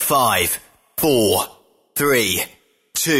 5, 4, 3, 2,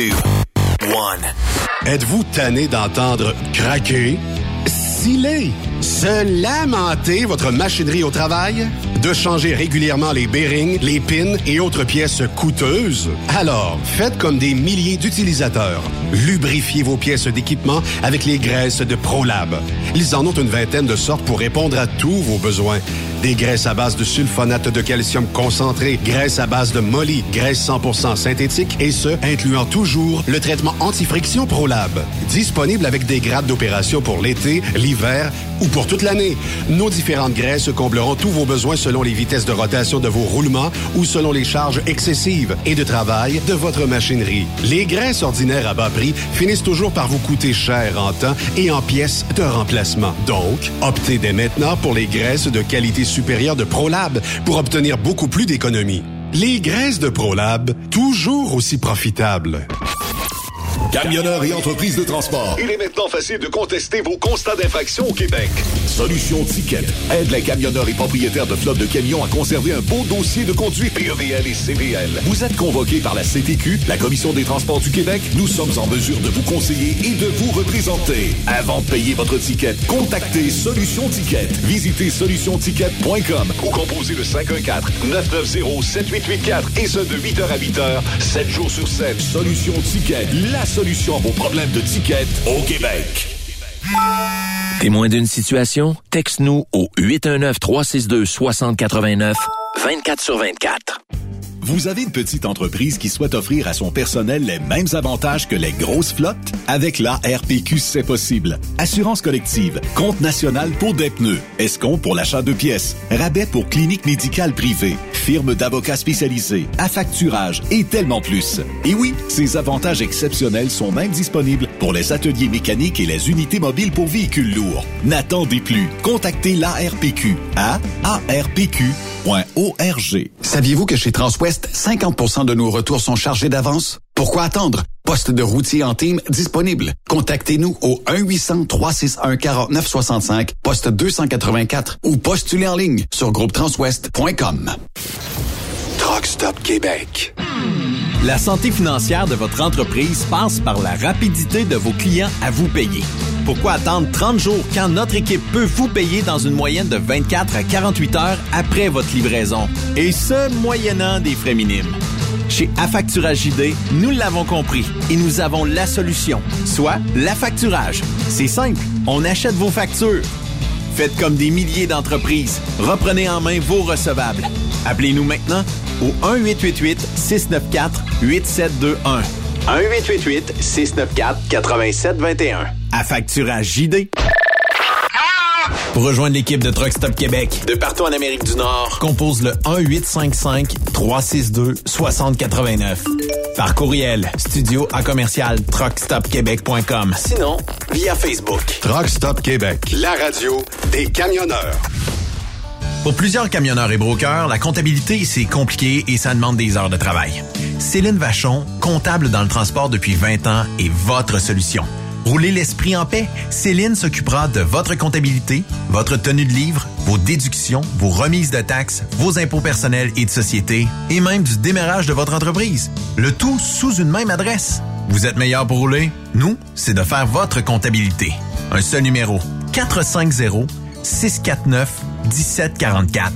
1. Êtes-vous tanné d'entendre craquer, sciller, se lamenter votre machinerie au travail? De changer régulièrement les bearings, les pins et autres pièces coûteuses? Alors, faites comme des milliers d'utilisateurs. Lubrifiez vos pièces d'équipement avec les graisses de ProLab. Ils en ont une vingtaine de sortes pour répondre à tous vos besoins. Des graisses à base de sulfonate de calcium concentré, graisses à base de molly, graisse 100% synthétique et ce, incluant toujours le traitement anti-friction ProLab. Disponible avec des grades d'opération pour l'été, l'hiver ou pour toute l'année. Nos différentes graisses combleront tous vos besoins selon les vitesses de rotation de vos roulements ou selon les charges excessives et de travail de votre machinerie. Les graisses ordinaires à bas prix finissent toujours par vous coûter cher en temps et en pièces de remplacement. Donc, optez dès maintenant pour les graisses de qualité supérieure de ProLab pour obtenir beaucoup plus d'économies. Les graisses de ProLab, toujours aussi profitables. Camionneurs et entreprises de transport. Il est maintenant facile de contester vos constats d'infraction au Québec. Solution Ticket aide les camionneurs et propriétaires de flottes de camions à conserver un beau dossier de conduite PEVL et CVL. Vous êtes convoqué par la CTQ, la Commission des transports du Québec. Nous sommes en mesure de vous conseiller et de vous représenter. Avant de payer votre ticket, contactez Solution Ticket. Visitez solutionticket.com ou composez le 514-990-7884 et ce de 8h à 8h, 7 jours sur 7. Solution Ticket, la solution à vos problèmes de ticket au Québec. Témoin d'une situation? Texte-nous au 819-362-6089, 24/24. Vous avez une petite entreprise qui souhaite offrir à son personnel les mêmes avantages que les grosses flottes? Avec l'ARPQ, c'est possible. Assurance collective, compte national pour des pneus, escompte pour l'achat de pièces, rabais pour clinique médicale privée, firme d'avocats spécialisés, affacturage et tellement plus. Et oui, ces avantages exceptionnels sont même disponibles pour les ateliers mécaniques et les unités mobiles pour véhicules lourds. N'attendez plus. Contactez l'ARPQ à arpq.org. Saviez-vous que chez Transwest, 50% de nos retours sont chargés d'avance? Pourquoi attendre? Poste de routier en team disponible. Contactez-nous au 1-800-361-4965, poste 284 ou postulez en ligne sur groupetranswest.com. Truck Stop Québec. La santé financière de votre entreprise passe par la rapidité de vos clients à vous payer. Pourquoi attendre 30 jours quand notre équipe peut vous payer dans une moyenne de 24 à 48 heures après votre livraison? Et ce, moyennant des frais minimes. Chez Affacturage JD, nous l'avons compris et nous avons la solution, soit l'affacturage. C'est simple, on achète vos factures. Faites comme des milliers d'entreprises. Reprenez en main vos recevables. Appelez-nous maintenant au 1-888-694-8721. 1-888-694-8721. Affacturage JD. Pour rejoindre l'équipe de Truck Stop Québec, de partout en Amérique du Nord, compose le 1-855-362-6089. Par courriel, studio@truckstopquebec.com. Sinon, via Facebook. Truck Stop Québec, la radio des camionneurs. Pour plusieurs camionneurs et brokers, la comptabilité, c'est compliqué et ça demande des heures de travail. Céline Vachon, comptable dans le transport depuis 20 ans, est votre solution. Roulez l'esprit en paix. Céline s'occupera de votre comptabilité, votre tenue de livre, vos déductions, vos remises de taxes, vos impôts personnels et de société, et même du démarrage de votre entreprise. Le tout sous une même adresse. Vous êtes meilleur pour rouler? Nous, c'est de faire votre comptabilité. Un seul numéro. 450-649-1744.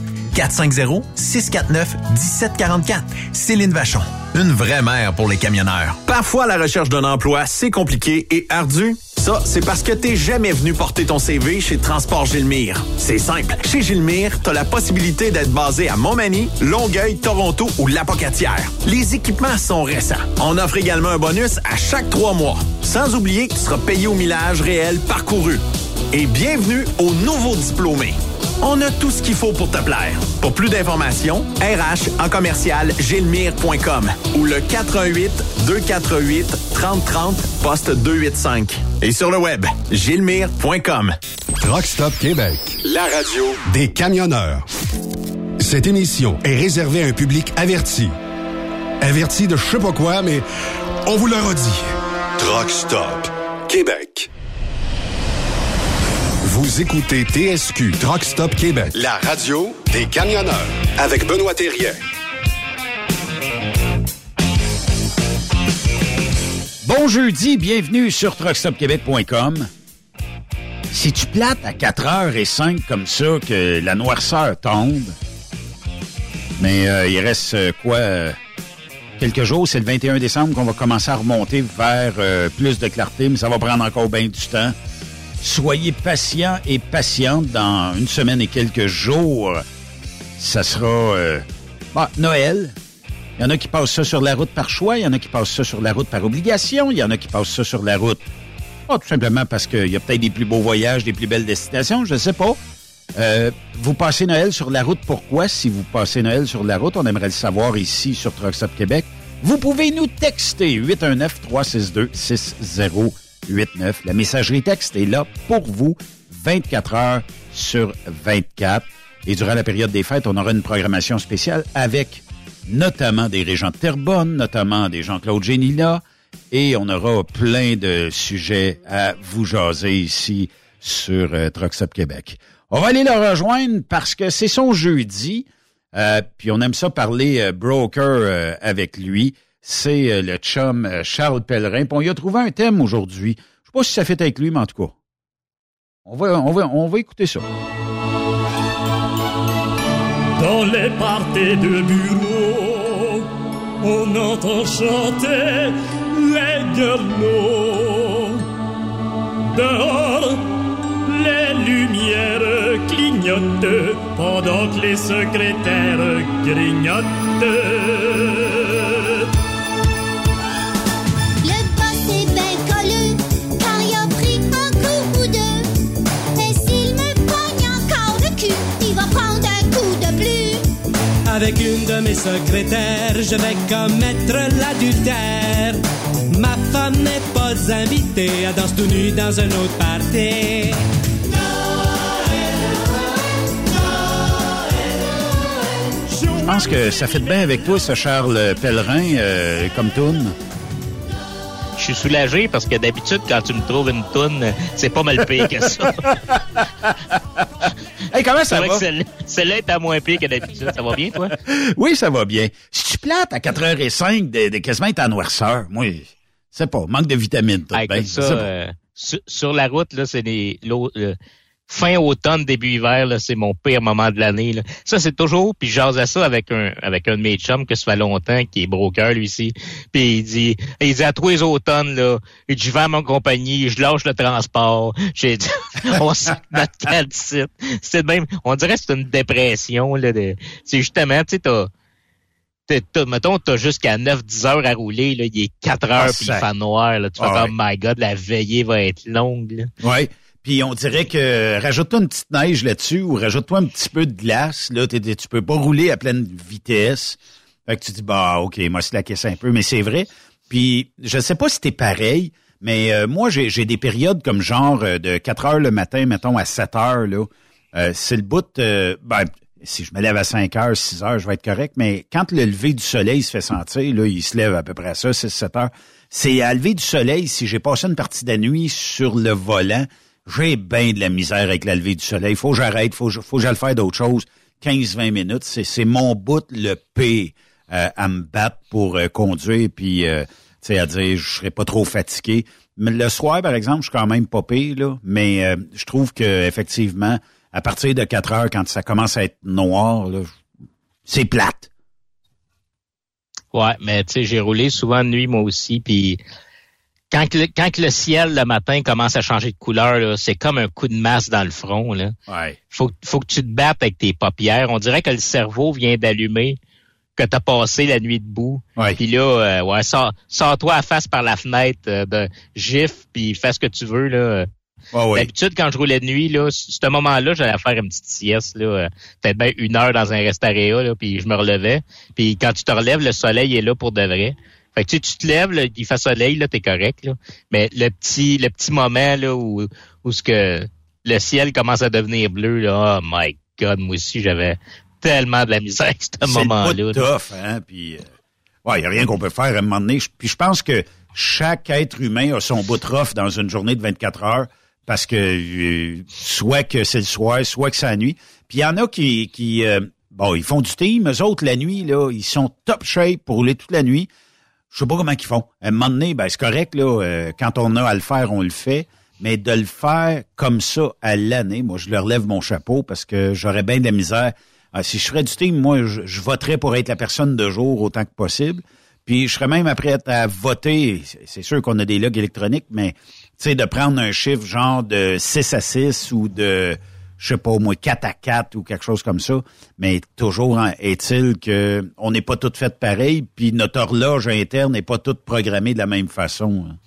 450-649-1744. Céline Vachon. Une vraie mère pour les camionneurs. Parfois, la recherche d'un emploi, c'est compliqué et ardu. Ça, c'est parce que t'es jamais venu porter ton CV chez Transport Gilmire. C'est simple. Chez Gilmire, t'as la possibilité d'être basé à Montmagny, Longueuil, Toronto ou Lapocatière. Les équipements sont récents. On offre également un bonus à chaque 3 mois. Sans oublier que tu seras payé au millage réel parcouru. Et bienvenue aux nouveaux diplômés. On a tout ce qu'il faut pour te plaire. Pour plus d'informations, RH@gilmire.com ou le 418-248-3030, poste 285. Et sur le web, gilmire.com. Truck Stop Québec, la radio des camionneurs. Cette émission est réservée à un public averti. Averti de je sais pas quoi, mais on vous le redit. Truck Stop Québec. Vous écoutez TSQ Truck Stop Québec, la radio des camionneurs avec Benoît Thérien. Bon jeudi, bienvenue sur truckstopquebec.com. Si tu plates à 4h05 comme ça, que la noirceur tombe, mais il reste quelques jours, c'est le 21 décembre qu'on va commencer à remonter vers plus de clarté, mais ça va prendre encore bien du temps. Soyez patients et patientes, dans une semaine et quelques jours, ça sera Noël. Il y en a qui passent ça sur la route par choix, il y en a qui passent ça sur la route par obligation, il y en a qui passent ça sur la route tout simplement parce qu'il y a peut-être des plus beaux voyages, des plus belles destinations, je ne sais pas. Vous passez Noël sur la route, pourquoi? Si vous passez Noël sur la route, on aimerait le savoir ici sur Truck Stop Québec. Vous pouvez nous texter 819-362-6089. La messagerie texte est là pour vous 24 heures sur 24. Et durant la période des fêtes, on aura une programmation spéciale avec notamment des régents de Terrebonne, notamment des Jean-Claude Génila, et on aura plein de sujets à vous jaser ici sur Truck Stop Québec. On va aller le rejoindre parce que c'est son jeudi, puis on aime ça parler broker avec lui. C'est le chum Charles Pellerin. Puis on y a trouvé un thème aujourd'hui. Je sais pas si ça fait avec lui, mais en tout cas, on va écouter ça. Dans les parties de bureau, on entend chanter les gueulots. Dehors, les lumières clignotent pendant que les secrétaires grignotent. Le boss est bien collé quand il a pris un coup ou deux. Et s'il me pogne encore le cul, il va prendre un coup de plus. Avec une de mes secrétaires, je vais commettre l'adultère. Ma femme n'est pas invitée à danser tout nu dans un autre party. Je pense que ça fait bien avec toi, ce Charles Pellerin, comme toune. Je suis soulagé parce que d'habitude, quand tu me trouves une toune, c'est pas mal pire que ça. Hey, comment ça va? Celle-là est à moins pire que d'habitude. Ça va bien, toi? Oui, ça va bien. Si tu plates à 4h05 de quasiment être en noirceur, moi, c'est pas, manque de vitamines. Tout ben, ça, sur la route, là, c'est fin automne, début hiver, là, c'est mon pire moment de l'année, là. Ça, c'est toujours, puis je jase à ça avec un de mes chums que ça fait longtemps, qui est broker, lui ici. Puis il dit à tous les automnes, là, je vends mon compagnie, je lâche le transport. J'ai dit, on sac notre cale d'ici. C'est même, on dirait que c'est une dépression, là. C'est justement, tu sais, mettons, t'as jusqu'à 9-10 heures à rouler, là, il est 4 heures, puis il fait noir, là. Tu fais comme, my God, la veillée va être longue, là. Ouais. Puis on dirait que rajoute-toi une petite neige là-dessus ou rajoute-toi un petit peu de glace. Là, tu peux pas rouler à pleine vitesse. Fait que tu dis, OK, moi, slacker ça un peu. Mais c'est vrai. Puis je sais pas si t'es pareil, mais moi, j'ai des périodes comme genre de 4 heures le matin, mettons, à 7 heures. Là, c'est le bout... si je me lève à 5 heures, 6 heures, je vais être correct. Mais quand le lever du soleil se fait sentir, là, il se lève à peu près à ça, 6-7 heures. C'est à lever du soleil, si j'ai passé une partie de la nuit sur le volant, j'ai bien de la misère avec la levée du soleil. Faut que j'arrête, faut que j'aille faire d'autres choses. 15-20 minutes, c'est mon bout le pire à me battre pour conduire, puis tu sais, à dire je serais pas trop fatigué. Mais le soir, par exemple, je suis quand même pas pire, là, mais je trouve que effectivement, à partir de 4 heures, quand ça commence à être noir, là, c'est plate. Ouais, mais tu sais, j'ai roulé souvent de nuit, moi aussi, puis quand le ciel, le matin, commence à changer de couleur, là, c'est comme un coup de masse dans le front, là. Ouais. Faut que tu te battes avec tes paupières. On dirait que le cerveau vient d'allumer, que t'as passé la nuit debout. Ouais. Puis là, sors-toi à face par la fenêtre, gifle, puis fais ce que tu veux, là. Ouais. D'habitude, quand je roulais de nuit, là, ce moment-là, j'allais faire une petite sieste, là, peut-être bien 1 heure dans un restaréa, là, puis je me relevais. Puis quand tu te relèves, le soleil est là pour de vrai. Fait que tu te lèves, là, il fait soleil, là, t'es correct, là. Mais le petit moment, là, où ce que le ciel commence à devenir bleu, là, oh my God, moi aussi, j'avais tellement de la misère à ce moment-là. C'est pas tough, hein, puis il y a rien qu'on peut faire à un moment donné. Puis je pense que chaque être humain a son bout de rough dans une journée de 24 heures, parce que soit que c'est le soir, soit que c'est la nuit. Puis il y en a qui ils font du team, eux autres, la nuit, là, ils sont top shape pour rouler toute la nuit. je sais pas comment ils font. À un moment donné, ben c'est correct, là, quand on a à le faire, on le fait. Mais de le faire comme ça à l'année, moi, je leur lève mon chapeau parce que j'aurais bien de la misère. Si je ferais du team, moi, je voterais pour être la personne de jour autant que possible. Puis je serais même prêt à voter. C'est sûr qu'on a des logs électroniques, mais tu sais, de prendre un chiffre genre de 6-6 ou de, je sais pas, au moins 4-4 ou quelque chose comme ça. Mais toujours est-il que on n'est pas toutes faites pareil, puis notre horloge interne n'est pas toute programmée de la même façon. Hein.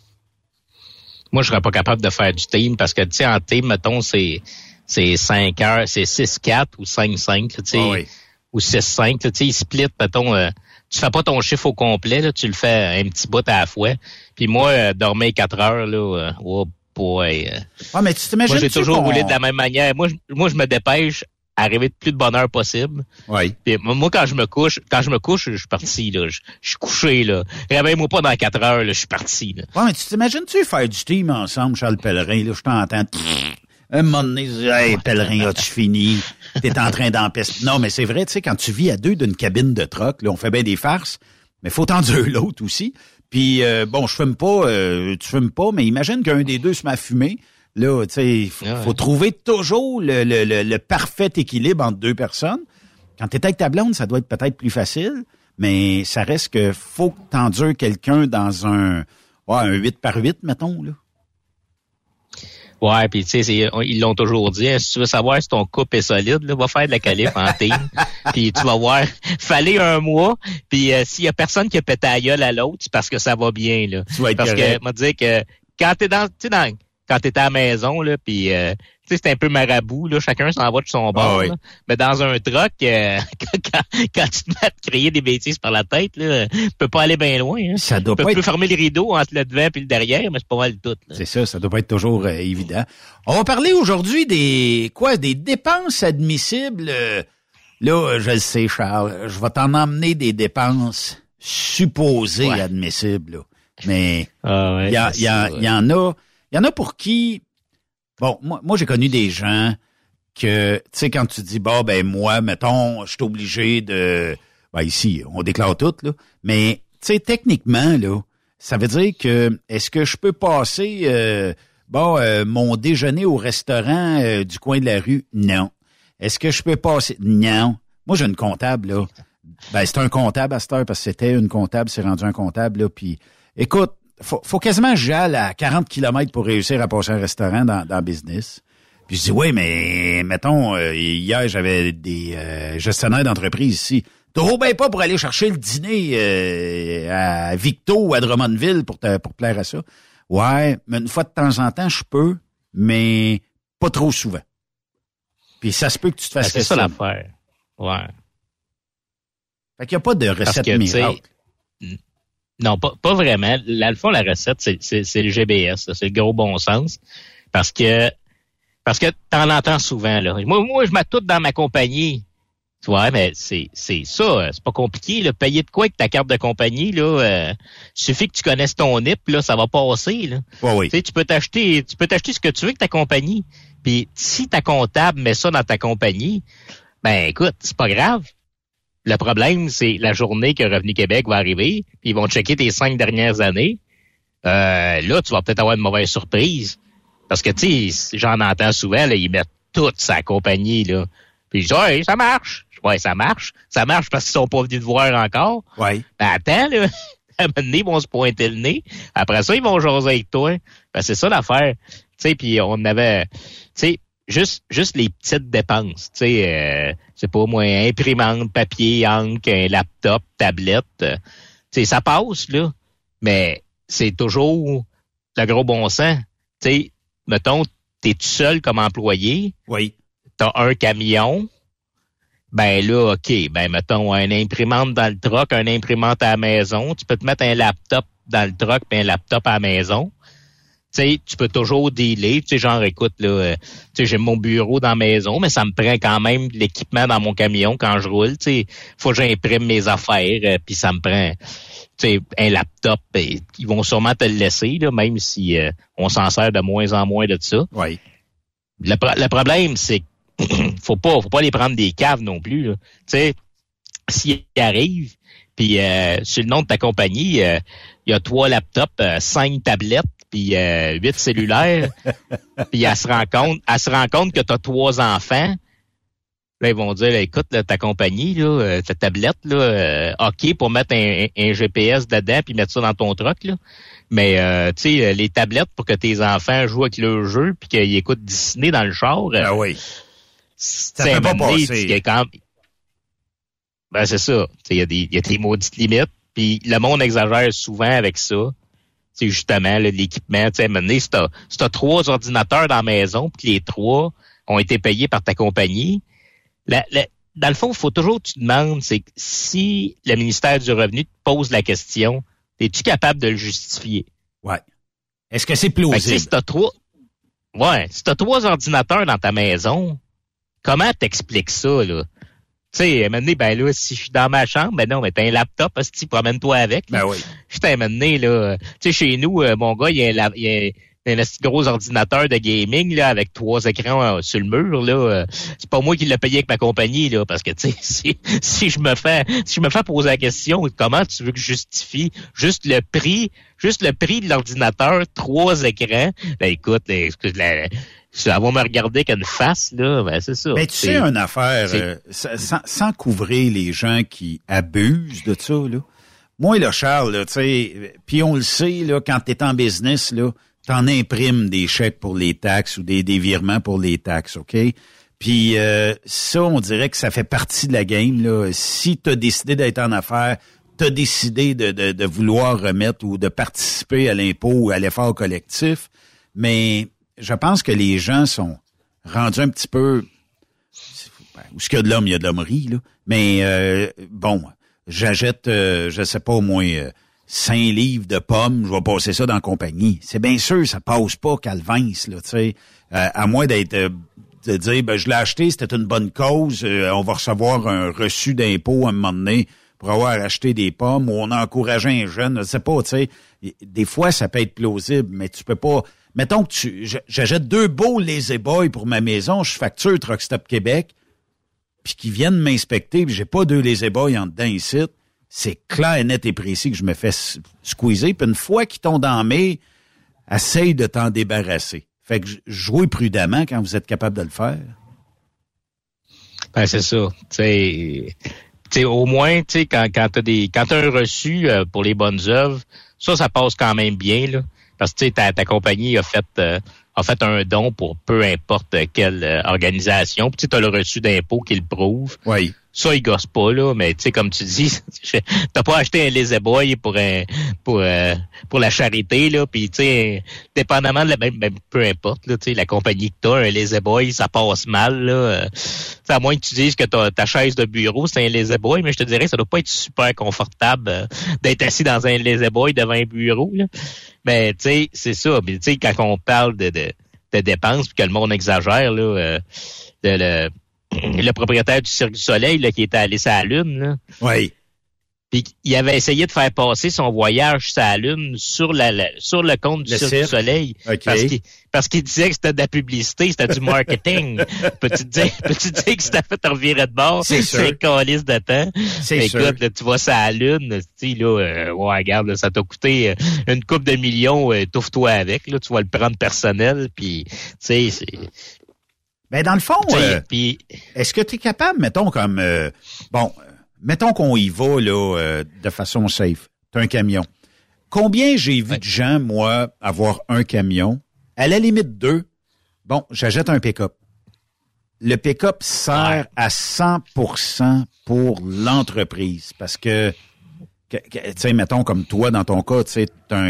Moi, je serais pas capable de faire du team parce que, tu sais, en team, mettons, c'est 5 heures, c'est 6-4 ou 5-5, tu sais, ou 6-5, tu sais, ils split, mettons, tu fais pas ton chiffre au complet, là, tu le fais un petit bout à la fois. Puis moi, dormir 4 heures, là, oh boy. Mais tu t'imagines, moi, j'ai toujours roulé de la même manière. Moi, je me dépêche à arriver le plus de bonne heure possible. Oui. Puis moi, quand je me couche, je suis parti, là. Je suis couché, là. Réveille-moi pas dans 4 heures, là, je suis parti, là. Ouais, mais tu t'imagines-tu faire du team ensemble, Charles Pellerin, là, je t'entends. Un moment donné, hey, Pellerin, as-tu fini? T'es en train d'empester. Non, mais c'est vrai, tu sais, quand tu vis à deux d'une cabine de troc, là, on fait bien des farces, mais faut t'endurer l'autre aussi. Puis, bon, je fume pas, tu fumes pas, mais imagine qu'un des deux se met à fumer. Là, tu sais, faut trouver toujours le parfait équilibre entre deux personnes. Quand t'es avec ta blonde, ça doit être peut-être plus facile, mais ça reste que faut que t'endures quelqu'un dans un 8x8, mettons, là. Ouais, puis tu sais, ils l'ont toujours dit, hein, si tu veux savoir si ton couple est solide, là, va faire de la qualif en team, puis tu vas voir, fallait un mois, puis s'il y a personne qui a pété la gueule à l'autre, c'est parce que ça va bien, là. Tu vas être parce correct. que, m'a dit que quand quand t'es à la maison, là, puis tu sais, c'est un peu marabout, là, chacun s'en va de son bord, là. Mais dans un truck, quand tu te mets à te crier des bêtises par la tête, là, tu peux pas aller bien loin, hein. Ça doit tu pas peux être... fermer le rideau entre le devant et le derrière, mais c'est pas mal tout, là. C'est ça doit pas être toujours évident. On va parler aujourd'hui des dépenses admissibles. Là, je le sais, Charles, je vais t'en emmener des dépenses supposées admissibles, là. Mais il y en a pour qui... Bon, moi j'ai connu des gens que, tu sais, quand tu dis, moi, mettons, je suis obligé de... ici, on déclare tout, là. Mais, tu sais, techniquement, là, ça veut dire que, est-ce que je peux passer, mon déjeuner au restaurant du coin de la rue? Non. Est-ce que je peux passer? Non. Moi, j'ai une comptable, là. C'est un comptable à cette heure, parce que c'était une comptable, c'est rendu un comptable, là. Puis, écoute, faut quasiment que j'aille à 40 km pour réussir à passer un restaurant dans le business. Puis je dis, oui, mais mettons, hier, j'avais des gestionnaires d'entreprise ici. T'auras bien pas pour aller chercher le dîner à Victo ou à Drummondville pour plaire à ça. Ouais, mais une fois de temps en temps, je peux, mais pas trop souvent. Puis ça se peut que tu te fasses c'est ça l'affaire. Ouais. Fait qu'il n'y a pas de recette miracle. Non, pas vraiment. Là, le fond, la recette, c'est le GBS, là, c'est le gros bon sens. Parce que t'en entends souvent, là. Moi, je mets tout dans ma compagnie. Tu vois, mais c'est ça, c'est pas compliqué, là. Payer de quoi avec ta carte de compagnie, là, suffit que tu connaisses ton NIP, là, ça va passer, là. Oui. Tu sais, tu peux t'acheter ce que tu veux avec ta compagnie. Puis si ta comptable met ça dans ta compagnie, ben écoute, c'est pas grave. Le problème, c'est la journée que Revenu Québec va arriver, puis ils vont checker tes 5 dernières années. Là, tu vas peut-être avoir une mauvaise surprise. Parce que, tu sais, j'en entends souvent, là, ils mettent toute sa compagnie, là. Puis je dis, ouais, ça marche. Ouais, ça marche. Ça marche parce qu'ils sont pas venus te voir encore. Ouais. Ben, attends, là. À un moment donné, ils vont se pointer le nez. Après ça, ils vont jaser avec toi. Ben, c'est ça l'affaire. Tu sais, puis on avait, tu sais, juste les petites dépenses, tu sais, c'est pas moi, imprimante, papier, encre, un laptop, tablette, tu sais, ça passe, là, mais c'est toujours le gros bon sens. Tu sais, mettons, t'es tout seul comme employé. Oui. T'as un camion. Ben là, OK, ben mettons, un imprimante dans le truck, un imprimante à la maison. Tu peux te mettre un laptop dans le truck puis un laptop à la maison. Tu sais, tu peux toujours dealer, tu sais, genre, écoute, là, tu sais, j'ai mon bureau dans la maison, mais ça me prend quand même de l'équipement dans mon camion quand je roule, tu sais, faut que j'imprime mes affaires, puis ça me prend, tu sais, un laptop, ils vont sûrement te le laisser, là, même si on s'en sert de moins en moins de ça. Oui. Le problème, c'est faut pas les prendre des caves non plus, là. Tu sais, s'ils arrivent, Puis sur le nom de ta compagnie, il y a 3 laptops, 5 tablettes, puis 8 cellulaires. Puis elle se rend compte que tu as 3 enfants. Là, ils vont dire, écoute, là, ta compagnie, là, ta tablette, là, OK pour mettre un GPS dedans puis mettre ça dans ton truck, là. Mais tu sais, les tablettes pour que tes enfants jouent avec le jeu puis qu'ils écoutent Disney dans le char. Ah oui. Ça peut pas passer. Ben c'est ça. Il y a des maudites limites. Puis le monde exagère souvent avec ça. C'est justement là, l'équipement. Tu sais, maintenant, si t'as 3 ordinateurs dans la maison, puis les 3 ont été payés par ta compagnie. Dans le fond, il faut toujours que tu demandes, c'est que si le ministère du Revenu te pose la question, es-tu capable de le justifier? Ouais. Est-ce que c'est plausible? Si t'as 3 ordinateurs dans ta maison, comment t'expliques ça, là? Tu sais, maintenant, ben là, si je suis dans ma chambre, ben non, mais t'as un laptop, parce que tu promènes-toi avec. Ben oui. Je t'ai amené, là. Tu sais, chez nous, mon gars, il y a un gros ordinateur de gaming, là, avec 3 écrans sur le mur, là. C'est pas moi qui l'ai payé avec ma compagnie, là, parce que, tu sais, si je me fais poser la question, comment tu veux que je justifie juste le prix de l'ordinateur, 3 écrans? Ben, écoute, ça va me regarder qu'une face, là, ben c'est ça. Ben, tu sais, une affaire, sans couvrir les gens qui abusent de ça, là. Moi, là, Charles, là, tu sais, puis on le sait, là, quand t'es en business, là, t'en imprimes des chèques pour les taxes ou des virements pour les taxes, OK? Puis ça, on dirait que ça fait partie de la game, là. Si t'as décidé d'être en affaires, t'as décidé de vouloir remettre ou de participer à l'impôt ou à l'effort collectif, mais je pense que les gens sont rendus un petit peu... Où est-ce qu'il y a de l'homme, il y a de l'hommerie, là. Mais bon, j'achète, je sais pas, au moins 5 livres de pommes, je vais passer ça dans la compagnie. C'est bien sûr, ça passe pas Calvins, là, tu sais. À moins de dire, ben je l'ai acheté, c'était une bonne cause, on va recevoir un reçu d'impôt à un moment donné pour avoir acheté des pommes, ou on a encouragé un jeune, je sais pas, tu sais. Des fois, ça peut être plausible, mais tu peux pas... Mettons que j'achète 2 beaux Lazy Boy pour ma maison, je facture Truck Stop Québec, puis qu'ils viennent m'inspecter, puis j'ai pas 2 Lazy Boy en dedans ici, c'est clair, net et précis que je me fais squeezer. Puis une fois qu'ils tombent dans mes, essaye de t'en débarrasser. Fait que jouez prudemment quand vous êtes capable de le faire. Ben c'est ça. Tu sais, au moins, tu sais, quand t'as un reçu pour les bonnes œuvres, ça passe quand même bien, là. Parce que tu sais, ta compagnie a fait un don pour peu importe quelle organisation. Puis tu as le reçu d'impôt qui le prouve. Oui. Ça, il gosse pas, là, mais tu sais, comme tu dis, t'as pas acheté un Lazy Boy pour la charité, là, puis tu sais, dépendamment de même peu importe, là, tu sais, la compagnie que t'as, un Lazy Boy, ça passe mal, là. À moins que tu dises que ta chaise de bureau, c'est un Lazy Boy, mais je te dirais que ça doit pas être super confortable d'être assis dans un Lazy Boy devant un bureau, là. Mais tu sais, c'est ça. Mais tu sais, quand on parle de dépenses, puis que le monde exagère, là, le propriétaire du Cirque du Soleil, là, qui était allé sur la Lune, là. Oui. Puis il avait essayé de faire passer son voyage sur la Lune sur le compte du Cirque du Soleil. Okay. Parce qu'il disait que c'était de la publicité, c'était du marketing. Peux-tu dire que c'était fait revirer de bord? C'est sûr. C'est un calice de temps. C'est sûr. Écoute, là, tu vas sur la Lune, tu sais, là, ouais, regarde, là, ça t'a coûté une couple de millions, touffe-toi avec, là, tu vas le prendre personnel, puis, tu sais, c'est... Ben, dans le fond, est-ce que tu es capable, mettons, comme... mettons qu'on y va, là, de façon safe. T'as un camion. Combien j'ai vu de gens, moi, avoir un camion? À la limite 2, bon, j'achète un pick-up. Le pick-up sert à 100% pour l'entreprise. Parce que tu sais, mettons, comme toi, dans ton cas, tu sais,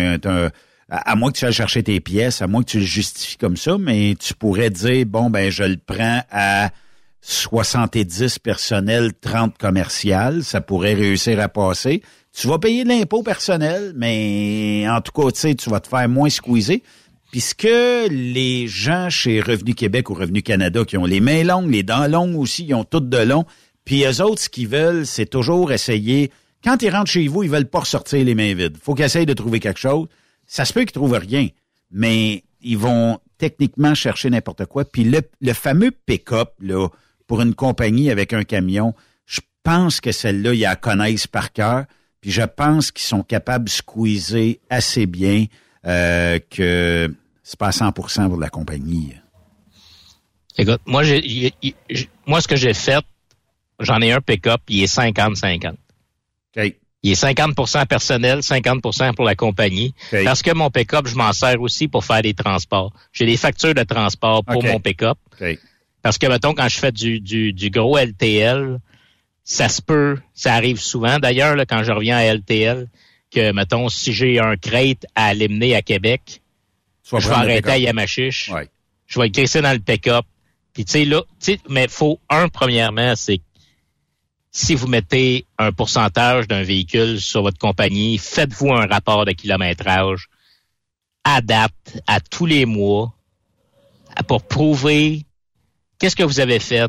à moins que tu ailles chercher tes pièces, à moins que tu le justifies comme ça, mais tu pourrais dire, bon, ben, je le prends à 70 personnel, 30 commercial, ça pourrait réussir à passer. Tu vas payer de l'impôt personnel, mais en tout cas, tu sais, tu vas te faire moins squeezer. Puisque les gens chez Revenu Québec ou Revenu Canada qui ont les mains longues, les dents longues aussi, ils ont toutes de long, puis eux autres, ce qu'ils veulent, c'est toujours essayer... Quand ils rentrent chez vous, ils veulent pas ressortir les mains vides. Faut qu'ils essayent de trouver quelque chose. Ça se peut qu'ils trouvent rien, mais ils vont techniquement chercher n'importe quoi. Puis le fameux pick-up, là, pour une compagnie avec un camion, je pense que celle-là, ils la connaissent par cœur. Puis je pense qu'ils sont capables de squeezer assez bien que c'est pas à 100% pour la compagnie. Écoute, moi, ce que j'ai fait, j'en ai un pick-up, il est 50-50. Okay. Il est 50% personnel, 50% pour la compagnie. Okay. Parce que mon pick-up, je m'en sers aussi pour faire des transports. J'ai des factures de transport pour mon pick-up. Okay. Parce que, mettons, quand je fais du gros LTL, ça se peut, ça arrive souvent. D'ailleurs, là, quand je reviens à LTL, que, mettons, si j'ai un crate à aller mener à Québec, je vais arrêter à Yamachiche. Ouais. Je vais le crisser dans le pick-up. Puis, tu sais, là, mais faut, premièrement, c'est si vous mettez un pourcentage d'un véhicule sur votre compagnie, faites-vous un rapport de kilométrage à date, à tous les mois, pour prouver qu'est-ce que vous avez fait.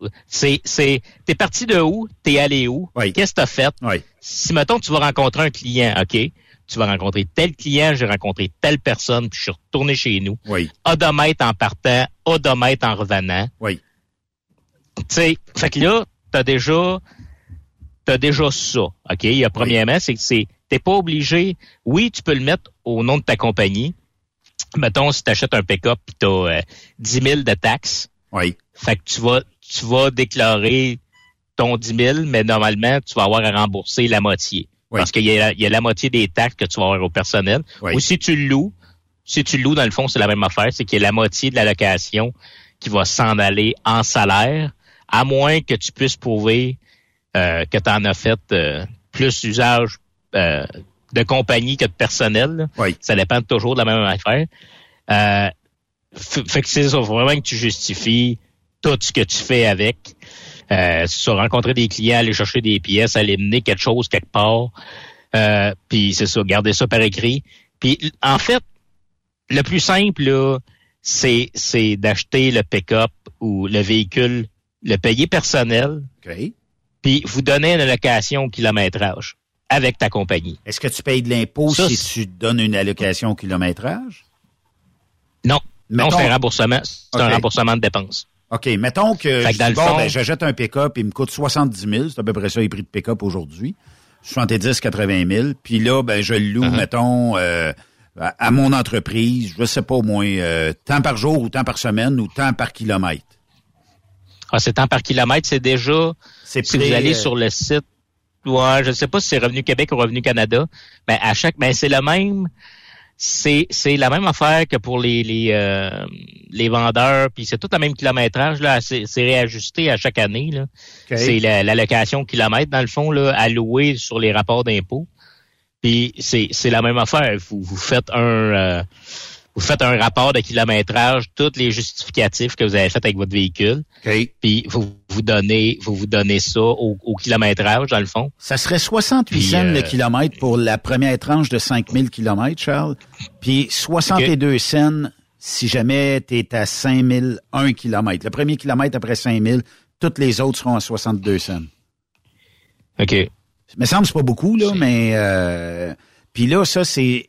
T'es parti de où? T'es allé où? Oui. Qu'est-ce que t'as fait? Oui. Si, mettons, tu vas rencontrer un client, OK, tu vas rencontrer tel client, j'ai rencontré telle personne, puis je suis retourné chez nous. Oui. Odomètre en partant, odomètre en revenant. Oui. Tu sais, fait que là, t'as déjà ça, OK? Il y a premièrement, t'es pas obligé, oui, tu peux le mettre au nom de ta compagnie. Mettons, si t'achètes un pick-up pis t'as 10 000 de taxes. Oui. Fait que tu vas déclarer ton 10 000, mais normalement, tu vas avoir à rembourser la moitié. Oui. Parce qu'il y a la moitié des taxes que tu vas avoir au personnel. Oui. Ou si tu le loues, dans le fond, c'est la même affaire, c'est qu'il y a la moitié de la location qui va s'en aller en salaire, à moins que tu puisses prouver que tu en as fait plus usage de compagnie que de personnel. Oui. Ça dépend toujours de la même affaire. Fait que c'est ça, faut vraiment que tu justifies tout ce que tu fais avec. Rencontrer des clients, aller chercher des pièces, aller mener quelque chose quelque part. Puis c'est ça, garder ça par écrit. Puis en fait, le plus simple, là, c'est d'acheter le pick-up ou le véhicule, le payer personnel. OK. Puis vous donner une allocation au kilométrage avec ta compagnie. Est-ce que tu payes de l'impôt si tu donnes une allocation au kilométrage? Non. Non, c'est un remboursement. C'est un remboursement de dépenses. OK. Mettons que j'achète un pick-up, il me coûte 70 000. C'est à peu près ça les prix de pick-up aujourd'hui. 70, 80 000. Puis là, je le loue, mettons, à mon entreprise, je sais pas, au moins, temps par jour ou temps par semaine ou temps par kilomètre. Ah, c'est temps par kilomètre, c'est déjà, si vous allez sur le site, ouais, je ne sais pas si c'est Revenu Québec ou Revenu Canada, mais c'est le même, c'est la même affaire que pour les vendeurs, puis c'est tout le même kilométrage, là, c'est réajusté à chaque année, là. Okay. C'est l'allocation kilomètre, dans le fond, là, allouée sur les rapports d'impôts. Puis c'est la même affaire. Vous faites un rapport de kilométrage, tous les justificatifs que vous avez fait avec votre véhicule. Okay. Puis vous donnez ça au kilométrage, dans le fond. Ça serait 68 cents le kilomètre pour la première tranche de 5000 kilomètres, Charles. Puis 62 cents si jamais tu es à 5001 kilomètres. Le premier kilomètre après 5000, toutes les autres seront à 62 cents. OK. Il me semble que c'est pas beaucoup, là, mais puis là, ça,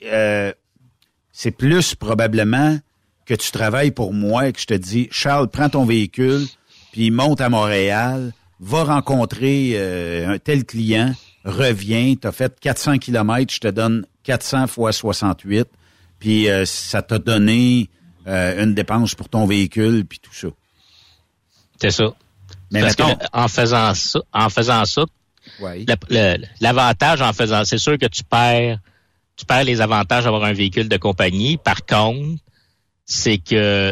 c'est plus probablement que tu travailles pour moi et que je te dis, Charles, prends ton véhicule, puis monte à Montréal, va rencontrer un tel client, reviens, t'as fait 400 kilomètres, je te donne 400 fois 68, puis ça t'a donné une dépense pour ton véhicule, puis tout ça. C'est ça. Mais parce que en faisant ça, oui. L'avantage en faisant, c'est sûr que tu perds les avantages d'avoir un véhicule de compagnie. Par contre, c'est que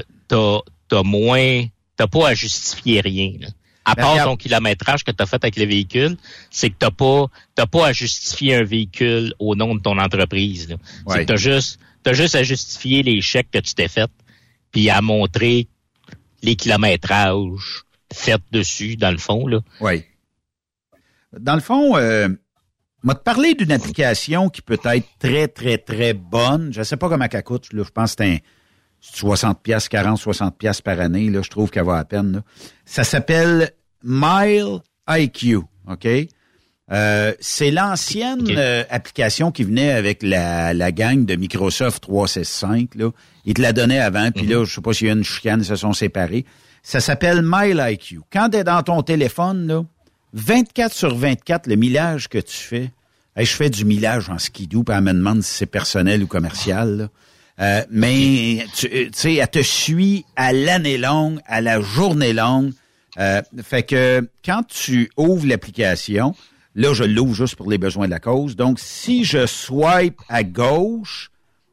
t'as pas à justifier rien, là. À part ton kilométrage que t'as fait avec le véhicule, c'est que t'as pas à justifier un véhicule au nom de ton entreprise, là. Ouais. C'est que t'as juste à justifier les chèques que tu t'es fait, puis à montrer les kilométrages faits dessus, dans le fond, là. Oui. Dans le fond, m'a te parlé d'une application qui peut être très, très, très bonne. Je sais pas comment elle coûte. Là, je pense que c'est 60 pièces, 40, 60 pièces par année. Là, je trouve qu'elle va à peine. Là. Ça s'appelle Mile IQ. OK? C'est l'ancienne application qui venait avec la gang de Microsoft 365. Là. Ils te la donnaient avant. Puis là, je sais pas s'il y a une chicane, ils se sont séparés. Ça s'appelle Mile IQ. Quand tu es dans ton téléphone, là, 24/24, le millage que tu fais. Hey, je fais du millage en skidoo, puis elle me demande si c'est personnel ou commercial, là. Mais tu sais, elle te suit à l'année longue, à la journée longue. Fait que quand tu ouvres l'application, là, je l'ouvre juste pour les besoins de la cause. Donc, si je swipe à gauche,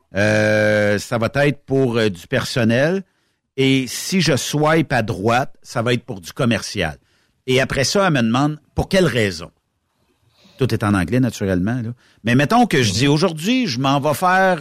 ça va être pour du personnel. Et si je swipe à droite, ça va être pour du commercial. Et après ça, elle me demande pour quelle raison. Tout est en anglais, naturellement, là. Mais mettons que je dis, aujourd'hui, je m'en vais faire,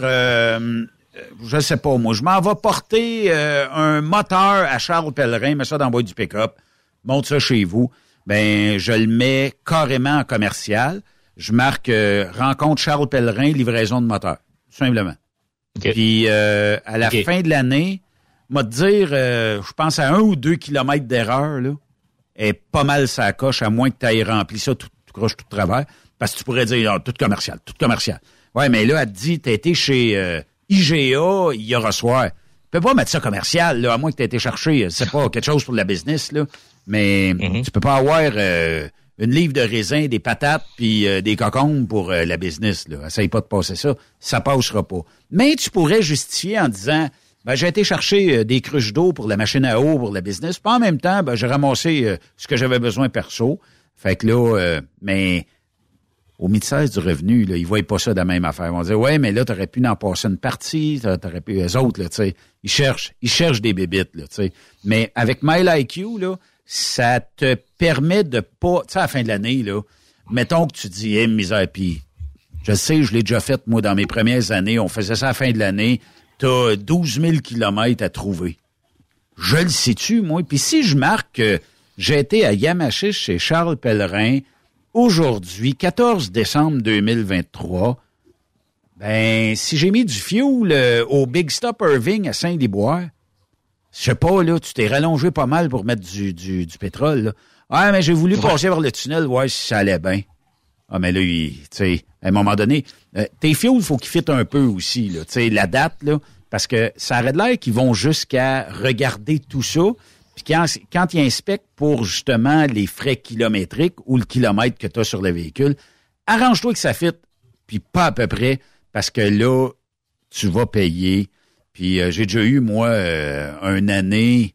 je sais pas, moi, je m'en vais porter un moteur à Charles Pellerin, mets ça dans le bois du pick-up, monte ça chez vous. Ben, je le mets carrément en commercial. Je marque rencontre Charles Pellerin, livraison de moteur, tout simplement. Okay. Puis, à la fin de l'année, moi, te dire, je pense à 1 ou 2 kilomètres d'erreur, là, est pas mal sa coche, à moins que tu aies rempli ça tout croche tout de travers, parce que tu pourrais dire, tout commercial. Ouais, mais là, elle te dit, t'as été chez IGA hier au soir. Tu peux pas mettre ça commercial, là, à moins que t'aies été chercher, c'est pas quelque chose pour la business, là, mais tu peux pas avoir une livre de raisin, des patates, puis des cocombes pour la business, là. Essaye pas de passer ça, ça passera pas. Mais tu pourrais justifier en disant, ben, j'ai été chercher des cruches d'eau pour la machine à eau, pour la business, puis en même temps, ben, j'ai ramassé ce que j'avais besoin perso. Fait que là, mais au ministère du Revenu, là, ils voient pas ça de la même affaire. Ils vont dire, ouais, mais là, t'aurais pu en passer une partie, t'aurais pu, eux autres, là, tu sais, ils cherchent des bébites, là, tu sais. Mais avec MyLikeU, là, ça te permet de pas, tu sais, à la fin de l'année, là, mettons que tu dis, misère, pis je sais, je l'ai déjà fait, moi, dans mes premières années, on faisait ça à la fin de l'année, t'as 12 000 kilomètres à trouver. Je le sais-tu, moi, puis si je marque que j'ai été à Yamachiche chez Charles Pellerin aujourd'hui, 14 décembre 2023. Ben, si j'ai mis du fuel au Big Stop Irving à Saint-Liboire, je sais pas, là, tu t'es rallongé pas mal pour mettre du pétrole, là. Ah, mais j'ai voulu passer par le tunnel, voir si ça allait bien. Ah, mais là, tu sais, à un moment donné, tes fuels, il faut qu'ils fitent un peu aussi, là. Tu sais, la date, là, parce que ça aurait de l'air qu'ils vont jusqu'à regarder tout ça. Puis quand ils inspectent pour justement les frais kilométriques ou le kilomètre que tu as sur le véhicule, arrange-toi que ça fitte, puis pas à peu près, parce que là, tu vas payer. Puis j'ai déjà eu, moi, une année,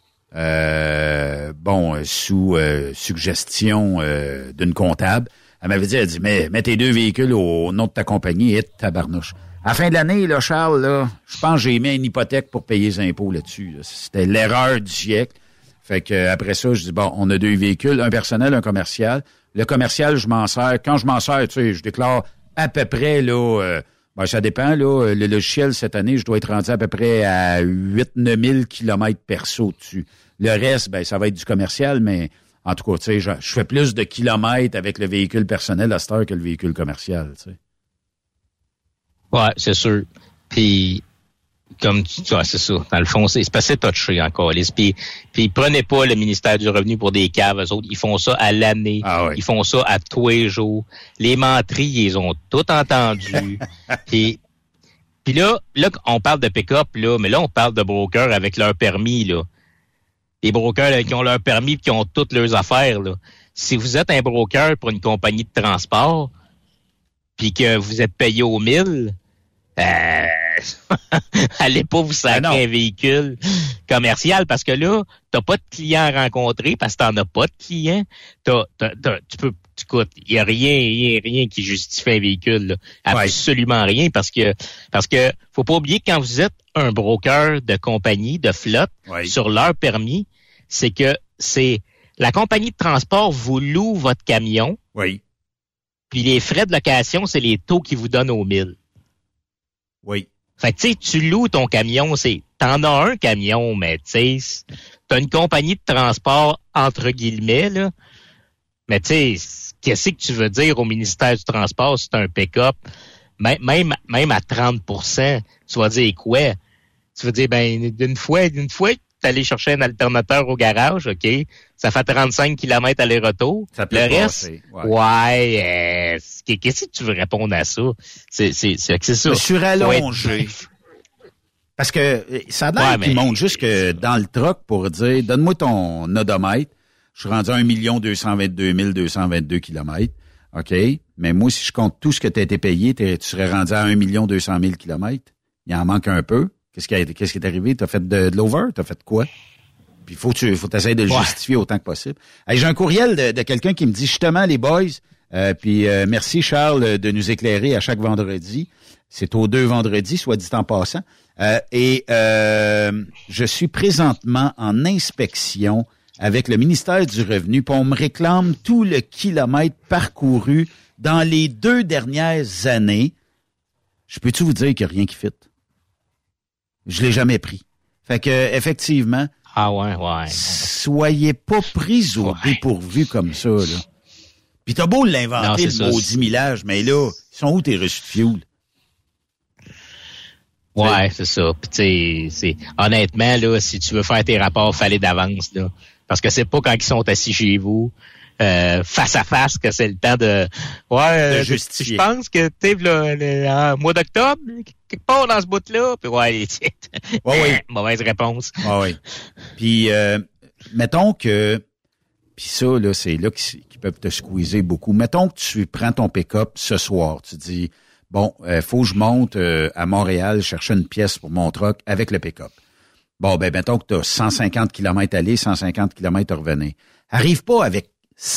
sous suggestion d'une comptable. Elle m'avait dit, elle dit, mets tes 2 véhicules au nom de ta compagnie et tabarnouche. À la fin de l'année, là, Charles, là, je pense que j'ai mis une hypothèque pour payer les impôts là-dessus. Là. C'était l'erreur du siècle. Fait que après ça, je dis, bon, on a 2 véhicules, un personnel, un commercial. Le commercial, je m'en sers. Quand je m'en sers, tu sais, je déclare à peu près, là, ça dépend, là. Le logiciel, cette année, je dois être rendu à peu près à 8-9 000 kilomètres perso dessus. Le reste, ben, ça va être du commercial, mais en tout cas, tu sais, je fais plus de kilomètres avec le véhicule personnel à cette heure que le véhicule commercial, tu sais. Ouais, c'est sûr. Puis, comme tu vois, c'est ça. Dans le fond, c'est passé touché encore. Puis prenez pas le ministère du Revenu pour des caves, eux autres. Ils font ça à l'année. Ah oui. Ils font ça à tous les jours. Les menteries, ils ont tout entendu. Puis là, on parle de pick-up, là, mais là, on parle de brokers avec leur permis, là. Les brokers là, qui ont leur permis et qui ont toutes leurs affaires, là. Si vous êtes un broker pour une compagnie de transport, puis que vous êtes payé au 1000, allez pas vous sacrer un véhicule commercial parce que là, t'as pas de clients à rencontrer parce que t'en as pas de clients. Écoute, il y a rien qui justifie un véhicule, là. Absolument rien parce que faut pas oublier que quand vous êtes un broker de compagnie, de flotte, sur leur permis, c'est que c'est la compagnie de transport vous loue votre camion. Oui. Puis les frais de location, c'est les taux qu'ils vous donnent au 1000. Oui. Fait que tu sais, tu loues ton camion, t'en as un camion, mais tu sais, t'as une compagnie de transport entre guillemets, là. Mais tu sais, qu'est-ce que tu veux dire au ministère du Transport si t'as un pick-up? Même à 30%, tu vas dire quoi? Tu vas dire, ben, d'une fois, t'es allé chercher un alternateur au garage, OK? Ça fait 35 km aller-retour. Ça peut le passer, reste, qu'est-ce que tu veux répondre à ça? C'est ça. Je suis rallongé. Parce que ça a l'air qu'il monte jusque dans le truck pour dire, donne-moi ton odomètre. je suis rendu à 1 222 222 kilomètres. OK? Mais moi, si je compte tout ce que tu as été payé, tu serais rendu à 1 200 000 kilomètres. Il en manque un peu. Qu'est-ce qui est arrivé? T'as fait de l'over? T'as fait quoi? Puis faut t'essayer de le justifier autant que possible. Hey, j'ai un courriel de quelqu'un qui me dit justement, les boys, merci Charles de nous éclairer à chaque vendredi. C'est aux 2 vendredis, soit dit en passant. Je suis présentement en inspection avec le ministère du Revenu, puis on me réclame tout le kilomètre parcouru dans les 2 dernières années. Je peux-tu vous dire qu'il n'y a rien qui fit? Je l'ai jamais pris. Fait que, effectivement. Ah ouais. Soyez pas pris au dépourvu comme ça, là. Puis t'as beau l'inventer, le maudit millage, mais là, ils sont où tes reçus de fioul? Ouais, c'est ça. Puis tu sais, honnêtement, là, si tu veux faire tes rapports, fallait d'avance, là. Parce que c'est pas quand ils sont assis chez vous, face à face, que c'est le temps de justifier. Je pense que tu le mois d'octobre, quelque part dans ce bout-là, puis mauvaise réponse. Ouais. Puis mettons que, puis ça là, c'est là qu'ils peuvent te squeezer beaucoup. Mettons que tu prends ton pick-up ce soir, tu dis bon, faut que je monte à Montréal chercher une pièce pour mon truck avec le pick-up. Bon, mettons que tu as 150 km aller, 150 km revenir. Arrive pas avec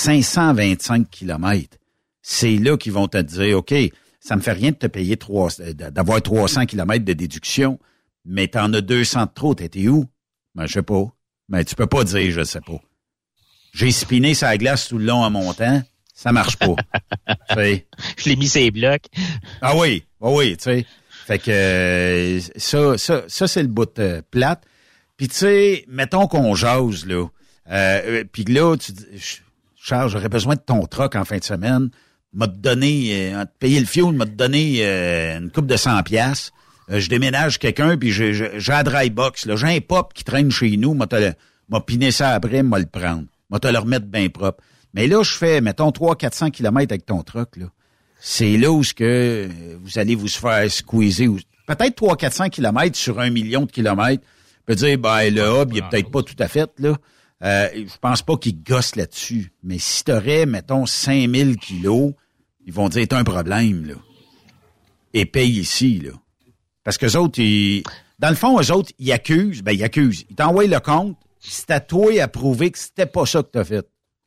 525 km. C'est là qu'ils vont te dire, OK, ça me fait rien de te payer d'avoir 300 km de déduction, mais t'en as 200 de trop, t'étais où? Je sais pas. Mais tu peux pas dire, je sais pas. J'ai spiné sa glace tout le long en montant, ça marche pas. Je l'ai mis ses blocs. Ah oui, tu sais. Fait que ça c'est le bout plate. Puis tu sais, mettons qu'on jase là. Puis là, tu dis, Charles, j'aurais besoin de ton truck en fin de semaine. M'a donné, te payer le fuel, m'a donné une coupe de 100 $. Je déménage quelqu'un, puis j'ai un dry box. Là, j'ai un pop qui traîne chez nous. M'a piné ça après, m'a le prendre. M'a te le remettre bien propre. Mais là, je fais, mettons, 300-400 km avec ton truck, là. C'est là où vous allez vous faire squeezer. Peut-être 300-400 km sur 1 million de kilomètres. Je peux dire, le hub, il est peut-être pas tout à fait, là. Je pense pas qu'ils gossent là-dessus. Mais si t'aurais, mettons, 5000 kilos, ils vont dire, t'as un problème, là. Et paye ici, là. Parce qu'eux autres, dans le fond, eux autres, ils accusent. Ils accusent. Ils t'envoient le compte. C'est à toi à prouver que c'était pas ça que t'as fait.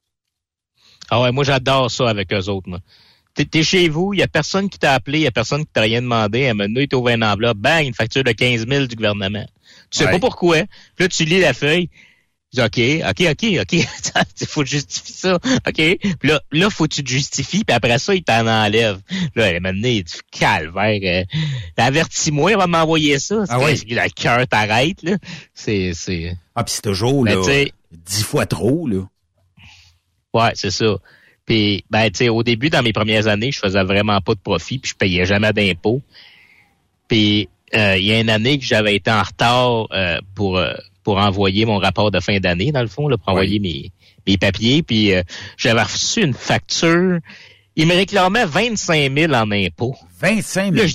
Ah ouais, moi, j'adore ça avec eux autres, moi. T'es chez vous, il y a personne qui t'a appelé, il y a personne qui t'a rien demandé. Elle m'a donné, t'as ouvert une enveloppe, bang, une facture de 15 000 du gouvernement. Tu sais pas pourquoi. Puis là, tu lis la feuille. Tu dis, OK. Faut justifier ça. OK. Puis là, faut que tu te justifies, puis après ça, il t'en enlève. Là, elle m'a donné du calvaire. Avertis-moi, il va m'envoyer ça. Le cœur t'arrête, là. C'est... Ah, puis c'est toujours, là, 10 fois trop, là. Ouais, c'est ça. Puis, tu sais, au début, dans mes premières années, je faisais vraiment pas de profit, puis je payais jamais d'impôts. Puis, il y a une année que j'avais été en retard pour envoyer mon rapport de fin d'année, dans le fond, là, pour envoyer mes papiers. Puis, j'avais reçu une facture. Il me réclamait 25 000 en impôts. 25 000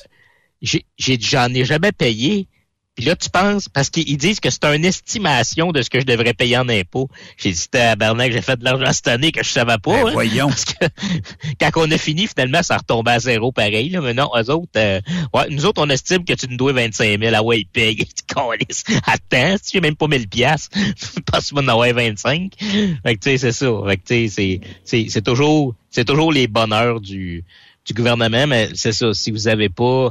j'en ai jamais payé. Puis là, tu penses, parce qu'ils disent que c'est une estimation de ce que je devrais payer en impôts. J'ai dit, tabarnak, j'ai fait de l'argent cette année que je savais pas. Voyons. Parce que quand on a fini, finalement, ça retombait à zéro pareil. Là. Mais non, eux autres, nous autres, on estime que tu nous dois 25 000. Ah ouais, ils payent. Tu câlisses. Attends, si j'ai même pas 1000 $, passe-moi d'en avoir 25. Fait que tu sais, c'est ça. Fait que tu sais, c'est toujours les bonheurs du gouvernement, mais c'est ça. Si vous avez pas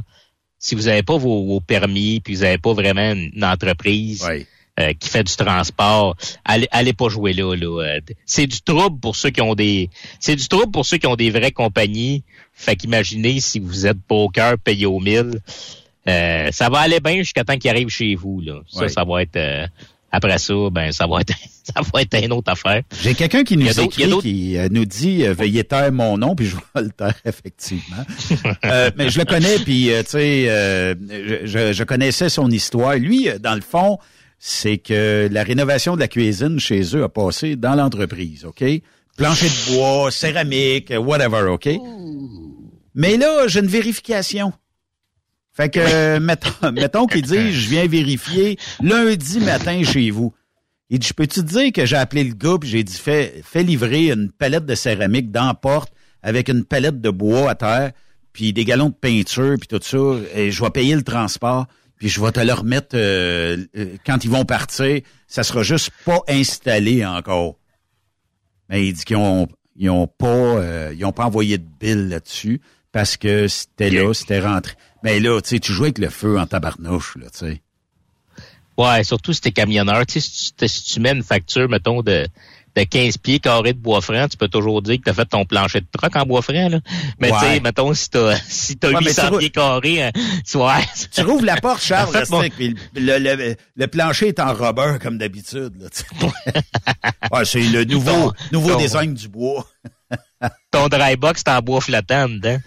vos permis, puis vous avez pas vraiment une entreprise qui fait du transport, allez pas jouer là. C'est du trouble pour ceux qui ont des vraies compagnies. Fait qu'imaginez si vous êtes poker payé au 1000, ça va aller bien jusqu'à temps qu'il arrive chez vous, là. Ça va être après ça, ça va être une autre affaire. J'ai quelqu'un qui nous écrit, qui nous dit veuillez taire mon nom, puis je vais le taire effectivement. Mais je le connais, puis tu sais, je connaissais son histoire. Lui, dans le fond, c'est que la rénovation de la cuisine chez eux a passé dans l'entreprise, OK? Plancher de bois, céramique, whatever, OK? Mais là, j'ai une vérification. Fait que, mettons qu'ils disent, je viens vérifier lundi matin chez vous. Il dit, peux-tu te dire que j'ai appelé le gars puis j'ai dit, fais livrer une palette de céramique dans la porte avec une palette de bois à terre puis des galons de peinture puis tout ça, et je vais payer le transport puis je vais te le remettre quand ils vont partir. Ça sera juste pas installé encore. Mais il dit qu'ils ont pas envoyé de bill là-dessus parce que c'était rentré. Mais là, tu sais, tu joues avec le feu en tabarnouche, là, tu sais. Ouais, surtout si t'es camionneur. Tu sais, si tu mets une facture, mettons, de 15 pieds carrés de bois franc, tu peux toujours dire que t'as fait ton plancher de troc en bois franc, là. Mais tu sais, mettons, si t'as 800 pieds carrés, ouais. Tu rouvres la porte, Charles, puis le plancher est en rubber, comme d'habitude, là, tu sais. Ouais, c'est le nouveau design du bois. Ton dry box, c'est en bois flottant dedans.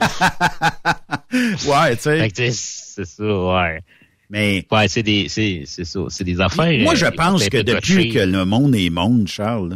Ouais, tu sais. Fait que, c'est ça, ouais. Mais. Ouais, c'est ça. C'est des affaires. Moi, je pense que depuis que le monde est monde, Charles,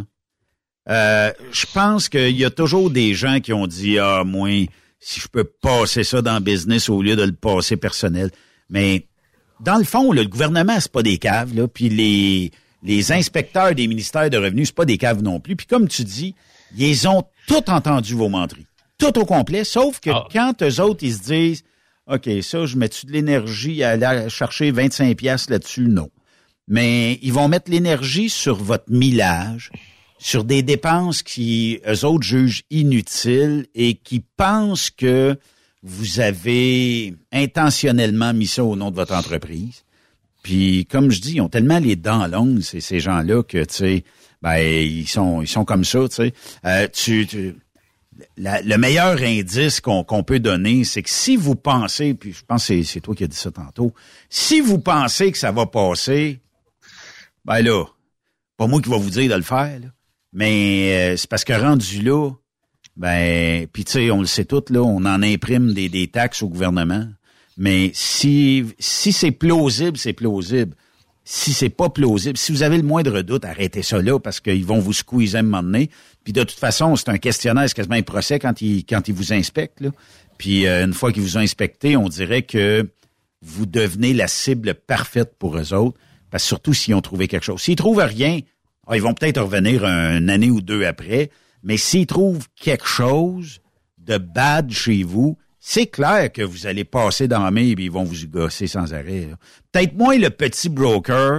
je pense qu'il y a toujours des gens qui ont dit, moi, si je peux passer ça dans le business au lieu de le passer personnel. Mais, dans le fond, là, le gouvernement, c'est pas des caves, là. Puis les inspecteurs des ministères de revenus, c'est pas des caves non plus. Puis comme tu dis, ils ont tout entendu vos menteries. Tout au complet. Sauf que quand eux autres, ils se disent, OK, ça, je mets-tu de l'énergie à aller chercher 25 piastres là-dessus? Non. Mais ils vont mettre l'énergie sur votre millage, sur des dépenses qui, eux autres, jugent inutiles et qui pensent que vous avez intentionnellement mis ça au nom de votre entreprise. Puis, comme je dis, ils ont tellement les dents longues, ces gens-là, que, tu sais, ils sont comme ça, tu sais. Le meilleur indice qu'on peut donner, c'est que si vous pensez, puis je pense que c'est toi qui as dit ça tantôt, si vous pensez que ça va passer, ben là, pas moi qui va vous dire de le faire, là, mais c'est parce que rendu là, ben, puis tu sais, on le sait tout, là, on en imprime des taxes au gouvernement, mais si c'est plausible, c'est plausible. Si c'est pas plausible, si vous avez le moindre doute, arrêtez ça là parce qu'ils vont vous squeezer à un moment donné. Puis de toute façon, c'est un questionnaire, c'est quasiment un procès quand ils vous inspectent, là. Puis une fois qu'ils vous ont inspecté, on dirait que vous devenez la cible parfaite pour eux autres, parce que surtout s'ils ont trouvé quelque chose. S'ils trouvent rien, ils vont peut-être revenir une année ou deux après, mais s'ils trouvent quelque chose de bad chez vous, c'est clair que vous allez passer dans la main et ils vont vous gosser sans arrêt, là. Peut-être moins le petit broker,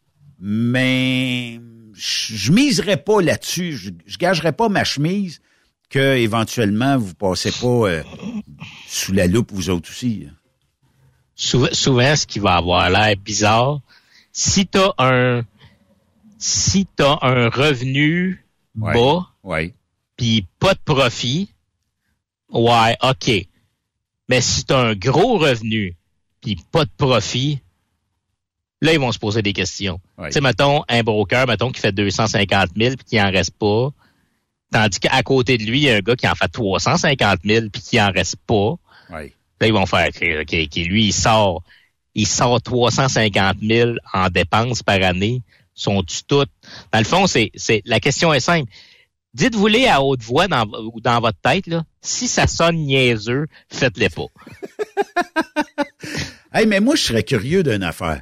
mais je miserais pas là-dessus. Je gagerais pas ma chemise que éventuellement vous passez pas sous la loupe vous autres aussi. Souvent, ce qui va avoir l'air bizarre, si t'as un revenu bas, puis pas de profit, ouais, OK. Mais si tu as un gros revenu puis pas de profit, là, ils vont se poser des questions. Tu sais, mettons, un broker, qui fait 250 000 puis qui en reste pas, tandis qu'à côté de lui, il y a un gars qui en fait 350 000 puis qui en reste pas. Là, ils vont faire, OK, lui, il sort 350 000 en dépenses par année. Sont-tu toutes? Dans le fond, la question est simple. Dites-vous-les à haute voix dans votre tête, là. Si ça sonne niaiseux, faites-les pas. Hey, mais moi, je serais curieux d'une affaire.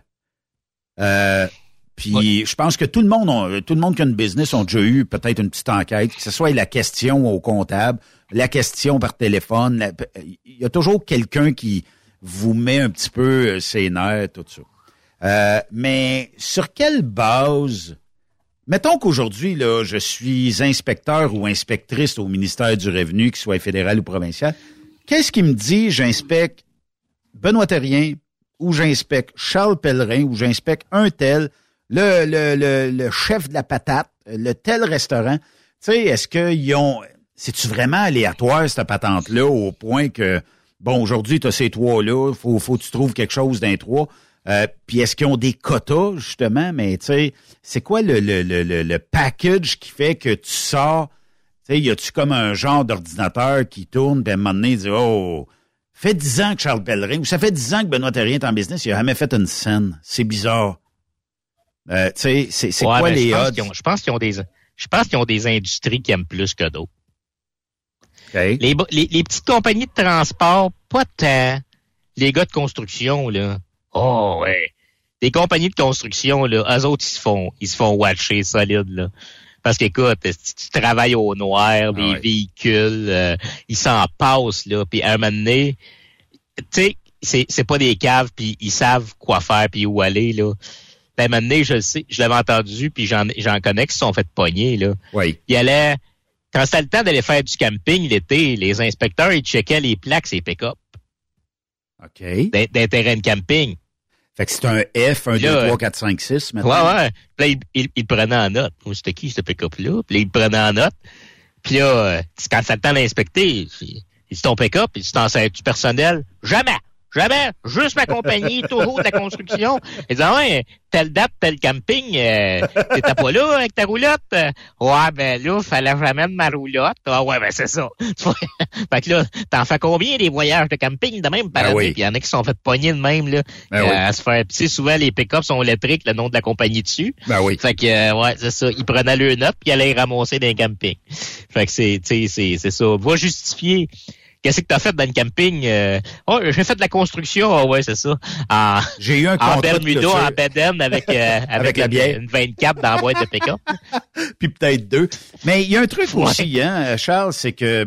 Puis, je pense que tout le monde qui a une business ont déjà eu peut-être une petite enquête, que ce soit la question au comptable, la question par téléphone. Il y a toujours quelqu'un qui vous met un petit peu ses nerfs, tout ça. Mais sur quelle base... Mettons qu'aujourd'hui, là, je suis inspecteur ou inspectrice au ministère du Revenu, qu'il soit fédéral ou provincial. Qu'est-ce qui me dit j'inspecte Benoît Thérien ou j'inspecte Charles Pellerin ou j'inspecte un tel, le chef de la patate, le tel restaurant? Tu sais, est-ce qu'ils ont... C'est-tu vraiment aléatoire, cette patente-là, au point que, bon, aujourd'hui, tu as ces trois-là, faut que tu trouves quelque chose d'un trois. Puis est-ce qu'ils ont des quotas, justement? Mais tu sais, c'est quoi le package qui fait que tu sors? Tu sais, y a-tu comme un genre d'ordinateur qui tourne, puis à un moment donné, il dit, fait 10 ans que Charles Pellerin, ou ça fait 10 ans que Benoît Thérien est en business, il a jamais fait une scène. C'est bizarre. Tu sais, c'est quoi les odds? Je pense qu'ils ont des industries qui aiment plus que d'autres. Okay. Les petites compagnies de transport, pas tant. Les gars de construction, là. Oh, ouais. Les compagnies de construction, là, eux autres, ils se font watcher solide, là. Parce qu'écoute, tu travailles au noir, les véhicules, ils s'en passent, là. Puis à un moment donné, tu sais, c'est pas des caves, puis ils savent quoi faire, puis où aller, là. Ben, à un moment donné, je le sais, je l'avais entendu, puis j'en connais qui se sont fait pogner, là. Oui. Il allait, quand c'était le temps d'aller faire du camping l'été, les inspecteurs, ils checkaient les plaques, ces pick-up. OK. D'un terrain de camping. Fait que c'est un F, 1, 2, 3, 4, 5, 6, maintenant. Ouais. Puis là, il prenait en note. C'était qui, ce pick-up-là? Puis là, il prenait en note. Puis là, quand c'est le temps d'inspecter, il dit ton pick-up, il dit t'en sers-tu personnel? Jamais! Juste ma compagnie, toujours de la construction. Il dit, ouais, telle date, tel camping, t'étais pas là avec ta roulotte? Ouais, ben là, fallait jamais de ma roulotte. Ah ouais, ben c'est ça. Fait que là, t'en fais combien des voyages de camping de même par année? Oui. Puis il y en a qui sont fait pogner de même, là, à se faire. Tu sais, souvent, les pick-up sont lettrés avec le nom de la compagnie dessus. Ben oui. Fait que, ouais, c'est ça. Ils prenaient le note puis ils allaient les ramasser dans les campings. Fait que c'est ça. Va justifier. Qu'est-ce que t'as fait dans le camping? J'ai fait de la construction. Ah ouais, c'est ça. J'ai eu un contrat en Bermuda, en Beden, avec la bière. Une 24 dans la boîte de pick-up. Puis peut-être 2. Mais il y a un truc aussi, hein, Charles, c'est que,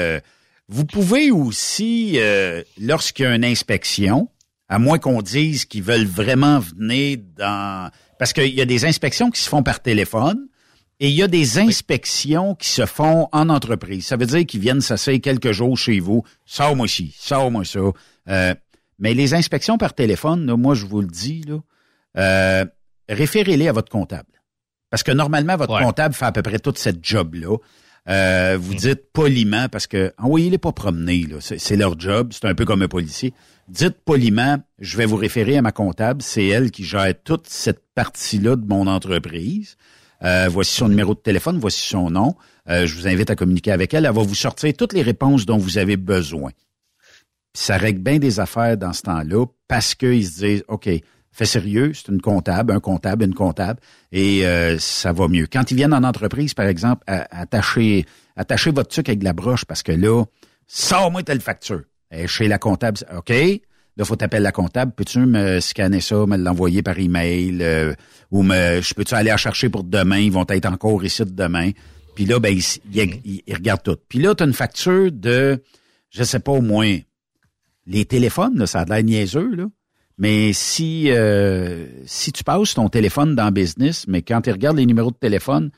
vous pouvez aussi, lorsqu'il y a une inspection, à moins qu'on dise qu'ils veulent vraiment venir dans... Parce qu'il y a des inspections qui se font par téléphone, et il y a des inspections qui se font en entreprise. Ça veut dire qu'ils viennent s'asseoir quelques jours chez vous. Sors-moi ci, sors-moi ça. Mais les inspections par téléphone, là, moi, je vous le dis, là, référez-les à votre comptable. Parce que normalement, votre comptable fait à peu près toute cette job-là. Vous dites poliment, parce que envoyez-les pas promener, là. C'est leur job. C'est un peu comme un policier. Dites poliment, je vais vous référer à ma comptable. C'est elle qui gère toute cette partie-là de mon entreprise. Voici son numéro de téléphone, voici son nom. Je vous invite à communiquer avec elle. Elle va vous sortir toutes les réponses dont vous avez besoin. Puis ça règle bien des affaires dans ce temps-là parce qu'ils se disent, OK, fais sérieux, c'est une comptable, un comptable, une comptable, et ça va mieux. Quand ils viennent en entreprise, par exemple, attachez votre truc avec de la broche parce que là, sors-moi telle facture. Et chez la comptable, OK, là, faut t'appeler la comptable. Peux-tu me scanner ça, me l'envoyer par email, ou je peux-tu aller la chercher pour demain? Ils vont être encore ici demain. Puis là, ben, ils regardent tout. Puis là, tu as une facture de, je sais pas, au moins, les téléphones, là, ça a l'air niaiseux, là. Mais si tu passes ton téléphone dans business, mais quand tu regardes les numéros de téléphone,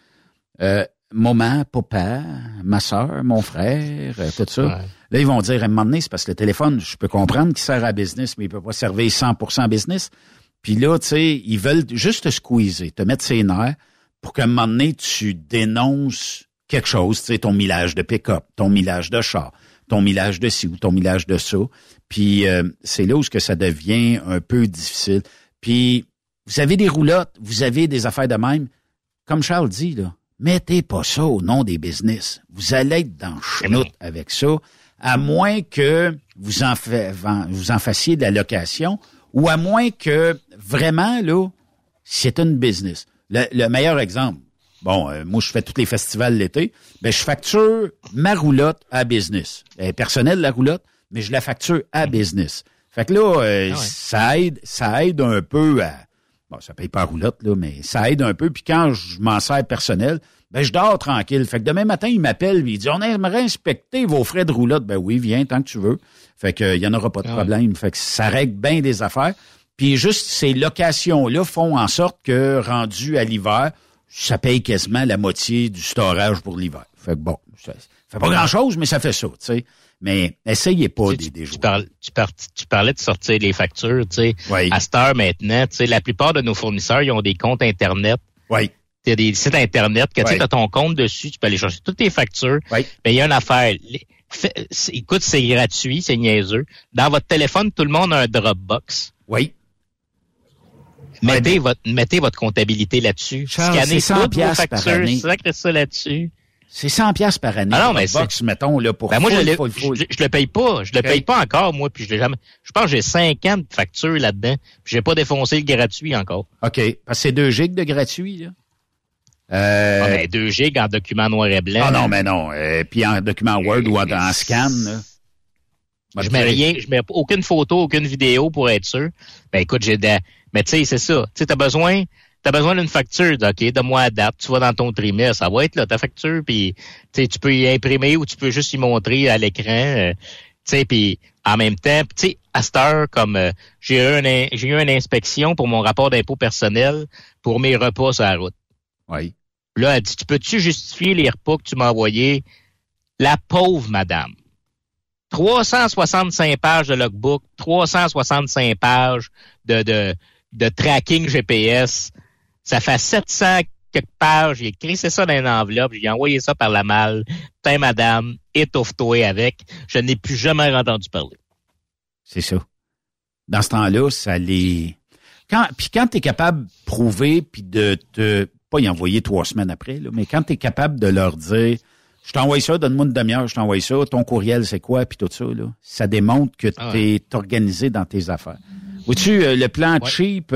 maman, papa, ma soeur, mon frère, tout ça. Ouais. Là, ils vont dire, à un moment donné, c'est parce que le téléphone, je peux comprendre qu'il sert à business, mais il peut pas servir 100% business. Puis là, tu sais, ils veulent juste te squeezer, te mettre ses nerfs pour qu'à un moment donné, tu dénonces quelque chose, tu sais, ton millage de pick-up, ton millage de char, ton millage de ci ou ton millage de ça. Puis c'est là où que ça devient un peu difficile. Puis vous avez des roulottes, vous avez des affaires de même. Comme Charles dit, là, mettez pas ça au nom des business. Vous allez être dans le chenoute avec ça, à moins que vous en fassiez de la location ou à moins que vraiment, là, c'est une business. Le meilleur exemple, moi, je fais tous les festivals l'été, ben je facture ma roulotte à business. Elle est personnelle, la roulotte, mais je la facture à business. Fait que là, ça aide un peu à... Bon, ça paye pas à roulotte, là, mais ça aide un peu. Puis quand je m'en sers personnel, ben je dors tranquille. Fait que demain matin, il m'appelle, il dit, on aimerait inspecter vos frais de roulotte. Ben oui, viens tant que tu veux. Fait que il y en aura pas de problème. Fait que ça règle bien des affaires. Puis juste ces locations-là font en sorte que, rendu à l'hiver, ça paye quasiment la moitié du storage pour l'hiver. Fait que bon, ça fait pas grand-chose, mais ça fait ça, tu sais. Mais essayez pas des jours. Tu parlais de sortir les factures, tu sais. Oui. À cette heure maintenant, tu sais, la plupart de nos fournisseurs, ils ont des comptes Internet. Oui. Il y a des sites Internet que tu as ton compte dessus, tu peux aller chercher toutes tes factures. Oui. Mais il y a une affaire. Écoute, c'est gratuit, c'est niaiseux. Dans votre téléphone, tout le monde a un Dropbox. Oui. Mettez votre comptabilité là-dessus. Scannez toutes vos factures, sacrez ça là-dessus. C'est 100$ par année. Ah non, mais box, mettons, là, pour moi, full. Je le paye pas. Je le paye pas encore, moi, puis je l'ai jamais. Je pense que j'ai 5 ans de facture là-dedans, puis j'ai pas défoncé le gratuit encore. OK. Parce que c'est 2 gigs de gratuit, là. Mais 2 gigs en document noir et blanc. Ah non, mais non. Puis en document Word ou en scan, là. Je mets aucune photo, aucune vidéo pour être sûr. Ben écoute, Mais tu sais, c'est ça. Tu sais, t'as besoin d'une facture. OK, donne-moi la date. Tu vas dans ton trimestre. Ça va être là, ta facture. Puis, tu sais, tu peux y imprimer ou tu peux juste y montrer à l'écran. Tu sais, puis en même temps, tu sais, à cette heure, comme j'ai eu une inspection pour mon rapport d'impôt personnel pour mes repas sur la route. Oui. Là, elle dit, peux-tu justifier les repas que tu m'as envoyés? La pauvre madame. 365 pages de logbook, 365 pages de tracking GPS. Ça fait 700 quelques pages. J'ai écrit ça dans une enveloppe. J'ai envoyé ça par la malle. Putain, madame, étouffe-toi avec. Je n'ai plus jamais entendu parler. C'est ça. Dans ce temps-là, ça les... Quand tu es capable de prouver puis de te... Pas y envoyer 3 semaines après, là, mais quand tu es capable de leur dire « Je t'envoie ça, donne-moi une demi-heure, je t'envoie ça, ton courriel, c'est quoi? » puis tout ça, là, ça démontre que tu es organisé dans tes affaires. Vois-tu, le plan cheap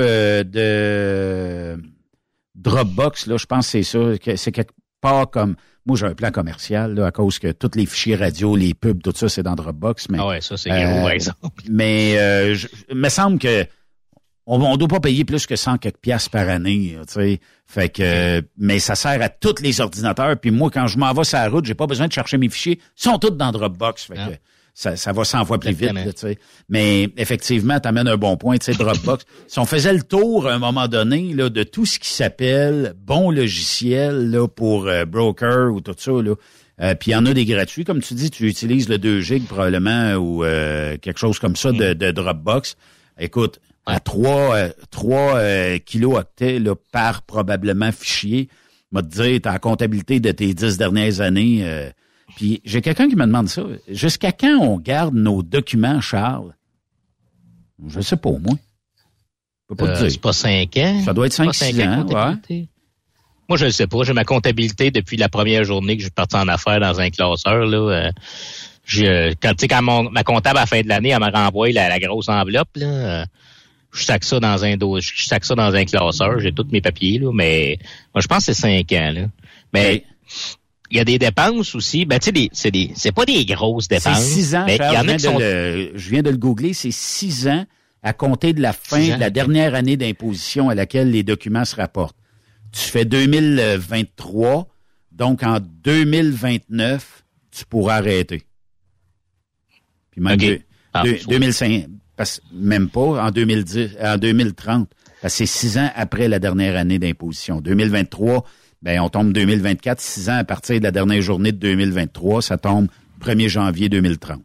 de Dropbox, là, je pense que c'est ça, c'est quelque part comme... Moi, j'ai un plan commercial, là, à cause que tous les fichiers radio, les pubs, tout ça, c'est dans Dropbox. Mais, ça, c'est gros, par exemple. Mais il me semble que on doit pas payer plus que 100 quelques piastres par année, tu sais. Fait que, mais ça sert à tous les ordinateurs. Puis moi, quand je m'en vais sur la route, j'ai pas besoin de chercher mes fichiers. Ils sont tous dans Dropbox. Fait que ça va 100 fois plus vite, tu sais. Mais effectivement, t'amènes un bon point, tu sais, Dropbox. Si on faisait le tour à un moment donné, là, de tout ce qui s'appelle bon logiciel, là, pour broker ou tout ça, là. Puis il y en a des gratuits. Comme tu dis, tu utilises le 2 GB probablement ou quelque chose comme ça de Dropbox. Écoute, à 3 kilo-octets là, par probablement fichier, m'a te dire, t'as la comptabilité de tes 10 dernières années. Puis j'ai quelqu'un qui me demande ça. Jusqu'à quand on garde nos documents, Charles? Je sais pas, moi. Je peux pas te dire. C'est pas 5 ans? Ça doit être 5-6 ans, ouais. Moi, je le sais pas. J'ai ma comptabilité depuis la première journée que je suis parti en affaires dans un classeur, là. Quand ma comptable à la fin de l'année, elle m'a renvoyé la grosse enveloppe, là. Je sac ça dans un classeur, j'ai tous mes papiers, là, mais moi, je pense que c'est 5 ans, là. Mais il y a des dépenses aussi. Ben, tu sais, c'est pas des grosses dépenses. C'est 6 ans, mais Charles, y en a qui sont... je viens de le googler, c'est 6 ans à compter de la fin de la dernière année d'imposition à laquelle les documents se rapportent. Tu fais 2023, donc en 2029, tu pourras arrêter. Puis même 2005, même pas, en 2030, parce que c'est 6 ans après la dernière année d'imposition. 2023, ben on tombe 2024, 6 ans à partir de la dernière journée de 2023, ça tombe 1er janvier 2030.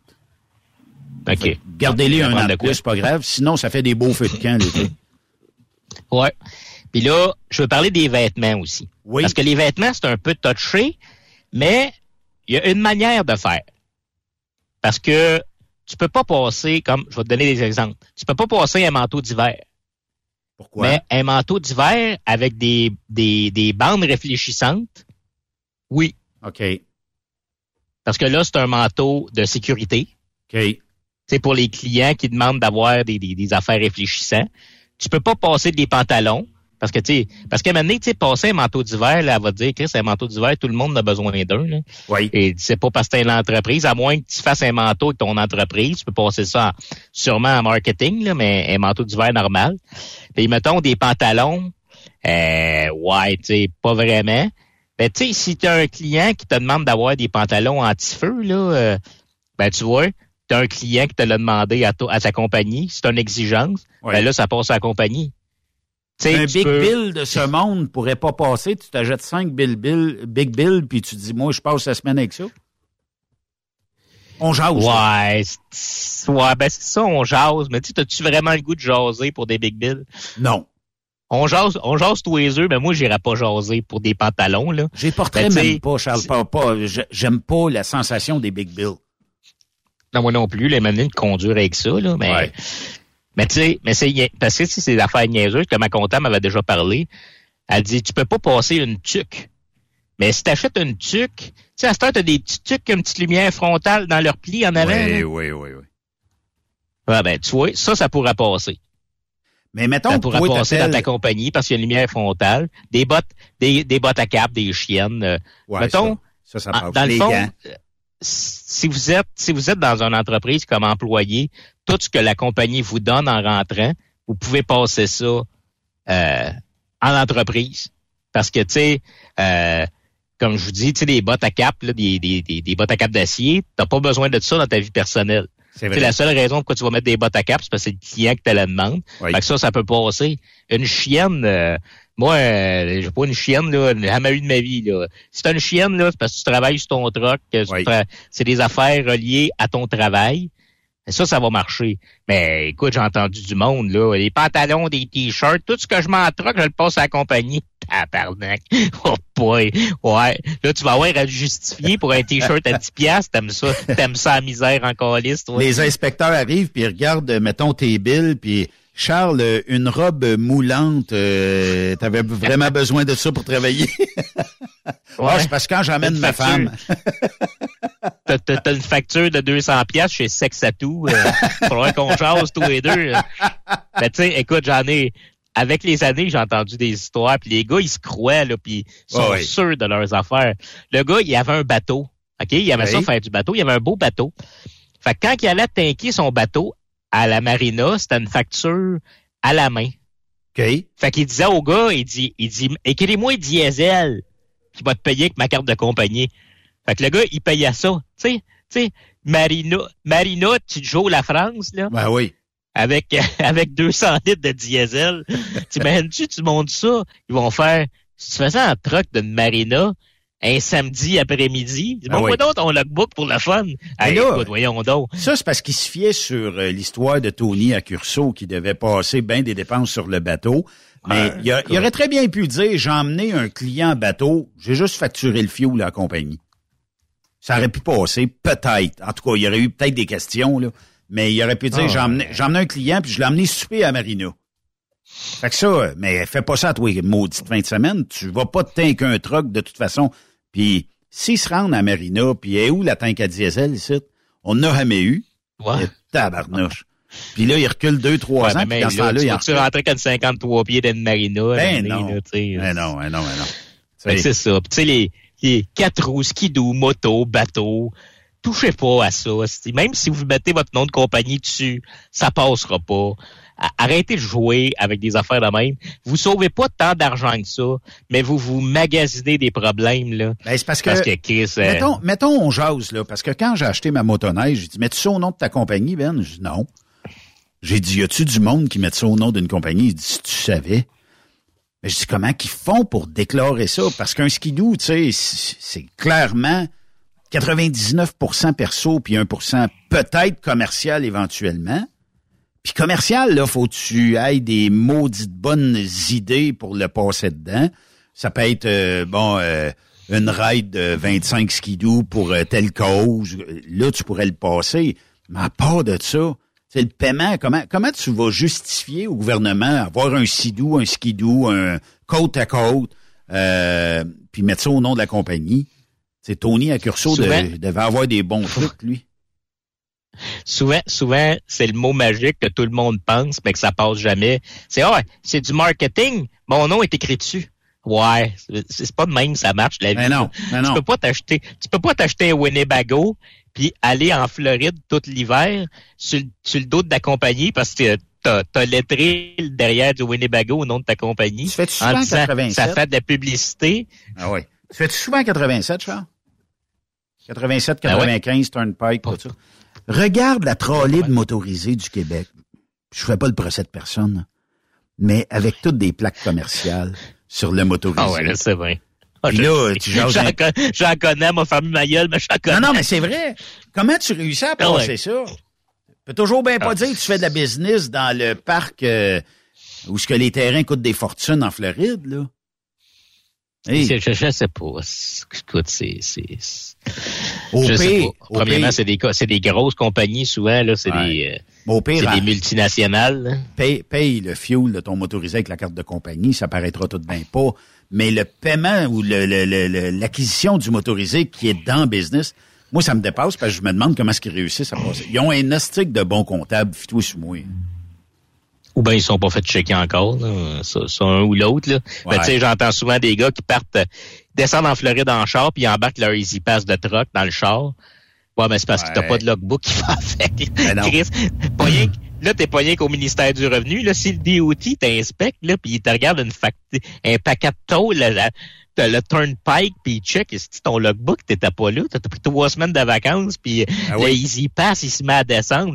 OK. Gardez-les un an de plus, c'est pas grave, sinon ça fait des beaux feux de camp l'été. Ouais. Puis là, je veux parler des vêtements aussi. Oui. Parce que les vêtements, c'est un peu touché, mais il y a une manière de faire. Parce que tu peux pas passer, comme je vais te donner des exemples, tu peux pas passer un manteau d'hiver. Pourquoi? Mais un manteau d'hiver avec des bandes réfléchissantes, oui. OK. Parce que là, c'est un manteau de sécurité. OK. C'est pour les clients qui demandent d'avoir des affaires réfléchissantes. Tu peux pas passer des pantalons. Parce qu'à un moment donné, passer un manteau d'hiver, là, elle va te dire, Chris, un manteau d'hiver, tout le monde a besoin d'un, là. Oui. Et c'est pas parce que t'es une entreprise, à moins que tu fasses un manteau avec ton entreprise, tu peux passer ça sûrement en marketing, là, mais un manteau d'hiver normal. Puis, mettons, des pantalons, pas vraiment. Ben, tu sais, si t'as un client qui te demande d'avoir des pantalons anti-feu, là, tu vois, t'as un client qui te l'a demandé à ta compagnie, c'est une exigence, ben là, ça passe à la compagnie. Un Big Bill de ce monde pourrait pas passer. Tu t'achètes 5 Big Bill, puis tu dis, moi, je passe la semaine avec ça. On jase. Ouais, ben c'est ça, on jase. Mais tu as-tu vraiment le goût de jaser pour des Big Bill? Non. On jase tous les œufs, mais moi, j'irais pas jaser pour des pantalons, là. J'ai porté même pas, Charles. J'aime pas la sensation des Big Bill. Non, moi non plus. Les manières de conduire avec ça, là, mais... Ouais. Mais tu sais, parce que c'est des affaires niaiseuses que ma comptable m'avait déjà parlé. Elle dit, tu peux pas passer une tuque. Mais si t'achètes une tuque, tu sais, à cette heure, t'as des petites tuques avec une petite lumière frontale dans leur pli en avant. Oui. Ah, ben, tu vois, ça pourrait passer. Mais mettons, ça pourrait passer dans ta compagnie parce qu'il y a une lumière frontale, des bottes à cap, des chiennes. Mettons, ça passe. Dans le fond, si vous êtes dans une entreprise comme employé, tout ce que la compagnie vous donne en rentrant, vous pouvez passer ça en entreprise. Parce que, tu sais, comme je vous dis, tu sais, des bottes à cap, là, des bottes à cap d'acier, t'as pas besoin de ça dans ta vie personnelle. C'est vrai. La seule raison pourquoi tu vas mettre des bottes à cap, c'est parce que c'est le client qui te la demande. Oui. Fait que ça peut passer. Une chienne, moi, j'ai pas une chienne, là, jamais eu de ma vie, là. Si t'as une chienne, là, c'est parce que tu travailles sur ton truck, c'est des affaires reliées à ton travail. Ça va marcher. Mais écoute, j'ai entendu du monde, là, les pantalons, des t-shirts, tout ce que je m'en troque, je le passe à la compagnie. Tabarnak. Oh boy. Ouais. Là, tu vas avoir à le justifier pour un t-shirt à 10$. T'aimes ça à misère en calice, toi. Les inspecteurs arrivent puis ils regardent, mettons, tes billes, puis Charles, une robe moulante, t'avais vraiment besoin de ça pour travailler? Ouais, c'est parce que quand j'emmène ma femme. T'as une facture de 200$ chez Sex à tout. Faudrait qu'on jase tous les deux. Mais tu sais, écoute, avec les années, j'ai entendu des histoires, puis les gars, ils se croient, là, puis ils sont sûrs de leurs affaires. Le gars, il avait un bateau. OK? Il aimait ça faire du bateau. Il avait un beau bateau. Fait que quand il allait tanker son bateau à la marina, c'était une facture à la main. OK. Fait qu'il disait au gars, il dit, écris-moi diesel, qui va te payer avec ma carte de compagnie. Fait que le gars, il payait ça. Tu sais, Marina, tu joues la France, là. Ben oui. Avec 200 litres de diesel. T'imagines-tu, tu montes ça, ils vont faire, si tu faisais un truck d'une marina, un samedi après-midi, pourquoi donc ton logbook pour le fun? Hey, là, écoute, voyons donc. Ça, c'est parce qu'il se fiait sur l'histoire de Tony à Curso qui devait passer bien des dépenses sur le bateau. Mais il aurait très bien pu dire, j'ai emmené un client à bateau, j'ai juste facturé le fioul à la compagnie. Ça aurait pu passer, peut-être. En tout cas, il y aurait eu peut-être des questions, là. Mais il aurait pu dire, j'ai emmené un client, puis je l'ai emmené souper à Marina. Fait que ça, mais fais pas ça à toi, maudite fin de semaine. Tu vas pas te tanker un truck de toute façon. Puis s'ils se rendent à Marina, puis est où la tank à diesel ici? On n'a jamais eu. Ouais. Tabarnouche. Puis là, il recule 2-3 ans, puis dans ce temps-là, il en tu rentrais comme 53 pieds d'une marina. Ben non. Non. C'est ça. Puis tu sais, les 4 roues, skidoo, moto, bateau, touchez pas à ça. Même si vous mettez votre nom de compagnie dessus, ça passera pas. Arrêtez de jouer avec des affaires de même. Vous sauvez pas tant d'argent que ça, mais vous magasinez des problèmes, là. Ben, c'est parce que Chris, mettons, on jase, là, parce que quand j'ai acheté ma motoneige, j'ai dit, mets-tu ça au nom de ta compagnie, Ben? J'ai dit, non. J'ai dit, y a-tu du monde qui met ça au nom d'une compagnie? Il dit, si tu savais. Mais je dis, comment qu'ils font pour déclarer ça? Parce qu'un skidoo, tu sais, c'est clairement 99% perso, puis 1% peut-être commercial éventuellement. Puis commercial, là, faut que tu ailles des maudites bonnes idées pour le passer dedans. Ça peut être, une ride de 25 skidoo pour telle cause. Là, tu pourrais le passer. Mais à part de ça, c'est le paiement. Comment tu vas justifier au gouvernement avoir un skidoo, un côte à côte, puis mettre ça au nom de la compagnie? C'est Tony à Curso devait avoir des bons trucs, lui. Souvent, c'est le mot magique que tout le monde pense, mais que ça passe jamais. C'est du marketing. Mon nom est écrit dessus. Ouais, c'est pas de même, ça marche, la vie. Mais non. Tu peux pas t'acheter un Winnebago puis aller en Floride tout l'hiver sur le dos de ta compagnie parce que t'as lettré derrière du Winnebago au nom de ta compagnie. Tu fais-tu souvent 87? Ça fait de la publicité. Ah oui. Tu fais-tu souvent 87, Charles? 87, 95, Turnpike, tout ça. Regarde la trolley de motorisés du Québec. Je fais pas le procès de personne, mais avec toutes des plaques commerciales sur le motorisé. Ah ouais, là, c'est vrai. Puis là, tu jases j'en connais, m'a fermé ma gueule, mais j'en connais. Non, mais c'est vrai. Comment tu réussis à passer ça? Tu peux toujours bien pas dire que tu fais de la business dans le parc où ce que les terrains coûtent des fortunes en Floride, là. Hey. Je sais pas. Écoute, je sais pas. Premièrement, c'est des grosses compagnies, souvent, là, c'est des multinationales. Paye le fuel de ton motorisé avec la carte de compagnie, ça paraîtra tout de bien pas. Mais le paiement ou l'acquisition du motorisé qui est dans le business, moi, ça me dépasse parce que je me demande comment est-ce qu'ils réussissent à passer. Ils ont un astique de bons comptables, fis-toi sous moi. Ou bien ils sont pas fait checker encore, là. Ça, un ou l'autre, là. Ouais. Tu sais, j'entends souvent des gars qui descendent en Floride en char puis ils embarquent leur Easy Pass de truck dans le char. Ouais, mais c'est parce que t'as pas de logbook qui va avec. Chris, là, t'es pogné qu'au ministère du Revenu. Là, si le DOT t'inspecte, là, puis il te regarde un paquet de taux, t'as le Turnpike, puis il check, si ton logbook, t'étais pas là, t'as pris 3 semaines de vacances, puis le Easy Pass, il se met à descendre.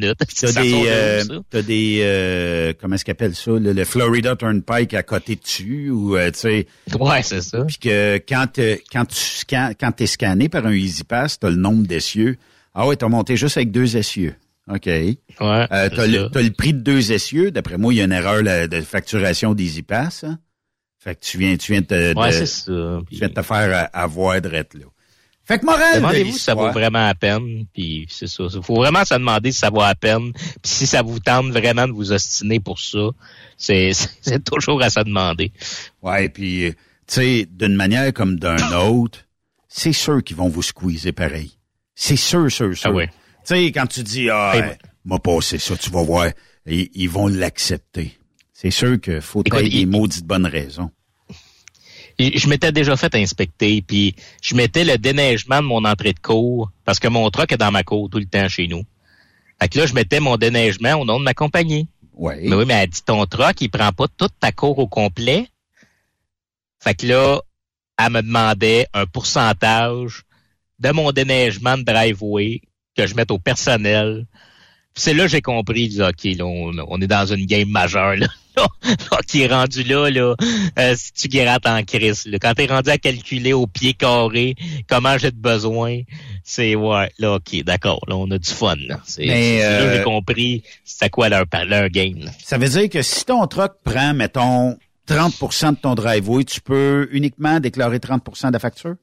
T'as des comment est-ce qu'ils appellent ça, le Florida Turnpike à côté dessus, ou tu sais. Ouais, c'est ça. Puis que quand t'es scanné par un Easy Pass, t'as le nombre d'essieux. Ah ouais, t'as monté juste avec 2 essieux. OK. Ouais. T'as le prix de 2 essieux. D'après moi, il y a une erreur de facturation d'Easy Pass. Hein? Fait que tu viens c'est ça. Tu viens de te faire avoir drette là. Fait que morale, demandez-vous si ça vaut vraiment la peine, puis c'est ça. Il faut vraiment se demander si ça vaut la peine, puis si ça vous tente vraiment de vous ostiner pour ça, c'est toujours à se demander. Ouais, puis tu sais, d'une manière comme d'un autre, c'est sûr qu'ils vont vous squeezer pareil. C'est sûr. Ah ouais. Tu sais, quand tu dis m'a passé ça, tu vas voir, ils vont l'accepter. C'est sûr qu'il faut avoir des maudites bonnes raisons. Je m'étais déjà fait inspecter, puis je mettais le déneigement de mon entrée de cour, parce que mon truck est dans ma cour tout le temps chez nous. Fait que là, je mettais mon déneigement au nom de ma compagnie. Ouais. Mais oui, mais elle dit, ton truck, il prend pas toute ta cour au complet. Fait que là, elle me demandait un pourcentage de mon déneigement de driveway que je mette au personnel. Puis c'est là que j'ai compris, je dis, OK, là, on est dans une game majeure, là. Qui est rendu là, si tu grattes en crise, là. Quand t'es rendu à calculer au pied carré comment j'ai de besoin, c'est, ouais, là, OK, d'accord, là, on a du fun, là. C'est là que j'ai compris c'était quoi leur game, là. Ça veut dire que si ton truck prend, mettons, 30% de ton driveway, tu peux uniquement déclarer 30% de la facture?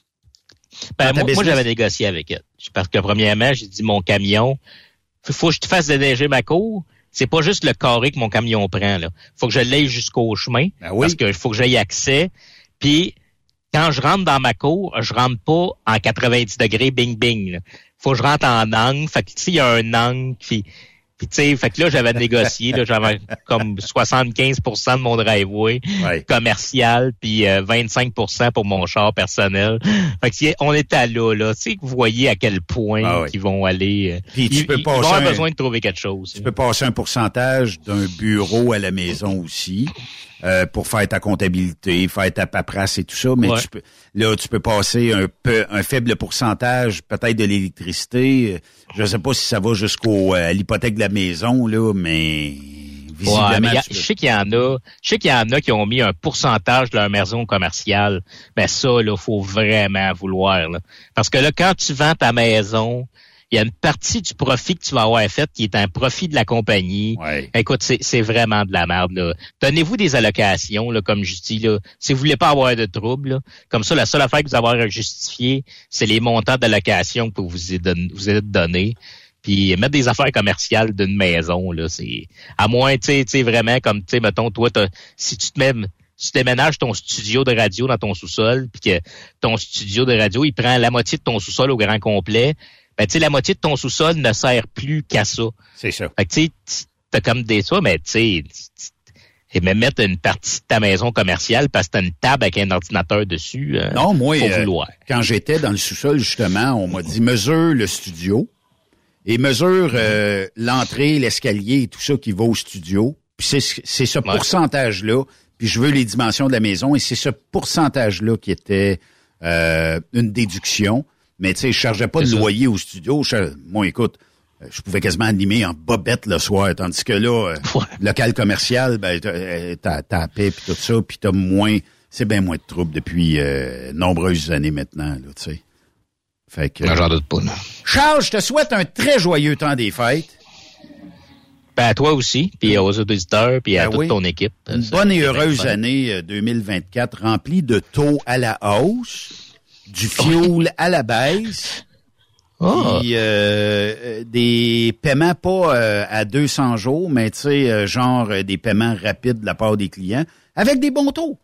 Ben, moi, j'avais négocié avec elle. Parce que, premièrement, j'ai dit, mon camion, faut que je te fasse déneiger ma cour. C'est pas juste le carré que mon camion prend, là. Faut que je l'aille jusqu'au chemin. Ben oui. Parce que faut que j'aille accès. Puis, quand je rentre dans ma cour, je rentre pas en 90 degrés, bing, bing, là. Faut que je rentre en angle. Fait que, tu sais, il y a un angle, puis tu sais, fait que là, j'avais négocié, là, j'avais comme 75% de mon driveway commercial, puis 25% pour mon char personnel. Fait que on était là. Tu sais, vous voyez à quel point ils vont aller. Puis tu peux ils vont avoir besoin de trouver quelque chose. Tu peux passer un pourcentage d'un bureau à la maison aussi. Pour faire ta comptabilité, faire ta paperasse et tout ça, mais tu peux passer un faible pourcentage peut-être de l'électricité. Je sais pas si ça va à l'hypothèque de la maison là, mais visiblement. Je sais qu'il y en a qui ont mis un pourcentage de leur maison commerciale. Mais ça là, faut vraiment vouloir là, parce que là quand tu vends ta maison, il y a une partie du profit que tu vas avoir fait qui est un profit de la compagnie. Ouais. Écoute, c'est vraiment de la merde, là. Donnez-vous des allocations, là, comme je dis, là. Si vous voulez pas avoir de troubles, là. Comme ça, la seule affaire que vous avez à justifier, c'est les montants d'allocation que vous êtes donnés. Puis mettre des affaires commerciales d'une maison, là, c'est à moins, tu sais, vraiment, comme, tu sais, mettons, toi, si tu déménages ton studio de radio dans ton sous-sol, puis que ton studio de radio, il prend la moitié de ton sous-sol au grand complet, ben, tu sais, la moitié de ton sous-sol ne sert plus qu'à ça. C'est ça. Fait que, tu sais, t'as comme des ça, mais tu sais, et même mettre une partie de ta maison commerciale parce que t'as une table avec un ordinateur dessus. Non, moi, faut vouloir. Quand j'étais dans le sous-sol, justement, on m'a dit, mesure le studio et mesure l'entrée, l'escalier et tout ça qui va au studio. Puis c'est ce pourcentage-là. Puis je veux les dimensions de la maison et c'est ce pourcentage-là qui était une déduction. Mais tu sais, je chargeais pas de loyer au studio. Moi, écoute, je pouvais quasiment animer en bobette le soir, tandis que là, local commercial, ben t'as la paix puis tout ça, puis c'est bien moins de troubles depuis nombreuses années maintenant, là, tu sais. Fait que. J'en doute pas, non. Charles, je te souhaite un très joyeux temps des fêtes. Ben, à toi aussi, puis aux auditeurs, puis à toute ton équipe. Une bonne et heureuse année 2024, remplie de taux à la hausse, du fioul à la baisse, puis des paiements pas à 200 jours, mais tu sais, genre des paiements rapides de la part des clients, avec des bons taux.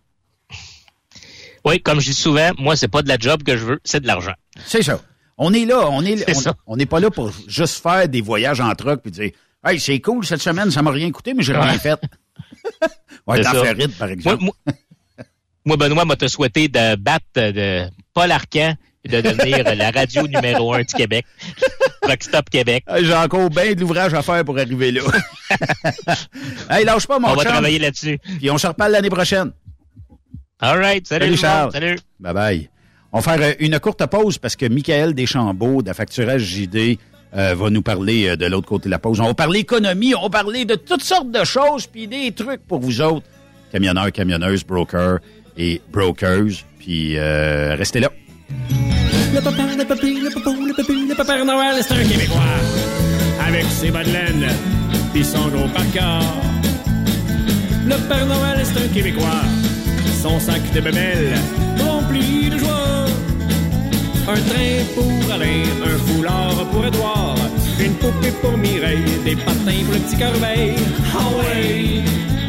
Oui, comme je dis souvent, moi, c'est pas de la job que je veux, c'est de l'argent. C'est ça. On est là, on n'est pas là pour juste faire des voyages en truck puis dire « Hey, c'est cool, cette semaine, ça m'a rien coûté, mais j'ai rien fait. » Ouais, dans Floride, par exemple. Moi, Benoît, m'a te souhaité de battre Paul Arcand de devenir la radio numéro 1 du Québec. Rock Stop Québec. J'ai encore bien de l'ouvrage à faire pour arriver là. Hey, lâche pas, mon chum. On va travailler là-dessus. Puis on se reparle l'année prochaine. All right. Salut Charles. Salut. Bye-bye. On va faire une courte pause parce que Michael Deschambault de Facturage JD va nous parler de l'autre côté de la pause. On va parler économie, on va parler de toutes sortes de choses puis des trucs pour vous autres. Camionneurs, camionneuses, brokers et brokers. Puis restez là. Le papa, le papy, le popo, le papy, le Papa Noël, c'est un Québécois. Avec ses bas de laine pis son gros parka. Le Père Noël, c'est un Québécois. Son sac de bébelle rempli de joie. Un train pour Alain, un foulard pour Édouard, une poupée pour Mireille, des patins pour le petit Corbeil. Ah ouais!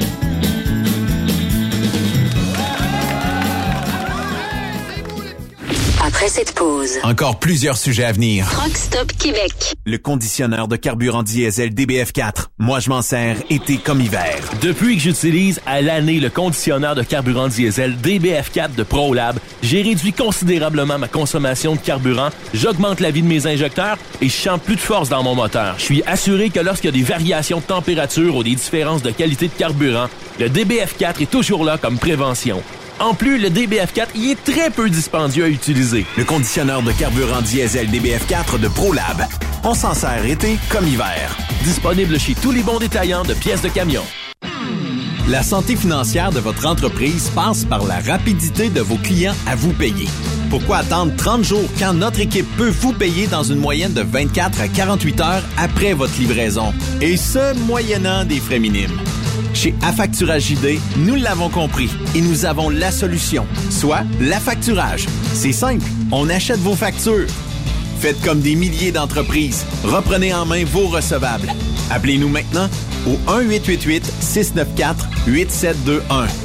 Après cette pause, Encore plusieurs sujets à venir. Rock Stop Québec. Le conditionneur de carburant diesel DBF4. Moi, je m'en sers été comme hiver. Depuis que j'utilise à l'année le conditionneur de carburant diesel DBF4 de ProLab, j'ai réduit considérablement ma consommation de carburant, j'augmente la vie de mes injecteurs et je sens plus de force dans mon moteur. Je suis assuré que lorsqu'il y a des variations de température ou des différences de qualité de carburant, le DBF4 est toujours là comme prévention. En plus, le DBF4 y est très peu dispendieux à utiliser. Le conditionneur de carburant diesel DBF4 de ProLab. On s'en sert été comme hiver. Disponible chez tous les bons détaillants de pièces de camion. La santé financière de votre entreprise passe par la rapidité de vos clients à vous payer. Pourquoi attendre 30 jours quand notre équipe peut vous payer dans une moyenne de 24 à 48 heures après votre livraison? Et ce, moyennant des frais minimes. Chez Affacturage JD, nous l'avons compris et nous avons la solution, soit l'affacturage. C'est simple, on achète vos factures. Faites comme des milliers d'entreprises, reprenez en main vos recevables. Appelez-nous maintenant au 1-888-694-8721.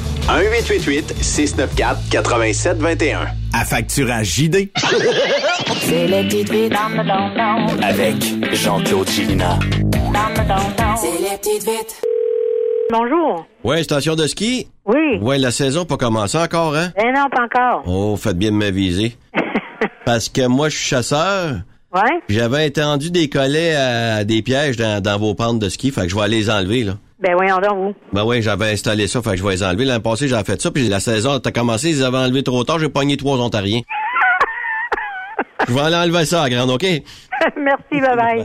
1-888-694-8721. Affacturage JD. C'est le petit tweet Avec Jean-Claude Chilina. C'est les petites vites. Bonjour. Ouais, station de ski? Oui. Ouais, la saison n'a pas commencé encore, hein? Eh non, pas encore. Oh, faites bien de m'aviser. Parce que moi, je suis chasseur. Ouais? J'avais étendu des collets à des pièges dans vos pentes de ski, fait que je vais aller les enlever, là. Ben voyons donc, vous. Ben oui, j'avais installé ça, fait que je vais les enlever. L'année passée, j'avais fait ça, puis la saison a commencé, ils avaient enlevé trop tard, j'ai pogné 3 Ontariens. Je vais aller enlever ça à grande, OK? Merci, bye-bye.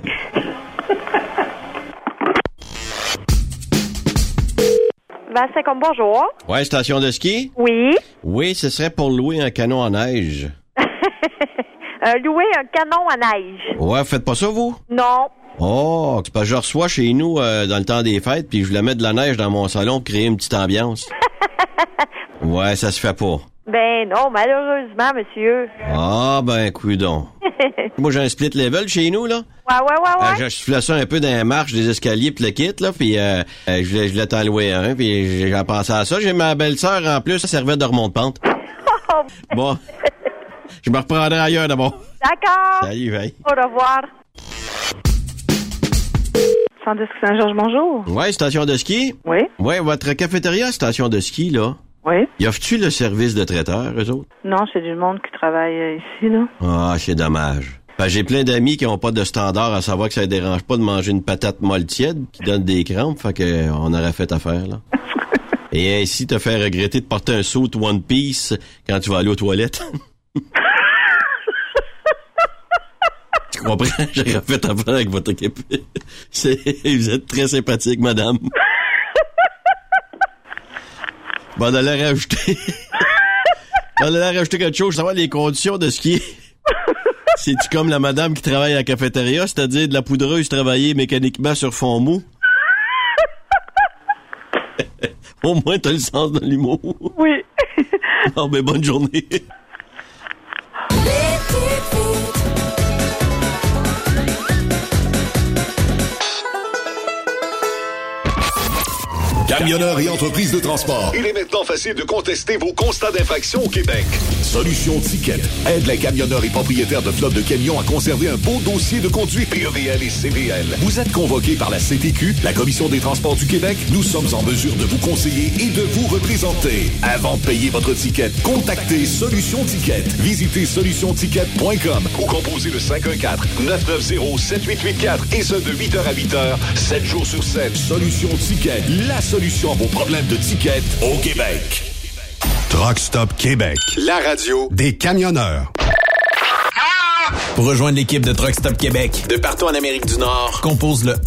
Ben, c'est comme bonjour. Ouais, station de ski? Oui. Oui, ce serait pour louer un canon à neige. Louer un canon à neige. Ouais, faites pas ça, vous? Non. Oh, c'est parce que je reçois chez nous dans le temps des fêtes, puis je voulais mettre de la neige dans mon salon pour créer une petite ambiance. Ouais, ça se fait pas. Ben non, malheureusement, monsieur. Ah, ben, coudonc. Moi, j'ai un split level chez nous, là. Ouais. Je soufflais ça un peu dans les marches, des escaliers, puis le kit, là, puis je voulais t'en louer un, puis j'ai pensé à ça. J'ai ma belle-sœur, en plus, ça servait de remonte-pente. Bon, je me reprendrai ailleurs, d'abord. D'accord. Salut, bye. Au revoir. Centre Saint-Georges, bonjour. Ouais, station de ski? Oui. Ouais, votre cafétéria, station de ski, là. Oui. Y offre-tu le service de traiteur, eux autres? Non, c'est du monde qui travaille ici, là. Ah, c'est dommage. Ben, j'ai plein d'amis qui ont pas de standard à savoir que ça ne dérange pas de manger une patate molle tiède qui donne des crampes, fait que on aurait fait affaire, là. Et ainsi te faire regretter de porter un suit One Piece quand tu vas aller aux toilettes. Tu comprends? J'aurais fait affaire avec votre équipe. Vous êtes très sympathique, madame. Bon, on allait rajouter... quelque chose, savoir les conditions de skier. C'est-tu comme la madame qui travaille à la cafétéria, c'est-à-dire de la poudreuse travailler mécaniquement sur fond mou? Au moins, t'as le sens de l'humour. Oui. Bon, ben, bonne journée. Camionneurs et entreprises de transport. Il est maintenant facile de contester vos constats d'infraction au Québec. Solution Ticket aide les camionneurs et propriétaires de flottes de camions à conserver un beau dossier de conduite PEVL et CVL. Vous êtes convoqué par la CTQ, la Commission des transports du Québec. Nous sommes en mesure de vous conseiller et de vous représenter. Avant de payer votre ticket, contactez Solution Ticket. Visitez solutionticket.com ou composez le 514-990-7884 et ce de 8h à 8h, 7 jours sur 7. Solution Ticket, la solution à vos problèmes de ticket au Québec. Truck Stop Québec, la radio des camionneurs. Pour rejoindre l'équipe de Truck Stop Québec, de partout en Amérique du Nord, compose le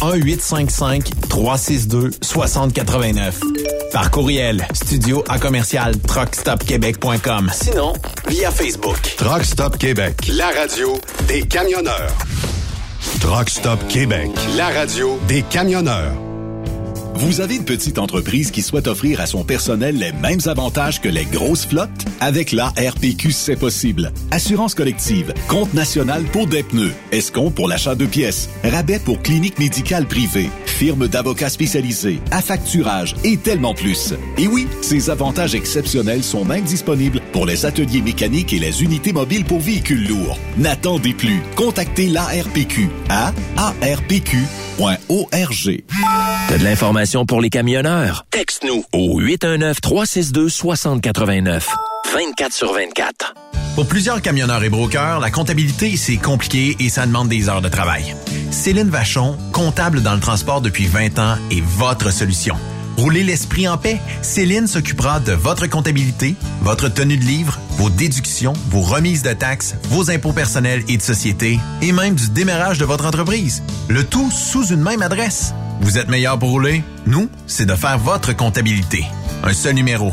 1-855-362-6089. Par courriel, studio@truckstopquebec.com. Sinon, via Facebook. Truck Stop Québec, la radio des camionneurs. Truck Stop Québec, la radio des camionneurs. Vous avez une petite entreprise qui souhaite offrir à son personnel les mêmes avantages que les grosses flottes? Avec la RPQ, c'est possible. Assurance collective, compte national pour des pneus, escompte pour l'achat de pièces, rabais pour clinique médicale privée, firme d'avocats spécialisés, affacturage et tellement plus. Et oui, ces avantages exceptionnels sont même disponibles pour les ateliers mécaniques et les unités mobiles pour véhicules lourds. N'attendez plus. Contactez l'ARPQ à arpq.org. T'as de l'information pour les camionneurs? Texte-nous au 819-362-6089. 24/24. Pour plusieurs camionneurs et brokers, la comptabilité, c'est compliqué et ça demande des heures de travail. Céline Vachon, comptable dans le transport depuis 20 ans, est votre solution. Roulez l'esprit en paix. Céline s'occupera de votre comptabilité, votre tenue de livre, vos déductions, vos remises de taxes, vos impôts personnels et de société, et même du démarrage de votre entreprise. Le tout sous une même adresse. Vous êtes meilleur pour rouler? Nous, c'est de faire votre comptabilité. Un seul numéro.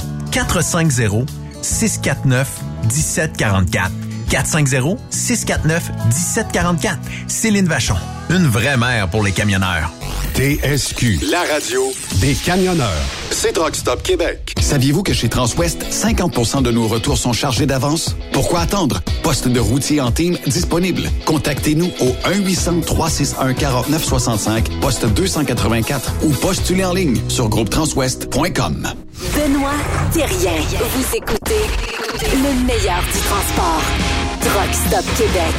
450-649-1744. 450-649-1744. Céline Vachon. Une vraie mère pour les camionneurs. TSQ, la radio des camionneurs. C'est Truck Stop Québec. Saviez-vous que chez Transwest, 50% de nos retours sont chargés d'avance? Pourquoi attendre? Poste de routier en team disponible. Contactez-nous au 1-800-361-4965, poste 284 ou postulez en ligne sur groupetranswest.com. Benoît Thérien. Vous écoutez le meilleur du transport. Truck Stop Québec.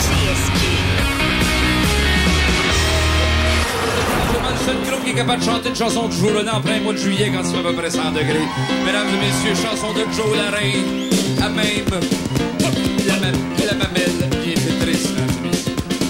Le seul groupe qui est capable de chanter une chanson du Joe Lana en plein mois de juillet quand il fait à peu près 100 degrés. Mesdames et messieurs, chanson de Joe Laraine, à même la mamelle bien pétrisse, mesdames et messieurs.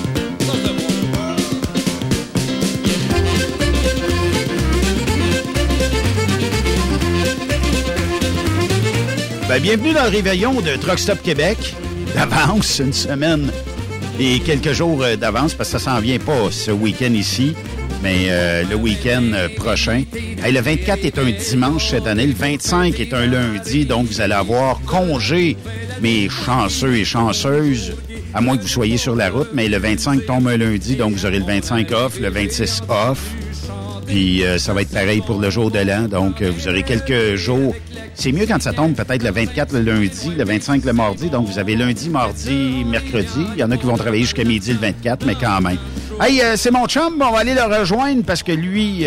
Ben, bienvenue dans le réveillon de Truck Stop Québec. D'avance, une semaine et quelques jours d'avance, parce que ça s'en vient pas ce week-end ici, mais le week-end prochain. Hey, le 24 est un dimanche cette année, le 25 est un lundi, donc vous allez avoir congé, mes chanceux et chanceuses, à moins que vous soyez sur la route, mais le 25 tombe un lundi, donc vous aurez le 25 off, le 26 off, puis ça va être pareil pour le jour de l'an, donc vous aurez quelques jours. C'est mieux quand ça tombe peut-être le 24 le lundi, le 25 le mardi. Donc, vous avez lundi, mardi, mercredi. Il y en a qui vont travailler jusqu'à midi le 24, mais quand même. Hey, c'est mon chum. On va aller le rejoindre parce que lui,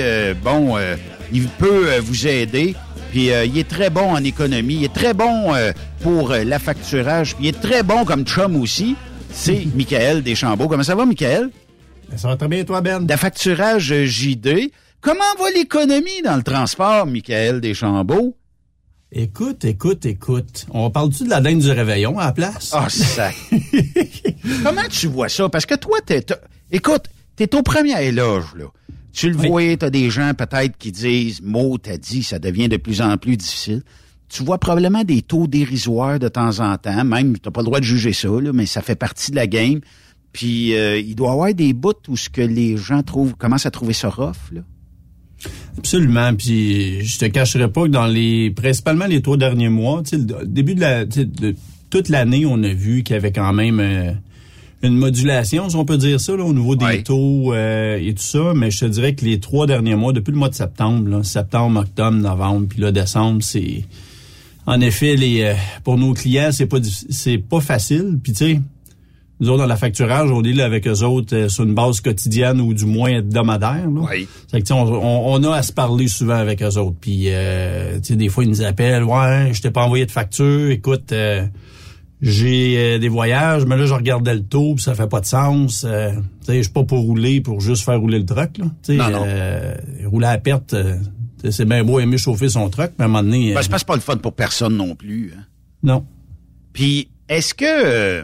il peut vous aider. Puis, il est très bon en économie. Il est très bon pour l'affacturage. Puis, il est très bon comme chum aussi. C'est Michael Deschambault. Comment ça va, Michael? Ça va très bien, toi, Ben. D'affacturage JD. Comment va l'économie dans le transport, Michael Deschambault? Écoute. On parle-tu de la dinde du réveillon à la place? Ah, ça. Comment tu vois ça? Parce que toi, t'es au premier éloge, là. Tu le vois, t'as des gens peut-être qui disent, t'as dit, ça devient de plus en plus difficile. Tu vois probablement des taux dérisoires de temps en temps. Même, t'as pas le droit de juger ça, là, mais ça fait partie de la game. Puis, il doit y avoir des bouts où ce que les gens commencent à trouver ça rough, là. Absolument. Puis je te cacherai pas que principalement les 3 derniers mois, le début de toute l'année, on a vu qu'il y avait quand même une modulation, si on peut dire ça, là, au niveau des taux et tout ça. Mais je te dirais que les 3 derniers mois, depuis le mois de septembre, là, septembre, octobre, novembre, puis là décembre, c'est en effet pour nos clients, c'est pas facile. Puis tu sais. Nous autres, dans l'affacturage, on est là avec eux autres sur une base quotidienne ou du moins hebdomadaire. Là. Oui. C'est que, on a à se parler souvent avec eux autres. Puis, des fois, ils nous appellent. Ouais, je t'ai pas envoyé de facture. Écoute, j'ai des voyages, mais là, je regardais le taux, puis ça fait pas de sens. Je suis pas pour rouler, pour juste faire rouler le truck. Là. Non. Rouler à perte, c'est bien beau aimer chauffer son truck, mais à un moment donné... c'est pas le fun pour personne non plus. Hein? Non. Puis, est-ce que...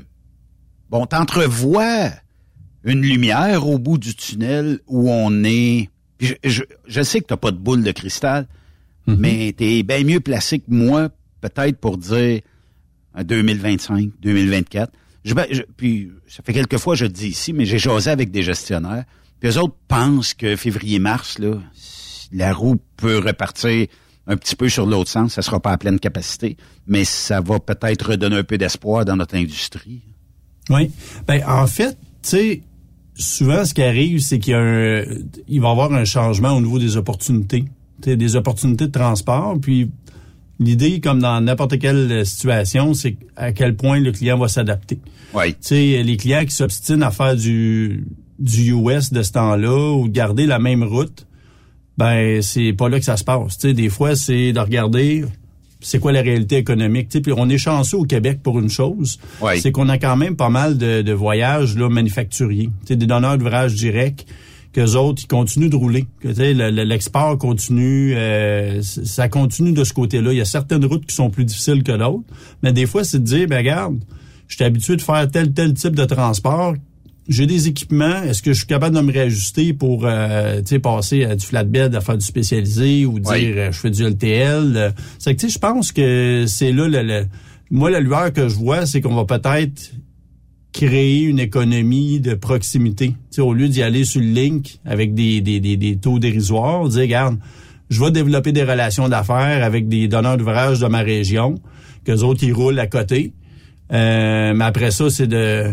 t'entrevois une lumière au bout du tunnel où on est... Puis je sais que t'as pas de boule de cristal, mais t'es bien mieux placé que moi, peut-être pour dire... 2025, 2024. Puis, ça fait quelques fois je le dis ici, mais j'ai jasé avec des gestionnaires. Puis eux autres pensent que février-mars, là, la roue peut repartir un petit peu sur l'autre sens. Ça sera pas à pleine capacité, mais ça va peut-être redonner un peu d'espoir dans notre industrie. Oui. En fait, tu sais, souvent, ce qui arrive, c'est qu'il va y avoir un changement au niveau des opportunités. Tu sais, des opportunités de transport, puis l'idée, comme dans n'importe quelle situation, c'est à quel point le client va s'adapter. Oui. Tu sais, les clients qui s'obstinent à faire du US de ce temps-là ou de garder la même route, c'est pas là que ça se passe. Tu sais, des fois, c'est de regarder c'est quoi la réalité économique. Tu sais, puis on est chanceux au Québec pour une chose, c'est qu'on a quand même pas mal de voyages là manufacturiers. Tu sais, des donneurs d'ouvrage directs. Qu'eux autres, ils continuent de rouler. L'export continue, ça continue de ce côté-là. Il y a certaines routes qui sont plus difficiles que d'autres, mais des fois, c'est de dire, regarde, je suis habitué de faire tel type de transport, j'ai des équipements, est-ce que je suis capable de me réajuster pour passer à du flatbed, à faire du spécialisé, ou dire, je fais du LTL. C'est que, je pense que c'est là, moi, la lueur que je vois, c'est qu'on va peut-être créer une économie de proximité. T'sais, au lieu d'y aller sur le link avec des taux dérisoires, dire, regarde, je vais développer des relations d'affaires avec des donneurs d'ouvrage de ma région, qu'eux autres, ils roulent à côté. Mais après ça, c'est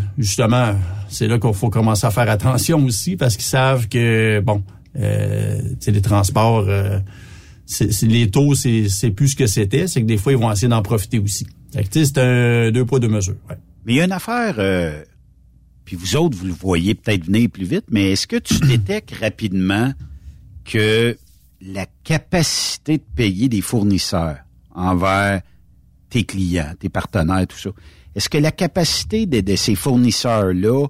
là qu'il faut commencer à faire attention aussi, parce qu'ils savent que, les transports, les taux, c'est plus ce que c'était, c'est que des fois, ils vont essayer d'en profiter aussi. Fait que, c'est un 2 poids 2 mesures. Ouais. Mais il y a une affaire, puis vous autres, vous le voyez peut-être venir plus vite, mais est-ce que tu détectes rapidement que la capacité de payer des fournisseurs envers tes clients, tes partenaires, tout ça, est-ce que la capacité de ces fournisseurs-là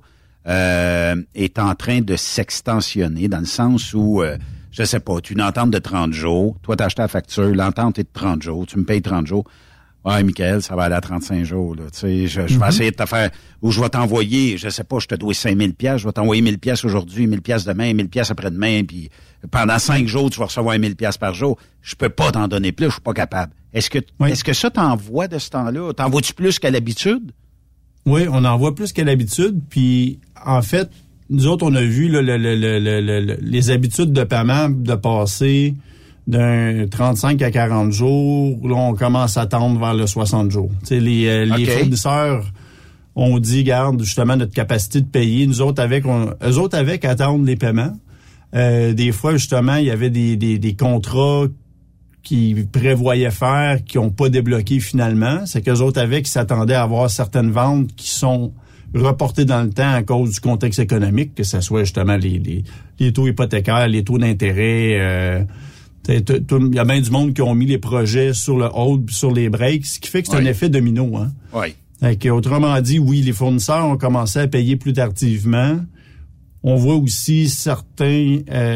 est en train de s'extensionner dans le sens où, je sais pas, tu as une entente de 30 jours, toi t'as acheté la facture, l'entente est de 30 jours, tu me payes 30 jours. Ouais, Michael, ça va aller à 35 jours, là. Tu sais, je vais essayer de te faire, ou je vais t'envoyer, je sais pas, je te dois 5000 pièces, je vais t'envoyer 1000 pièces aujourd'hui, 1000 pièces demain, 1000 pièces après-demain, puis pendant 5 jours, tu vas recevoir 1000 pièces par jour. Je peux pas t'en donner plus, je suis pas capable. Est-ce que ça t'envoie de ce temps-là? T'envoies-tu plus qu'à l'habitude? Oui, on envoie plus qu'à l'habitude, puis en fait, nous autres, on a vu, là, les habitudes de paiement de passer d'un 35 à 40 jours, là, on commence à tendre vers le 60 jours. Tu sais, les fournisseurs ont dit, garde, justement, notre capacité de payer. Eux autres, avec attendre les paiements. Des fois, justement, il y avait des contrats qui prévoyaient faire, qui n'ont pas débloqué finalement. C'est qu'eux autres, avec, ils s'attendaient à avoir certaines ventes qui sont reportées dans le temps à cause du contexte économique, que ce soit justement les taux hypothécaires, les taux d'intérêt, il y a bien du monde qui ont mis les projets sur le hold, sur les breaks, ce qui fait que c'est un effet domino. Hein? Oui. Autrement dit, oui, les fournisseurs ont commencé à payer plus tardivement. On voit aussi certains,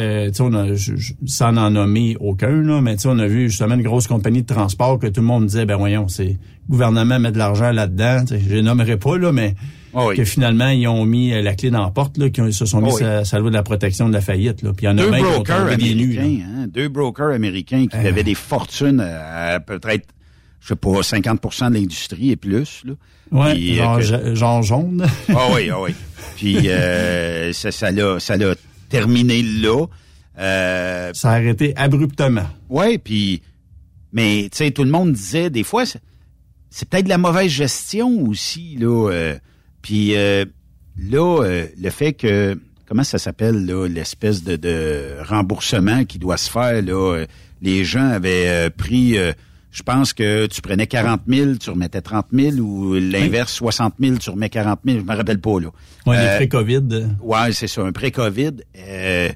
sans en nommer aucun, là, mais on a vu justement une grosse compagnie de transport que tout le monde disait, voyons, c'est le gouvernement met de l'argent là-dedans. Je les nommerai pas, là, mais que finalement, ils ont mis la clé dans la porte, là, qu'ils se sont mis sa loi de la protection de la faillite. Là. Puis il y en a deux brokers américains, deux brokers américains qui avaient des fortunes à peut-être, je sais pas, 50% de l'industrie et plus. Là. Oui, genre jaune. Ah oui. Puis ça l'a terminé là. Ça a arrêté abruptement. Oui, puis mais tu sais, tout le monde disait des fois c'est peut-être de la mauvaise gestion aussi là. Puis là, le fait que comment ça s'appelle là, l'espèce de remboursement qui doit se faire là, les gens avaient pris. Je pense que tu prenais 40 000, tu remettais 30 000 ou l'inverse, 60 000, tu remets 40 000. Je me rappelle pas, là. Oui, les pré-COVID. Oui, c'est ça, un pré-COVID.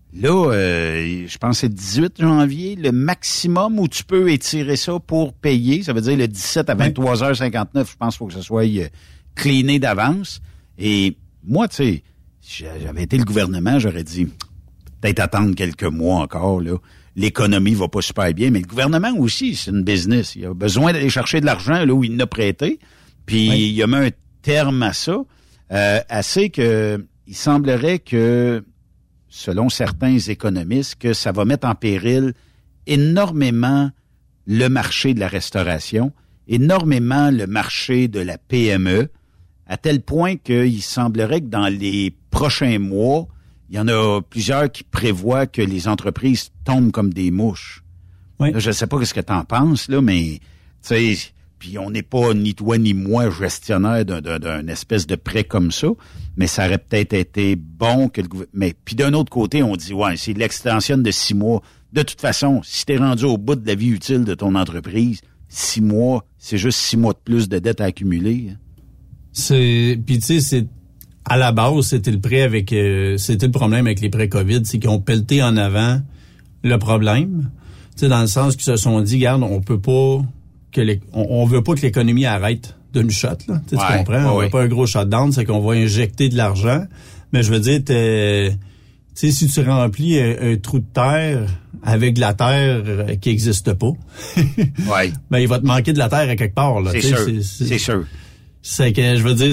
Là, je pense que c'est le 18 janvier, le maximum où tu peux étirer ça pour payer, ça veut dire le 17 à 23h59, je pense qu'il faut que ça soit cleané d'avance. Et moi, tu sais, j'avais été le gouvernement, j'aurais dit, peut-être attendre quelques mois encore, là. L'économie va pas super bien, mais le gouvernement aussi, c'est une business. Il a besoin d'aller chercher de l'argent là où il l'a prêté, puis il a mis un terme à ça, assez que il semblerait que, selon certains économistes, que ça va mettre en péril énormément le marché de la restauration, énormément le marché de la PME, à tel point qu'il semblerait que dans les prochains mois, il y en a plusieurs qui prévoient que les entreprises tombent comme des mouches. Là, je ne sais pas ce que tu en penses, là, mais tu sais, puis on n'est pas ni toi ni moi gestionnaire d'un espèce de prêt comme ça, mais ça aurait peut-être été bon que le gouvernement... Mais puis d'un autre côté, on dit, ouais, c'est l'extension de 6 mois. De toute façon, si tu es rendu au bout de la vie utile de ton entreprise, 6 mois, c'est juste 6 mois de plus de dettes à accumuler. Hein. Puis tu sais, c'est à la base, c'était le prêt avec c'était le problème avec les prêts COVID, c'est qu'ils ont pelleté en avant le problème. Tu sais, dans le sens qu'ils se sont dit, regarde, on peut pas on veut pas que l'économie arrête d'une shot, là. Tu comprends? On veut pas un gros shutdown, c'est qu'on va injecter de l'argent. Mais je veux dire, tu sais, si tu remplis un trou de terre avec de la terre qui existe pas, ben il va te manquer de la terre à quelque part, là. C'est sûr. C'est que, je veux dire,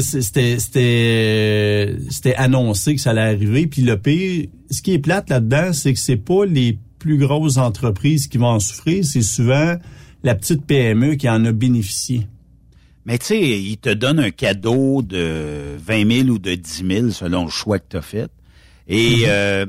c'était annoncé que ça allait arriver. Puis le pire, ce qui est plate là-dedans, c'est que c'est pas les plus grosses entreprises qui vont en souffrir, c'est souvent la petite PME qui en a bénéficié. Mais tu sais, ils te donnent un cadeau de 20 000 ou de 10 000 selon le choix que tu as fait. Et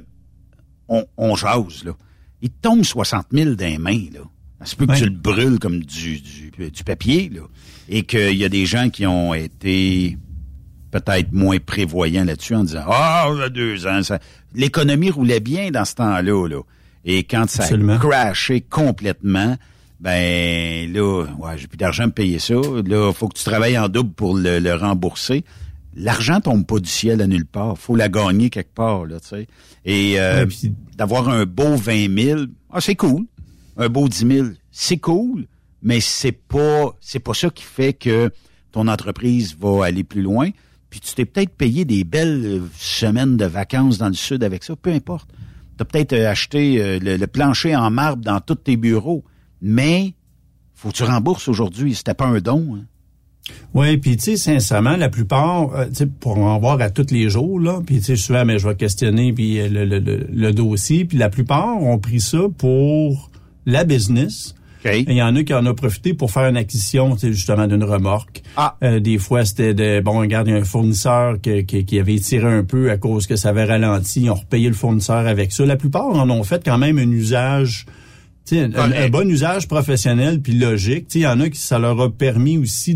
on jase, là. Il te tombe 60 000 dans les mains, là. Ça se peut que tu le brûles comme du papier, là. Et qu'il y a des gens qui ont été peut-être moins prévoyants là-dessus en disant « Ah, il y a 2 ans, l'économie roulait bien dans ce temps-là, là. » Et quand ça a crashé complètement, ben là, j'ai plus d'argent pour payer ça. Là, faut que tu travailles en double pour le rembourser. L'argent tombe pas du ciel à nulle part. Faut la gagner quelque part, là, tu sais. Et d'avoir un beau 20 000, c'est cool. Un beau 10 000, c'est cool. Mais c'est pas ça qui fait que ton entreprise va aller plus loin. Puis tu t'es peut-être payé des belles semaines de vacances dans le sud avec ça, peu importe. Tu as peut-être acheté le plancher en marbre dans tous tes bureaux, mais faut que tu rembourses aujourd'hui. C'était pas un don. Hein. Oui, puis tu sais, sincèrement, la plupart, pour en voir à tous les jours, là, puis tu sais, souvent, mais je vais questionner puis le dossier, puis la plupart ont pris ça pour la business. Okay. Il y en a qui en ont profité pour faire une acquisition, justement, d'une remorque. Des fois, c'était regarde, il y a un fournisseur qui avait tiré un peu à cause que ça avait ralenti. Ils ont repayé le fournisseur avec ça. La plupart en ont fait quand même un usage, un bon usage professionnel puis logique. Il y en a qui ça leur a permis aussi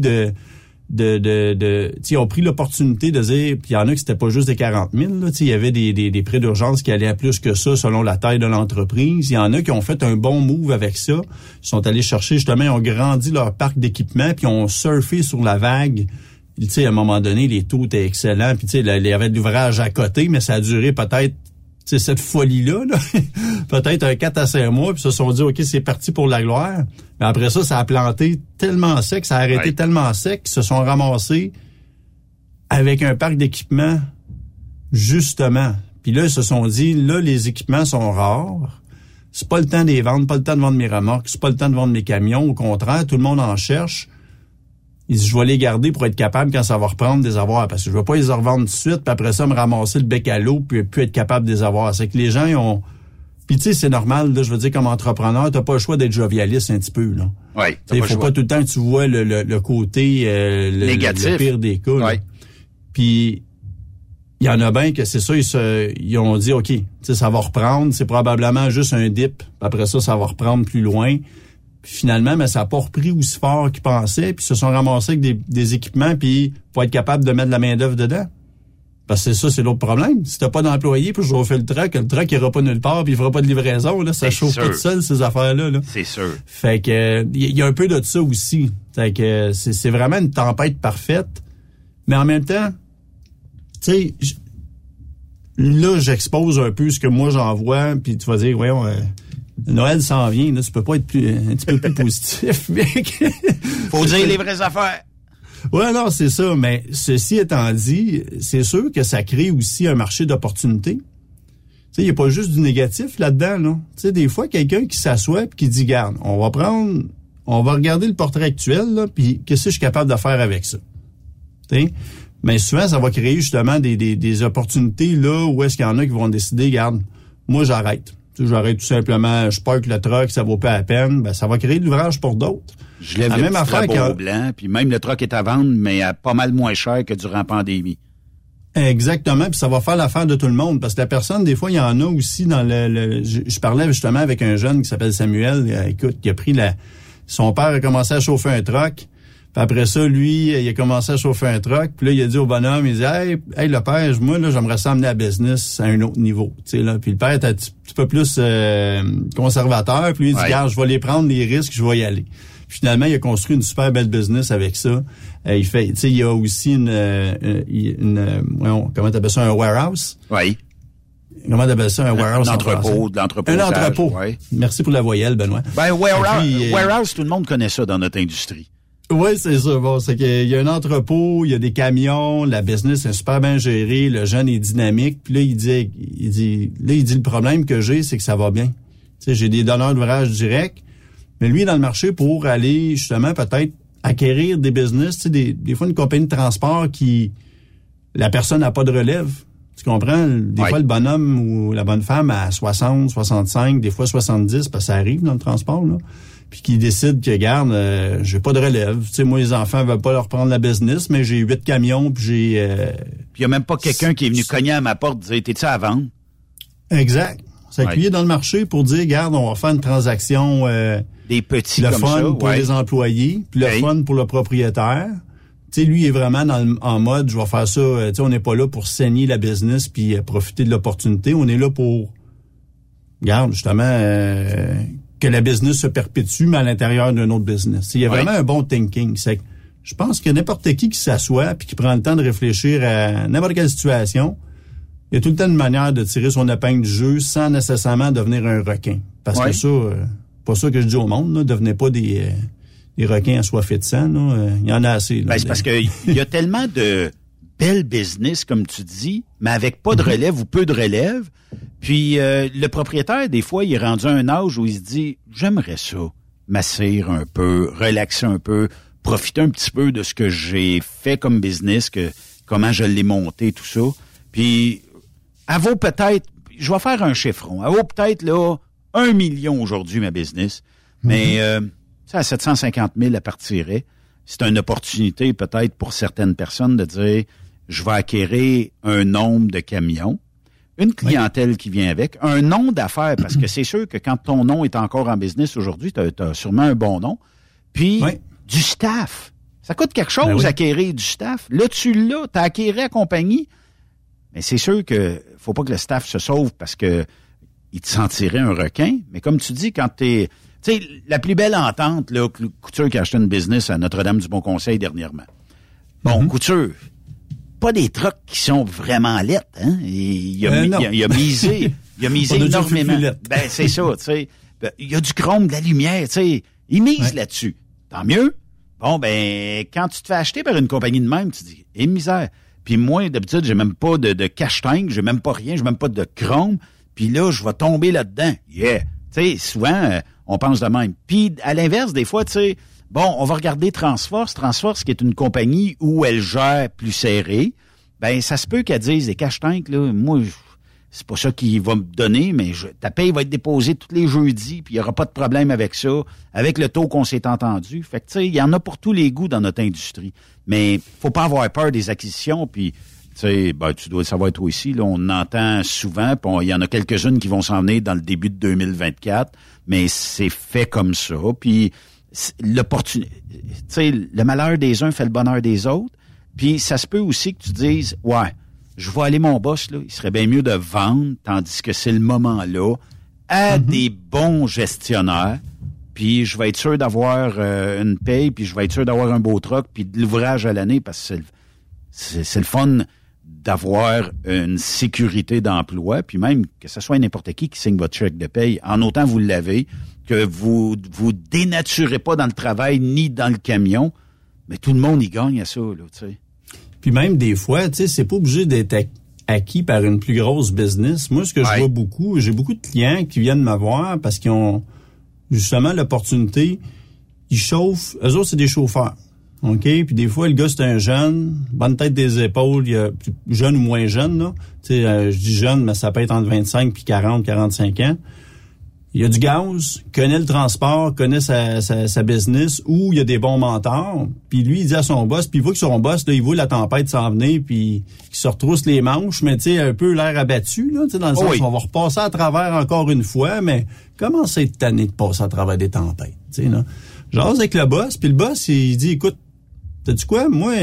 ils ont pris l'opportunité de dire, puis il y en a qui c'était pas juste des 40 000, là, il y avait des prêts d'urgence qui allaient à plus que ça selon la taille de l'entreprise. Il y en a qui ont fait un bon move avec ça. Ils sont allés chercher, justement, ils ont grandi leur parc d'équipement, puis ont surfé sur la vague. À un moment donné, les taux étaient excellents, puis il y avait de l'ouvrage à côté, mais ça a duré peut-être cette folie-là, là, peut-être un 4 à 5 mois, puis ils se sont dit, OK, c'est parti pour la gloire. Mais après ça, ça a planté tellement sec, ça a arrêté tellement sec qu'ils se sont ramassés avec un parc d'équipements, justement. Puis là, ils se sont dit, là, les équipements sont rares. C'est pas le temps de les vendre, pas le temps de vendre mes remorques, c'est pas le temps de vendre mes camions. Au contraire, tout le monde en cherche. Ils disent, je vais les garder pour être capable, quand ça va reprendre, de les avoir. Parce que je veux pas les revendre tout de suite, puis après ça, me ramasser le bec à l'eau, puis être capable de les avoir. C'est que les gens, ils ont... Puis tu sais, c'est normal, là, je veux dire, comme entrepreneur, t'as pas le choix d'être jovialiste un petit peu, là. Oui, t'as pas le choix. Faut pas tout le temps que tu vois le côté... négatif. Le pire des cas. Oui. Puis, il y en a bien que c'est ça, ils ont dit, OK, ça va reprendre, c'est probablement juste un dip, puis après ça va reprendre plus loin. Puis finalement, mais ça n'a pas repris aussi fort qu'ils pensaient, puis se sont ramassés avec des équipements, puis pour être capable de mettre de la main-d'œuvre dedans. Parce que c'est l'autre problème. Si t'as pas d'employé pour chauffer le truck ira pas nulle part, puis il fera pas de livraison, là, ça chauffe pas tout seul, ces affaires-là. Là. C'est sûr. Fait que il y a un peu de ça aussi. Fait que c'est vraiment une tempête parfaite. Mais en même temps, tu sais, là, j'expose un peu ce que moi j'envoie, puis tu vas dire, voyons, Noël s'en vient, là, tu peux pas être un petit peu plus positif. Faut dire les vraies affaires. Ouais, non, c'est ça. Mais ceci étant dit, c'est sûr que ça crée aussi un marché d'opportunités. Tu sais, il n'y a pas juste du négatif là-dedans, là. Tu sais, des fois, quelqu'un qui s'assoit et qui dit, garde, on va regarder le portrait actuel, là, puis qu'est-ce que je suis capable de faire avec ça? Tu sais? Mais souvent, ça va créer justement des opportunités là où est-ce qu'il y en a qui vont décider, garde, moi, j'arrête. Tu sais, j'arrête tout simplement, je parque le truck, ça vaut pas la peine. Ben, ça va créer de l'ouvrage pour d'autres. Je lève le petit drapeau blanc, puis même le truck est à vendre, mais à pas mal moins cher que durant la pandémie. Exactement, puis ça va faire l'affaire de tout le monde, parce que la personne, des fois, il y en a aussi dans je parlais justement avec un jeune qui s'appelle Samuel, écoute, qui a pris son père a commencé à chauffer un truck, puis après ça, lui, il a commencé à chauffer un truck, puis là, il a dit au bonhomme, il dit, hey, le père, moi, là, j'aimerais ça amener la business à un autre niveau, tu sais, là, puis le père est un petit peu plus conservateur, puis lui, il dit, regarde, je vais les prendre, les risques, je vais y aller. Finalement, il a construit une super belle business avec ça. Il fait, tu sais, il y a aussi comment t'appelles ça, un warehouse? Oui. Comment t'appelles ça, un warehouse? Un entrepôt. Un entrepôt. Oui. Merci pour la voyelle, Benoît. Ben, warehouse, tout le monde connaît ça dans notre industrie. Oui, c'est ça. Bon, c'est qu'il y a un entrepôt, il y a des camions, la business est super bien gérée, le jeune est dynamique. Puis là, il dit, le problème que j'ai, c'est que ça va bien. Tu sais, j'ai des donneurs d'ouvrage directs. Mais lui, dans le marché, pour aller, justement, peut-être acquérir des business, tu sais, des fois, une compagnie de transport la personne n'a pas de relève. Tu comprends? Des fois, le bonhomme ou la bonne femme a 60, 65, des fois 70, parce que ça arrive dans le transport, là. Puis qui décide que, regarde, j'ai pas de relève. Tu sais, moi, les enfants veulent pas leur prendre la business, mais j'ai 8 camions, puis j'ai... Puis il y a même pas quelqu'un qui est venu cogner à ma porte et dire, t'es-tu à vendre? Exact. S'appuyer dans le marché pour dire, regarde, on va faire une transaction... des petits le comme fun ça, pour les employés, puis le fun pour le propriétaire. Tu sais, lui est vraiment en mode, je vais faire ça. Tu sais, on n'est pas là pour saigner la business puis profiter de l'opportunité. On est là pour, regarde, justement, que la business se perpétue, mais à l'intérieur d'un autre business. Il y a vraiment un bon thinking. C'est que je pense que n'importe qui s'assoit puis qui prend le temps de réfléchir à n'importe quelle situation, il y a tout le temps une manière de tirer son épingle du jeu sans nécessairement devenir un requin. Parce que ça, pas ça que je dis au monde, là, devenez pas des requins assoiffés de sang. Là. Il y en a assez. Là, c'est parce qu'il y a tellement de belles business, comme tu dis, mais avec pas de relève ou peu de relève. Puis le propriétaire, des fois, il est rendu à un âge où il se dit, j'aimerais ça, m'asseoir un peu, relaxer un peu, profiter un petit peu de ce que j'ai fait comme business, comment je l'ai monté, tout ça. Puis, elle vaut peut-être, je vais faire un chiffron, elle vaut peut-être, là, 1 million aujourd'hui, ma business. Mais, ça, à 750 000, elle partirait. C'est une opportunité, peut-être, pour certaines personnes de dire, je vais acquérir un nombre de camions, une clientèle qui vient avec, un nom d'affaires, parce que c'est sûr que quand ton nom est encore en business aujourd'hui, t'as sûrement un bon nom. Puis, du staff. Ça coûte quelque chose, acquérir du staff. Là, tu l'as, t'as acquéré la compagnie. Mais c'est sûr que faut pas que le staff se sauve parce que il te sentirait un requin. Mais comme tu dis, quand tu sais, la plus belle entente, là, Couture qui a acheté une business à Notre-Dame-du-Bon-Conseil dernièrement. Bon, Couture, pas des trucks qui sont vraiment lettres, hein. Il a misé énormément. Ben, c'est ça, tu sais. Il y a du chrome, de la lumière, tu sais. Il mise là-dessus. Tant mieux. Bon, ben, quand tu te fais acheter par une compagnie de même, tu te dis, misère. Puis moi, d'habitude, j'ai même pas de cache-tank, j'ai même pas rien, j'ai même pas de chrome. Puis là, je vais tomber là-dedans. Yeah! Tu sais, souvent, on pense de même. Puis, à l'inverse, des fois, tu sais, bon, on va regarder Transforce. Transforce, qui est une compagnie où elle gère plus serré. Ben, ça se peut qu'elle dise, les cache-tanks, là, moi, c'est pas ça qu'il va me donner, mais ta paye va être déposée tous les jeudis, puis il y aura pas de problème avec ça, avec le taux qu'on s'est entendu. Fait que, tu sais, il y en a pour tous les goûts dans notre industrie. Mais faut pas avoir peur des acquisitions, puis... Tu sais, ben, tu dois le savoir toi aussi, là, on entend souvent, puis il y en a quelques-unes qui vont s'en venir dans le début de 2024, mais c'est fait comme ça, puis l'opportunité, tu sais, le malheur des uns fait le bonheur des autres, puis ça se peut aussi que tu dises, ouais, je vais aller mon boss, là, il serait bien mieux de vendre, tandis que c'est le moment-là, à des bons gestionnaires, puis je vais être sûr d'avoir une paye, puis je vais être sûr d'avoir un beau truck, puis de l'ouvrage à l'année, parce que c'est le fun d'avoir une sécurité d'emploi, puis même que ce soit n'importe qui signe votre chèque de paye, en autant vous l'avez, que vous dénaturez pas dans le travail ni dans le camion, mais tout le monde y gagne à ça, là, tu sais. Puis même des fois, tu sais, c'est pas obligé d'être acquis par une plus grosse business. Moi, ce que je vois beaucoup, j'ai beaucoup de clients qui viennent me voir parce qu'ils ont justement l'opportunité, ils chauffent, eux autres, c'est des chauffeurs. OK? Puis des fois, le gars, c'est un jeune, bonne tête des épaules, il y a jeune ou moins jeune, là. Tu sais, je dis jeune, mais ça peut être entre 25 puis 40, 45 ans. Il y a du gaz, connaît le transport, connaît sa business, ou il y a des bons mentors. Puis lui, il dit à son boss, puis il voit que son boss, là, il voit la tempête s'en venir, puis il se retrousse les manches, mais tu sais, un peu l'air abattu, là, tu sais, dans le sens où on va repasser à travers encore une fois, mais comment c'est tanné de passer à travers des tempêtes, tu sais, là. J'ose avec le boss, puis le boss, il dit, écoute, sais-tu quoi, moi,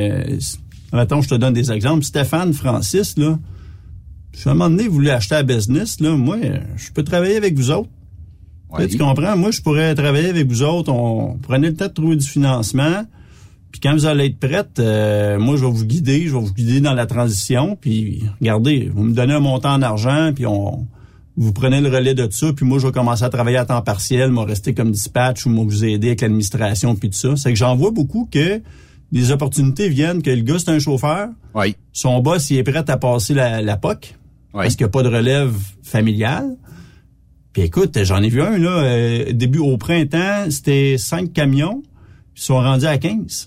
attends, je te donne des exemples. Stéphane, Francis, là, si à un moment donné, vous voulez acheter un business, là, moi, je peux travailler avec vous autres. Ouais. Tu comprends? Moi, je pourrais travailler avec vous autres. On prenait le temps de trouver du financement. Puis quand vous allez être prête, moi, je vais vous guider dans la transition. Puis, regardez, vous me donnez un montant en argent, puis vous prenez le relais de tout ça, puis moi, je vais commencer à travailler à temps partiel, moi, rester comme dispatch, ou moi, vous aider avec l'administration, puis tout ça. C'est que j'en vois beaucoup que les opportunités viennent, que le gars, c'est un chauffeur. Oui. Son boss, il est prêt à passer la POC. Parce qu'il n'y a pas de relève familiale. Puis écoute, j'en ai vu un, là, début au printemps, c'était 5 camions, puis ils sont rendus à 15.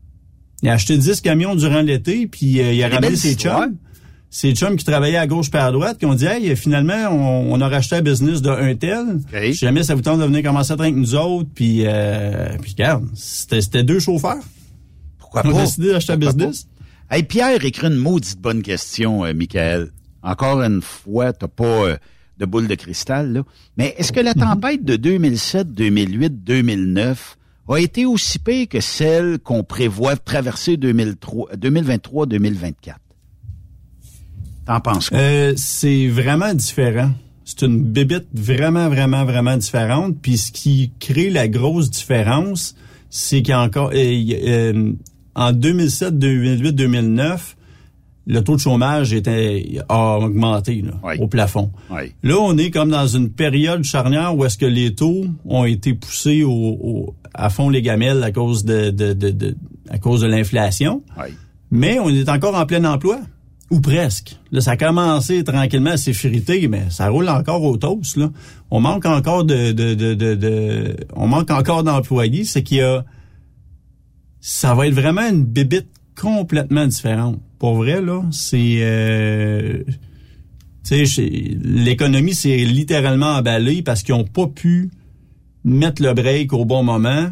Il a acheté 10 camions durant l'été, puis il a ramené ses chums. Ses chums qui travaillaient à gauche et à droite, qui ont dit, hey, finalement, on a racheté un business d'un tel. Okay. Si jamais ça vous tente de venir commencer à travailler avec nous autres, puis regarde, c'était 2 chauffeurs. Pourquoi pas? On a décidé d'acheter un business. Pas? Hey, Pierre écrit une maudite bonne question, Michael. Encore une fois, t'as pas de boule de cristal, là. Mais est-ce que la tempête de 2007, 2008, 2009 a été aussi pire que celle qu'on prévoit traverser 2023, 2024? T'en penses quoi? C'est vraiment différent. C'est une bébête vraiment, vraiment, vraiment différente. Puis ce qui crée la grosse différence, c'est qu'il y a encore... en 2007, 2008, 2009... le taux de chômage a augmenté là, au plafond. Oui. Là, on est comme dans une période charnière où est-ce que les taux ont été poussés à fond les gamelles à cause de l'inflation. Oui. Mais on est encore en plein emploi, ou presque. Là, ça a commencé tranquillement à s'effriter, mais ça roule encore au toast. Là. On manque encore on manque encore d'employés. C'est ça va être vraiment une bébite complètement différente. Pour vrai, là, c'est... tu sais, l'économie s'est littéralement emballée parce qu'ils n'ont pas pu mettre le break au bon moment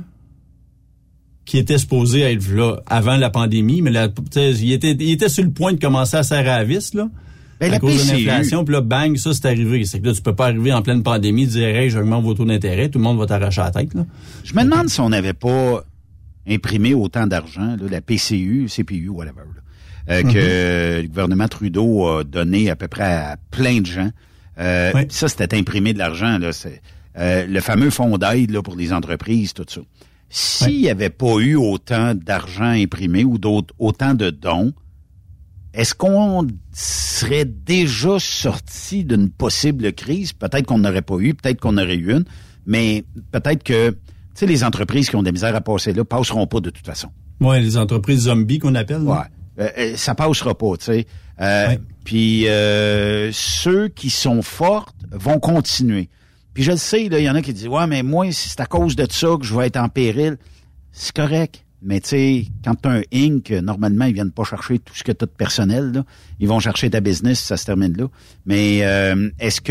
qui était supposé être là avant la pandémie. Mais il était sur le point de commencer à serrer à la vis, là, à cause de l'inflation. Puis là, bang, ça, c'est arrivé. C'est que là, tu peux pas arriver en pleine pandémie et dire « Hey, j'augmente vos taux d'intérêt. » Tout le monde va t'arracher la tête, là. Je me demande si on n'avait pas imprimé autant d'argent, là, la PCU, CPU, whatever, là. Que le gouvernement Trudeau a donné à peu près à plein de gens. Oui. Ça, c'était imprimer de l'argent. Là, c'est le fameux fonds d'aide là, pour les entreprises, tout ça. S'il n'y avait pas eu autant d'argent imprimé ou autant de dons, est-ce qu'on serait déjà sorti d'une possible crise? Peut-être qu'on n'aurait pas eu, peut-être qu'on aurait eu une, mais peut-être que les entreprises qui ont des misères à passer là passeront pas de toute façon. Oui, les entreprises zombies qu'on appelle. Ouais. Ça passera pas, tu sais. Puis ceux qui sont fortes vont continuer. Puis je le sais, il y en a qui disent « Ouais, mais moi, c'est à cause de ça que je vais être en péril. » C'est correct. Mais tu sais, quand tu as un Inc., normalement, ils viennent pas chercher tout ce que tu as de personnel. Là. Ils vont chercher ta business, ça se termine là. Mais est-ce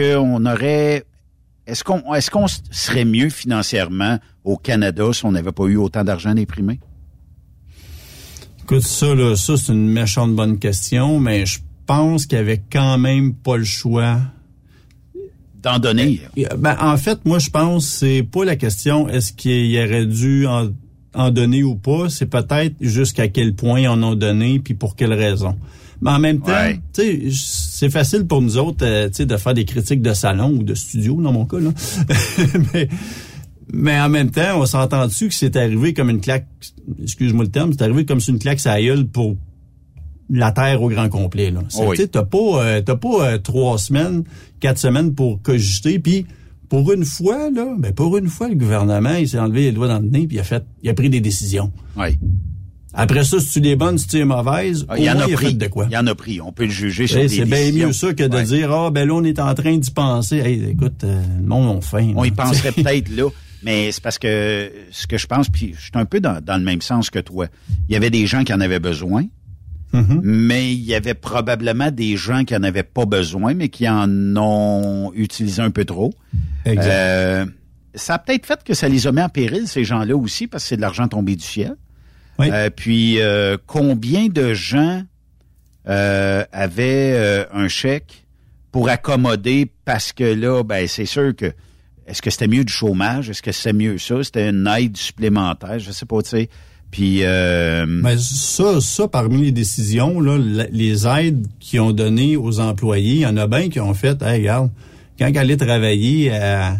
qu'on serait mieux financièrement au Canada si on n'avait pas eu autant d'argent d'imprimé? Écoute, ça, c'est une méchante bonne question, mais je pense qu'il y avait quand même pas le choix d'en donner. En fait, moi, je pense que c'est pas la question est-ce qu'il aurait dû en donner ou pas, c'est peut-être jusqu'à quel point ils en ont donné puis pour quelle raison. Mais en même temps, tu sais, c'est facile pour nous autres, tu sais, de faire des critiques de salon ou de studio, dans mon cas, là. Mais en même temps, on s'entend dessus que c'est arrivé comme une claque, excuse-moi le terme, c'est arrivé comme sur une claque sur la gueule pour la terre au grand complet, là. Tu sais, t'as pas 3 semaines, 4 semaines pour cogister, puis pour une fois, le gouvernement, il s'est enlevé les doigts dans le nez, puis il a pris des décisions. Oui. Après ça, si tu les bonnes, si tu les mauvaises, il y en a pris. Fait de quoi? Il y en a pris. On peut le juger sur des décisions. C'est bien mieux ça que de dire, là, on est en train d'y penser. Hey, écoute, le monde a faim. On y penserait peut-être là, mais c'est parce que ce que je pense, puis je suis un peu dans le même sens que toi. Il y avait des gens qui en avaient besoin, mais il y avait probablement des gens qui en avaient pas besoin, mais qui en ont utilisé un peu trop. Exact. Ça a peut-être fait que ça les a mis en péril, ces gens-là aussi, parce que c'est de l'argent tombé du ciel. Oui. Puis, combien de gens avaient un chèque pour accommoder parce que là, c'est sûr que est-ce que c'était mieux du chômage? Est-ce que c'était mieux ça? C'était une aide supplémentaire? Je sais pas, tu sais. Puis ça, parmi les décisions, là, les aides qu'ils ont données aux employés, il y en a bien qui ont fait, hey, regarde, quand aller travailler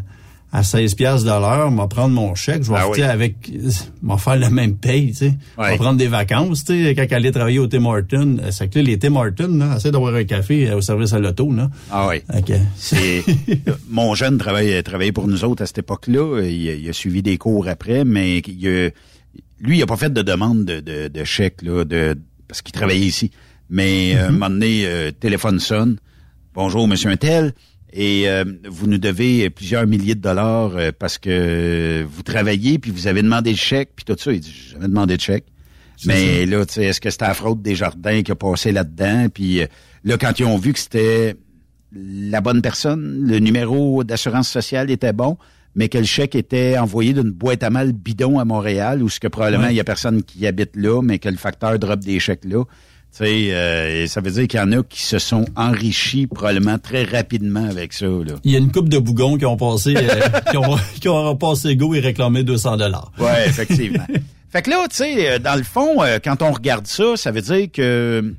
à 16 piastres de l'heure, m'a prendre mon chèque, je vais m'a faire la même paye, tu sais. Va prendre des vacances, tu sais, quand aller travailler au Tim Hortons, c'est que là, les Tim Hortons, là, essaie d'avoir un café au service à l'auto, là. Ah oui. Okay. C'est mon jeune travaillait pour nous autres à cette époque-là, il a suivi des cours après, mais lui, il a pas fait de demande de chèque, là, parce qu'il travaillait ici. Mais un moment donné, téléphone sonne. Bonjour, monsieur Untel. Et vous nous devez plusieurs milliers de dollars parce que vous travaillez, puis vous avez demandé le chèque, puis tout ça. Il dit, j'ai jamais demandé de chèque. Mais là, tu sais, est-ce que c'était la fraude des jardins qui a passé là-dedans? Puis là, quand ils ont vu que c'était la bonne personne, le numéro d'assurance sociale était bon, mais que le chèque était envoyé d'une boîte à mal bidon à Montréal, où ce que probablement il y a personne qui habite là, mais que le facteur drop des chèques là. Tu sais, ça veut dire qu'il y en a qui se sont enrichis probablement très rapidement avec ça, là. Il y a une couple de bougons qui ont passé, qui ont passé go et réclamé 200 $. Ouais, effectivement. Fait que là, tu sais, dans le fond, quand on regarde ça, ça veut dire que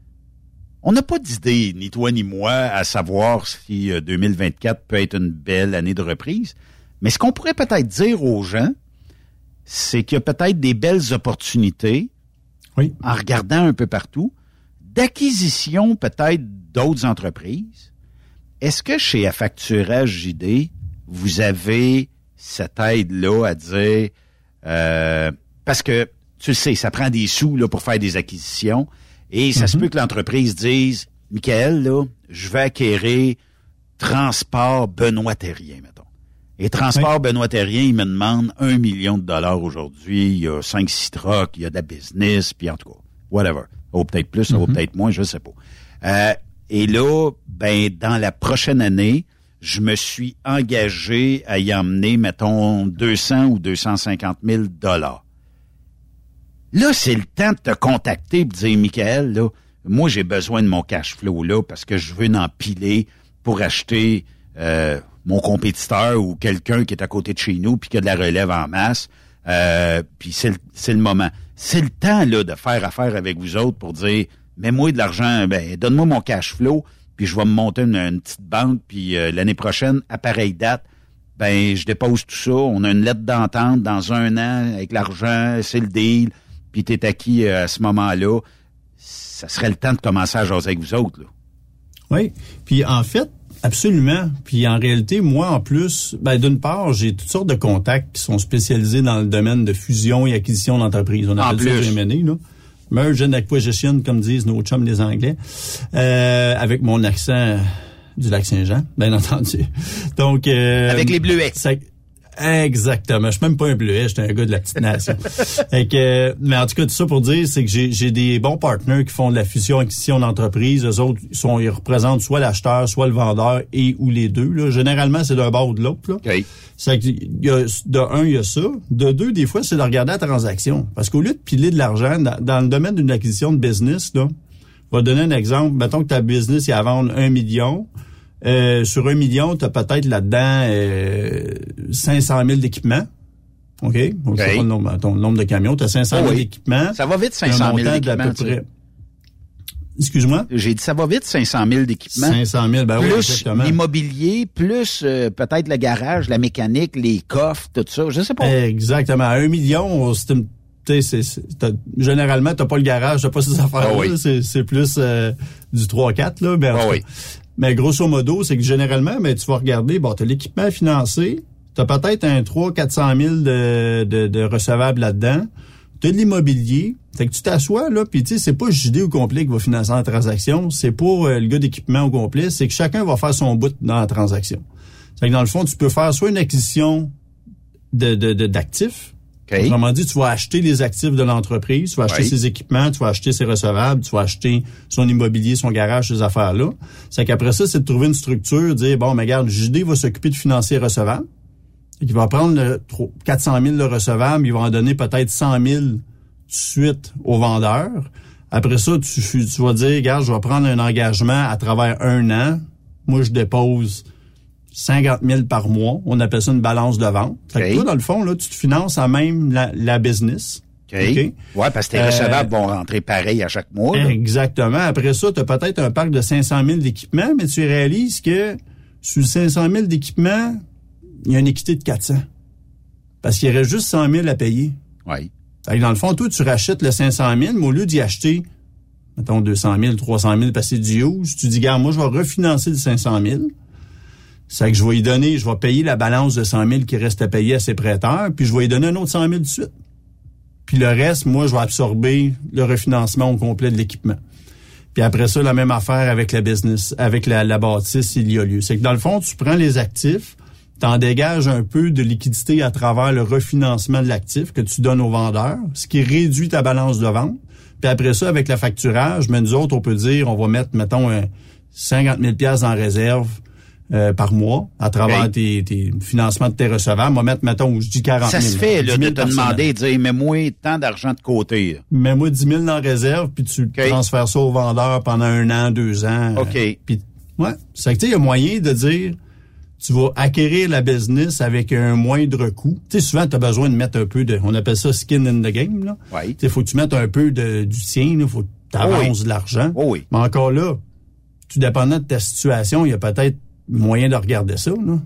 on n'a pas d'idée, ni toi ni moi, à savoir si 2024 peut être une belle année de reprise. Mais ce qu'on pourrait peut-être dire aux gens, c'est qu'il y a peut-être des belles opportunités, en regardant un peu partout, d'acquisition peut-être d'autres entreprises. Est-ce que chez Affacturage JD, vous avez cette aide-là à dire, parce que, tu le sais, ça prend des sous là pour faire des acquisitions, et ça se peut que l'entreprise dise, Michael, là, je vais acquérir Transport Benoît Thérien, mettons. Et Transport Benoît Thérien, il me demande 1 million de dollars aujourd'hui. Il y a 5-6 trucks, il y a de la business, puis en tout cas, whatever. Ça vaut peut-être plus, ça vaut peut-être moins, je sais pas. Et là, dans la prochaine année, je me suis engagé à y emmener, mettons, 200 ou 250 000 dollars. Là, c'est le temps de te contacter et de dire, Michael, là, moi, j'ai besoin de mon cash flow là parce que je veux empiler pour acheter mon compétiteur ou quelqu'un qui est à côté de chez nous puis qui a de la relève en masse. Puis c'est le moment. C'est le temps là de faire affaire avec vous autres pour dire, mets-moi de l'argent, donne-moi mon cash flow, puis je vais me monter une petite banque, puis l'année prochaine, à pareille date, je dépose tout ça, on a une lettre d'entente dans 1 an avec l'argent, c'est le deal, puis t'es acquis à ce moment-là. Ça serait le temps de commencer à jaser avec vous autres, là. Oui, puis en fait, absolument. Puis en réalité, moi, en plus, d'une part, j'ai toutes sortes de contacts qui sont spécialisés dans le domaine de fusion et acquisition d'entreprises. On appelle ça M&A, là. Merge and Acquisition, comme disent nos chums les Anglais, avec mon accent du Lac-Saint-Jean, bien entendu. Donc avec les bleuets. Exactement. Je suis même pas un bleuet, j'étais un gars de la petite nation. Mais en tout cas, tout ça pour dire, c'est que j'ai des bons partenaires qui font de la fusion-acquisition d'entreprise. Eux autres, ils représentent soit l'acheteur, soit le vendeur et ou les deux. Là. Généralement, c'est d'un bord ou de l'autre. Là. Okay. C'est que de un, il y a ça. De deux, des fois, c'est de regarder la transaction. Parce qu'au lieu de piler de l'argent, dans le domaine d'une acquisition de business, là, je vais donner un exemple. Mettons que ta business est à vendre 1 million. Sur 1 million, tu as peut-être là-dedans 500 000 d'équipements. OK? Donc, c'est pas ton nombre de camions. Tu as 500 000 d'équipements. Ça va vite, 500 000 d'équipements. Excuse-moi? J'ai dit, ça va vite, 500 000 d'équipements. 500 000, plus oui, exactement. L'immobilier, plus peut-être le garage, la mécanique, les coffres, tout ça. Je sais pas. Exactement. À 1 million, c'est tu sais, généralement, t'as pas le garage, t'as pas ces affaires-là. C'est plus du 3-4, là. Ben, mais grosso modo, c'est que généralement, ben, tu vas regarder, bon, t'as l'équipement financé, t'as peut-être un 300-400 000 de recevables là-dedans, t'as de l'immobilier, fait que tu t'assois, là, puis tu sais, c'est pas JD au complet qui va financer la transaction, c'est pas le gars d'équipement au complet, c'est que chacun va faire son bout dans la transaction. Fait que dans le fond, tu peux faire soit une acquisition d'actifs. Autrement dit, tu vas acheter les actifs de l'entreprise, tu vas acheter ses équipements, tu vas acheter ses recevables, tu vas acheter son immobilier, son garage, ces affaires-là. C'est qu'après ça, c'est de trouver une structure, dire, bon, mais regarde, JD va s'occuper de financer les recevables. Il va prendre 400 000 de recevables, il va en donner peut-être 100 000 tout de suite aux vendeurs. Après ça, tu vas dire, regarde, je vais prendre un engagement à travers 1 an. Moi, je dépose 50 000 par mois. On appelle ça une balance de vente. Fait que toi, dans le fond, là, tu te finances à même la business. Ouais, parce que tes recevables vont rentrer pareil à chaque mois. Là. Exactement. Après ça, tu as peut-être un parc de 500 000 d'équipements, mais tu réalises que sur 500 000 d'équipements, il y a une équité de 400. Parce qu'il y aurait juste 100 000 à payer. Oui. Fait que dans le fond, toi, tu rachètes le 500 000, mais au lieu d'y acheter, mettons, 200 000, 300 000, parce que c'est du use, tu dis, regarde, moi, je vais refinancer le 500 000. C'est que je vais y donner, je vais payer la balance de 100 000 qui reste à payer à ses prêteurs, puis je vais y donner un autre 100 000 tout de suite. Puis le reste, moi, je vais absorber le refinancement au complet de l'équipement. Puis après ça, la même affaire avec la business, avec la bâtisse, il y a lieu. C'est que dans le fond, tu prends les actifs, t'en dégages un peu de liquidité à travers le refinancement de l'actif que tu donnes aux vendeurs, ce qui réduit ta balance de vente. Puis après ça, avec le facturage, mais nous autres, on peut dire, on va mettre, mettons, 50 000 $ en réserve par mois à travers tes financements de tes recevables. On va mettre, mettons, je dis 40 000. Ça se fait, là, de te demander, de dire, mets-moi tant d'argent de côté. Mets-moi 10 000 en réserve, puis tu transfères ça au vendeur pendant 1 an, 2 ans. Puis, ouais. C'est que, tu sais, il y a moyen de dire, tu vas acquérir la business avec un moindre coût. Tu sais, souvent, tu as besoin de mettre un peu on appelle ça skin in the game, là. Tu sais, faut que tu mettes un peu du tien, là. Faut que tu avances de l'argent. Mais encore là, tout dépendant de ta situation, il y a peut-être moyen de regarder ça, là.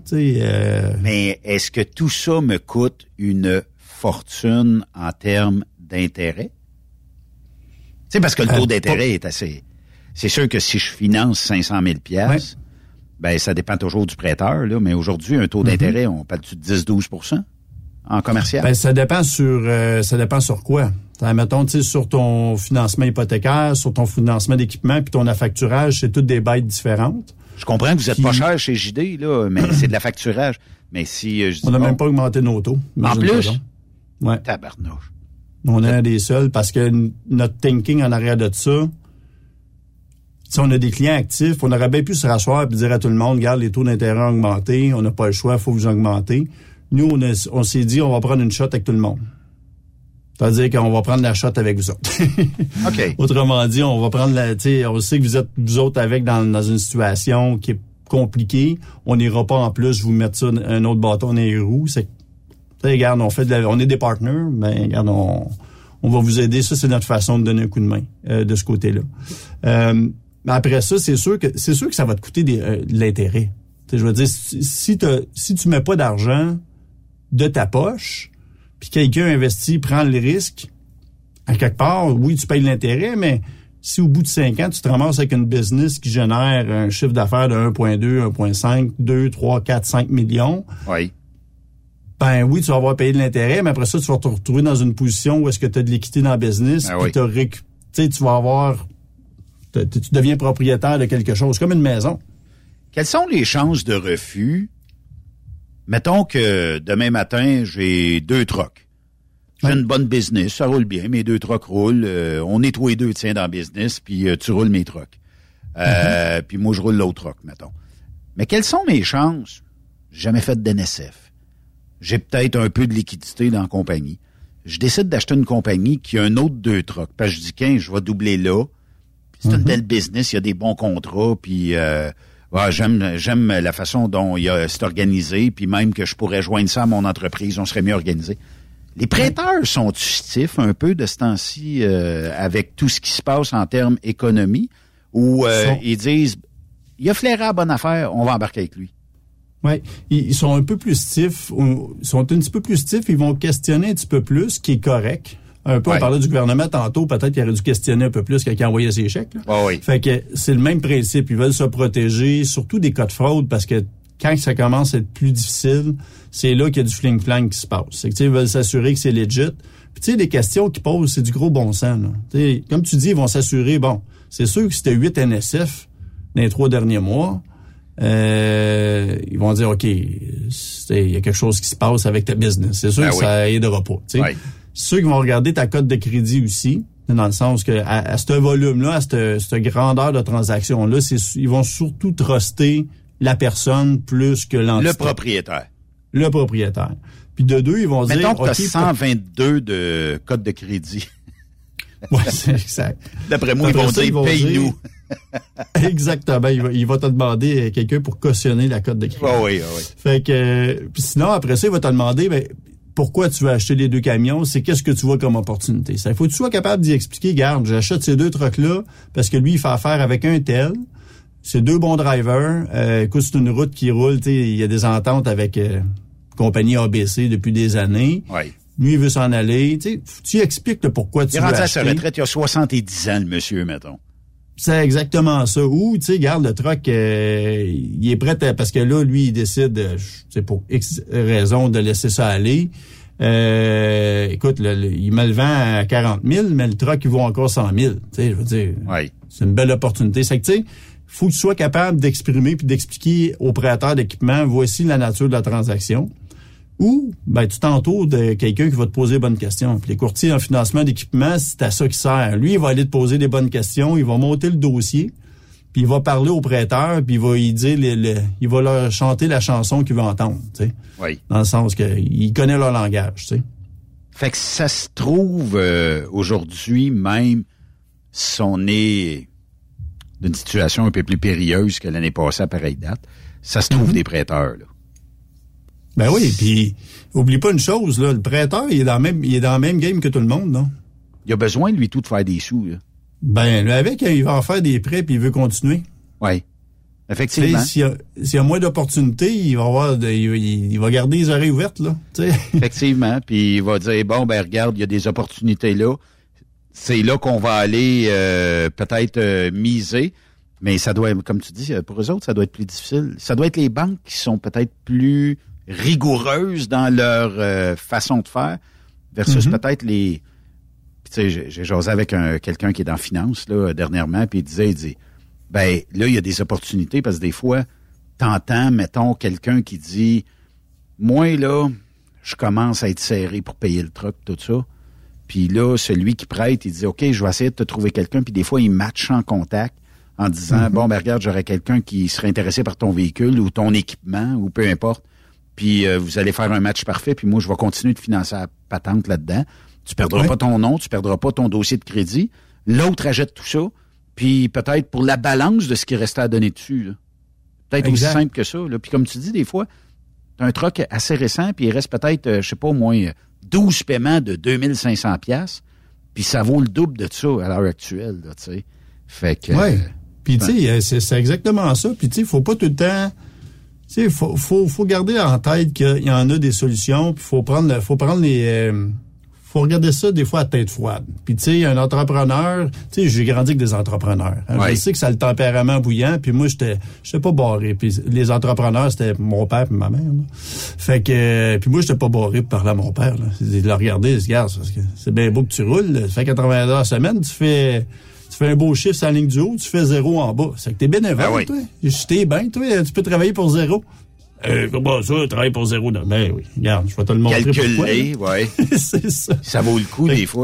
Mais est-ce que tout ça me coûte une fortune en termes d'intérêt? Tu sais, parce que le taux d'intérêt est assez... C'est sûr que si je finance 500 000 $, ben ça dépend toujours du prêteur, là, mais aujourd'hui, un taux d'intérêt, on parle-tu de 10-12 % en commercial? Ben, ça dépend sur quoi? Mettons, tu sais, sur ton financement hypothécaire, sur ton financement d'équipement, puis ton affacturage, c'est toutes des bêtes différentes. Je comprends que vous êtes pas cher chez JD, là, mais c'est de l'affacturage. Mais si je dis, on n'a même pas augmenté nos taux. En plus? Ouais. Tabarnouche. On est un des seuls parce que notre thinking en arrière de ça, si on a des clients actifs, on aurait bien pu se rasseoir et dire à tout le monde, regarde, les taux d'intérêt ont augmenté, on n'a pas le choix, il faut vous augmenter. Nous, on s'est dit, on va prendre une shot avec tout le monde. C'est-à-dire qu'on va prendre la shot avec vous autres. OK. Autrement dit, on va prendre on sait que vous êtes, vous autres, avec dans une situation qui est compliquée. On n'ira pas en plus vous mettre ça, un autre bâton dans les roues. C'est que, regarde, on est des partners, mais regarde, on va vous aider. Ça, c'est notre façon de donner un coup de main, de ce côté-là. Mais après ça, c'est sûr que ça va te coûter de l'intérêt. T'sais, je veux dire, si tu mets pas d'argent de ta poche, puis quelqu'un investit, prend le risque, à quelque part, oui, tu payes l'intérêt, mais si au bout de 5 ans, tu te ramasses avec une business qui génère un chiffre d'affaires de 1,2, 1,5, 2, 3, 4, 5 millions, ben oui, tu vas avoir payé de l'intérêt, mais après ça, tu vas te retrouver dans une position où est-ce que tu as de l'équité dans la business, puis tu vas avoir... Tu deviens propriétaire de quelque chose, comme une maison. Quelles sont les chances de refus? Mettons que demain matin, j'ai 2 trucks. J'ai une bonne business, ça roule bien, mes 2 trucks roulent. On est tous les deux, tiens, dans le business, puis tu roules mes trucks. Puis moi, je roule l'autre truck, mettons. Mais quelles sont mes chances? J'ai jamais fait d'NSF. J'ai peut-être un peu de liquidité dans la compagnie. Je décide d'acheter une compagnie qui a un autre 2 trucks. Parce que je dis, je vais doubler là. C'est une belle business, il y a des bons contrats, puis j'aime la façon dont c'est organisé, puis même que je pourrais joindre ça à mon entreprise, on serait mieux organisé. Les prêteurs sont stiffs un peu de ce temps-ci avec tout ce qui se passe en termes économie, où ils disent, il a flairé à bonne affaire, on va embarquer avec lui. Oui, ils sont un peu plus stiffs, ils sont un petit peu plus stiffs, ils vont questionner un petit peu plus, ce qui est correct. Un peu, on parlait du gouvernement tantôt, peut-être qu'il aurait dû questionner un peu plus quand il envoyait ses chèques. Là. Oh oui. Fait que c'est le même principe. Ils veulent se protéger, surtout des cas de fraude, parce que quand ça commence à être plus difficile, c'est là qu'il y a du fling-flang qui se passe. C'est que, ils veulent s'assurer que c'est legit. Puis, tu sais, les questions qu'ils posent, c'est du gros bon sens. Là. Comme tu dis, ils vont s'assurer, bon, c'est sûr que si t'as 8 NSF dans les 3 derniers mois, ils vont dire, OK, il y a quelque chose qui se passe avec ta business. C'est sûr que ça aidera pas. Ouais. Ceux qui vont regarder ta cote de crédit aussi, dans le sens que à ce volume-là, à cette grandeur de transaction-là, ils vont surtout truster la personne plus que l'entité. Le propriétaire. Puis de deux, ils vont dire... Mettons que t'as 122 de code de crédit. Oui, c'est exact. D'après moi, ils vont dire, paye-nous. Exactement. Il va te demander quelqu'un pour cautionner la cote de crédit. Oui. Fait que... Puis sinon, après ça, il va te demander... pourquoi tu veux acheter les 2 camions, c'est qu'est-ce que tu vois comme opportunité. Ça, il faut que tu sois capable d'y expliquer, garde, j'achète ces 2 trucks-là parce que lui, il fait affaire avec un tel. C'est 2 bons drivers. Écoute, c'est une route qui roule, il y a des ententes avec compagnie ABC depuis des années. Oui. Lui, il veut s'en aller. Tu expliques le pourquoi tu veux acheter. Il est rendu à sa retraite, il a 70 ans, le monsieur, mettons. C'est exactement ça. Ou, tu sais, garde le truck, il est prêt parce que là, lui, il décide, c'est pour X raison de laisser ça aller. Écoute, il me le vend à 40 000, mais le truck, il vaut encore 100 000. Tu sais, je veux dire, c'est une belle opportunité. C'est que, tu sais, faut que tu sois capable d'exprimer puis d'expliquer au prêteur d'équipement, voici la nature de la transaction. Ou, tu t'entoures de quelqu'un qui va te poser les bonnes questions. Puis les courtiers en financement d'équipement, c'est à ça qu'il sert. Lui, il va aller te poser des bonnes questions, il va monter le dossier, puis il va parler au prêteur, puis il va y dire, il va leur chanter la chanson qu'il veut entendre, tu sais. Oui. Dans le sens qu'il connaît leur langage, tu sais. Fait que ça se trouve aujourd'hui, même si on est d'une situation un peu plus périlleuse que l'année passée à pareille date, ça se trouve des prêteurs, là. Ben oui, puis oublie pas une chose, là, le prêteur, il est dans le même game que tout le monde, non? Il a besoin, lui, tout, de faire des sous, là. Ben, lui, avec, il va en faire des prêts puis il veut continuer. Oui. Effectivement. S'il y a moins d'opportunités, il va garder les oreilles ouvertes, là. T'sais. Effectivement. Puis il va dire, bon, regarde, il y a des opportunités là. C'est là qu'on va aller peut-être miser. Mais ça doit, comme tu dis, pour eux autres, ça doit être plus difficile. Ça doit être les banques qui sont peut-être plus rigoureuses dans leur façon de faire versus peut-être les... Tu sais, j'ai jasé avec quelqu'un qui est dans finance là dernièrement, puis il dit, là, il y a des opportunités parce que des fois, t'entends, mettons, quelqu'un qui dit, moi, là, je commence à être serré pour payer le truck, tout ça. Puis là, celui qui prête, il dit, OK, je vais essayer de te trouver quelqu'un. Puis des fois, il matche en contact en disant, regarde, j'aurais quelqu'un qui serait intéressé par ton véhicule ou ton équipement ou peu importe. Puis vous allez faire un match parfait, puis moi, je vais continuer de financer la patente là-dedans. Tu perdras pas ton nom, tu perdras pas ton dossier de crédit. L'autre achète tout ça, puis peut-être pour la balance de ce qui restait à donner dessus. Là. Peut-être aussi simple que ça. Là. Puis comme tu dis, des fois, tu as un truck assez récent, puis il reste peut-être, je sais pas, au moins 12 paiements de 2500 $, puis ça vaut le double de ça à l'heure actuelle, tu sais. Fait que... Oui, puis tu sais, c'est exactement ça. Puis tu sais, faut pas tout le temps... Tu sais, faut garder en tête qu'il y en a des solutions, puis faut prendre les... faut regarder ça des fois à tête froide. Puis tu sais, un entrepreneur, tu sais, j'ai grandi avec des entrepreneurs. Hein, je sais que ça a le tempérament bouillant, puis moi j'étais pas barré. Puis les entrepreneurs, c'était mon père et ma mère. Là. Fait que puis moi j'étais pas barré pour parler à mon père. Là. De le regarder, regarde, parce que c'est bien beau que tu roules. Là. Tu fais 80 heures semaine, tu fais un beau chiffre sur la ligne du haut, tu fais 0 en bas. C'est que t'es bénévole, toi. T'es bien, toi. Tu peux travailler pour 0. Comment ça, travailler pour 0? Ben oui, regarde, je vais te le montrer. Calculer, oui. C'est ça. Ça vaut le coup, des fois.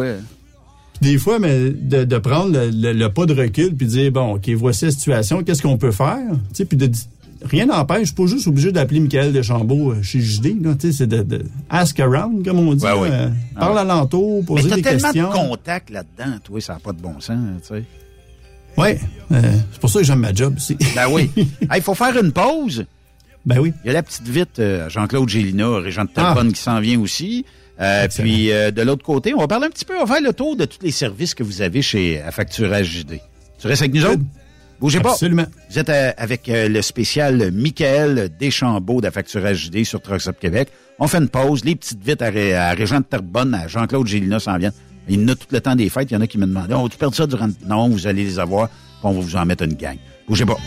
Des fois, mais de prendre le pas de recul puis de dire, bon, OK, voici la situation, qu'est-ce qu'on peut faire? Tu sais, puis rien n'empêche, je suis pas juste obligé d'appeler Michael Deschambault chez JD, là, tu sais, c'est de ask around, comme on dit. Parle alentour, poser des questions. Mais t'as tellement de contacts là-dedans, toi, ça n'a pas de bon sens, tu sais. Oui, c'est pour ça que j'aime ma job aussi. Ben oui. Il faut faire une pause. Ben oui. Il y a la petite vite, Jean-Claude Gélina, régent de Terrebonne qui s'en vient aussi. Puis de l'autre côté, on va parler un petit peu, on va faire le tour de tous les services que vous avez chez Affacturage JD. Tu restes avec nous autres? Bougez pas. Absolument. Vous êtes avec le spécial Michael Deschambault d'Affacturage JD sur Trucks Up Québec. On fait une pause, les petites vites à régent de Terrebonne, à Jean-Claude Gélina s'en viennent. Il y en a tout le temps des fêtes. Il y en a qui me demandaient, on va-tu perdre ça durant... Non, vous allez les avoir, puis on va vous en mettre une gang. Bougez pas.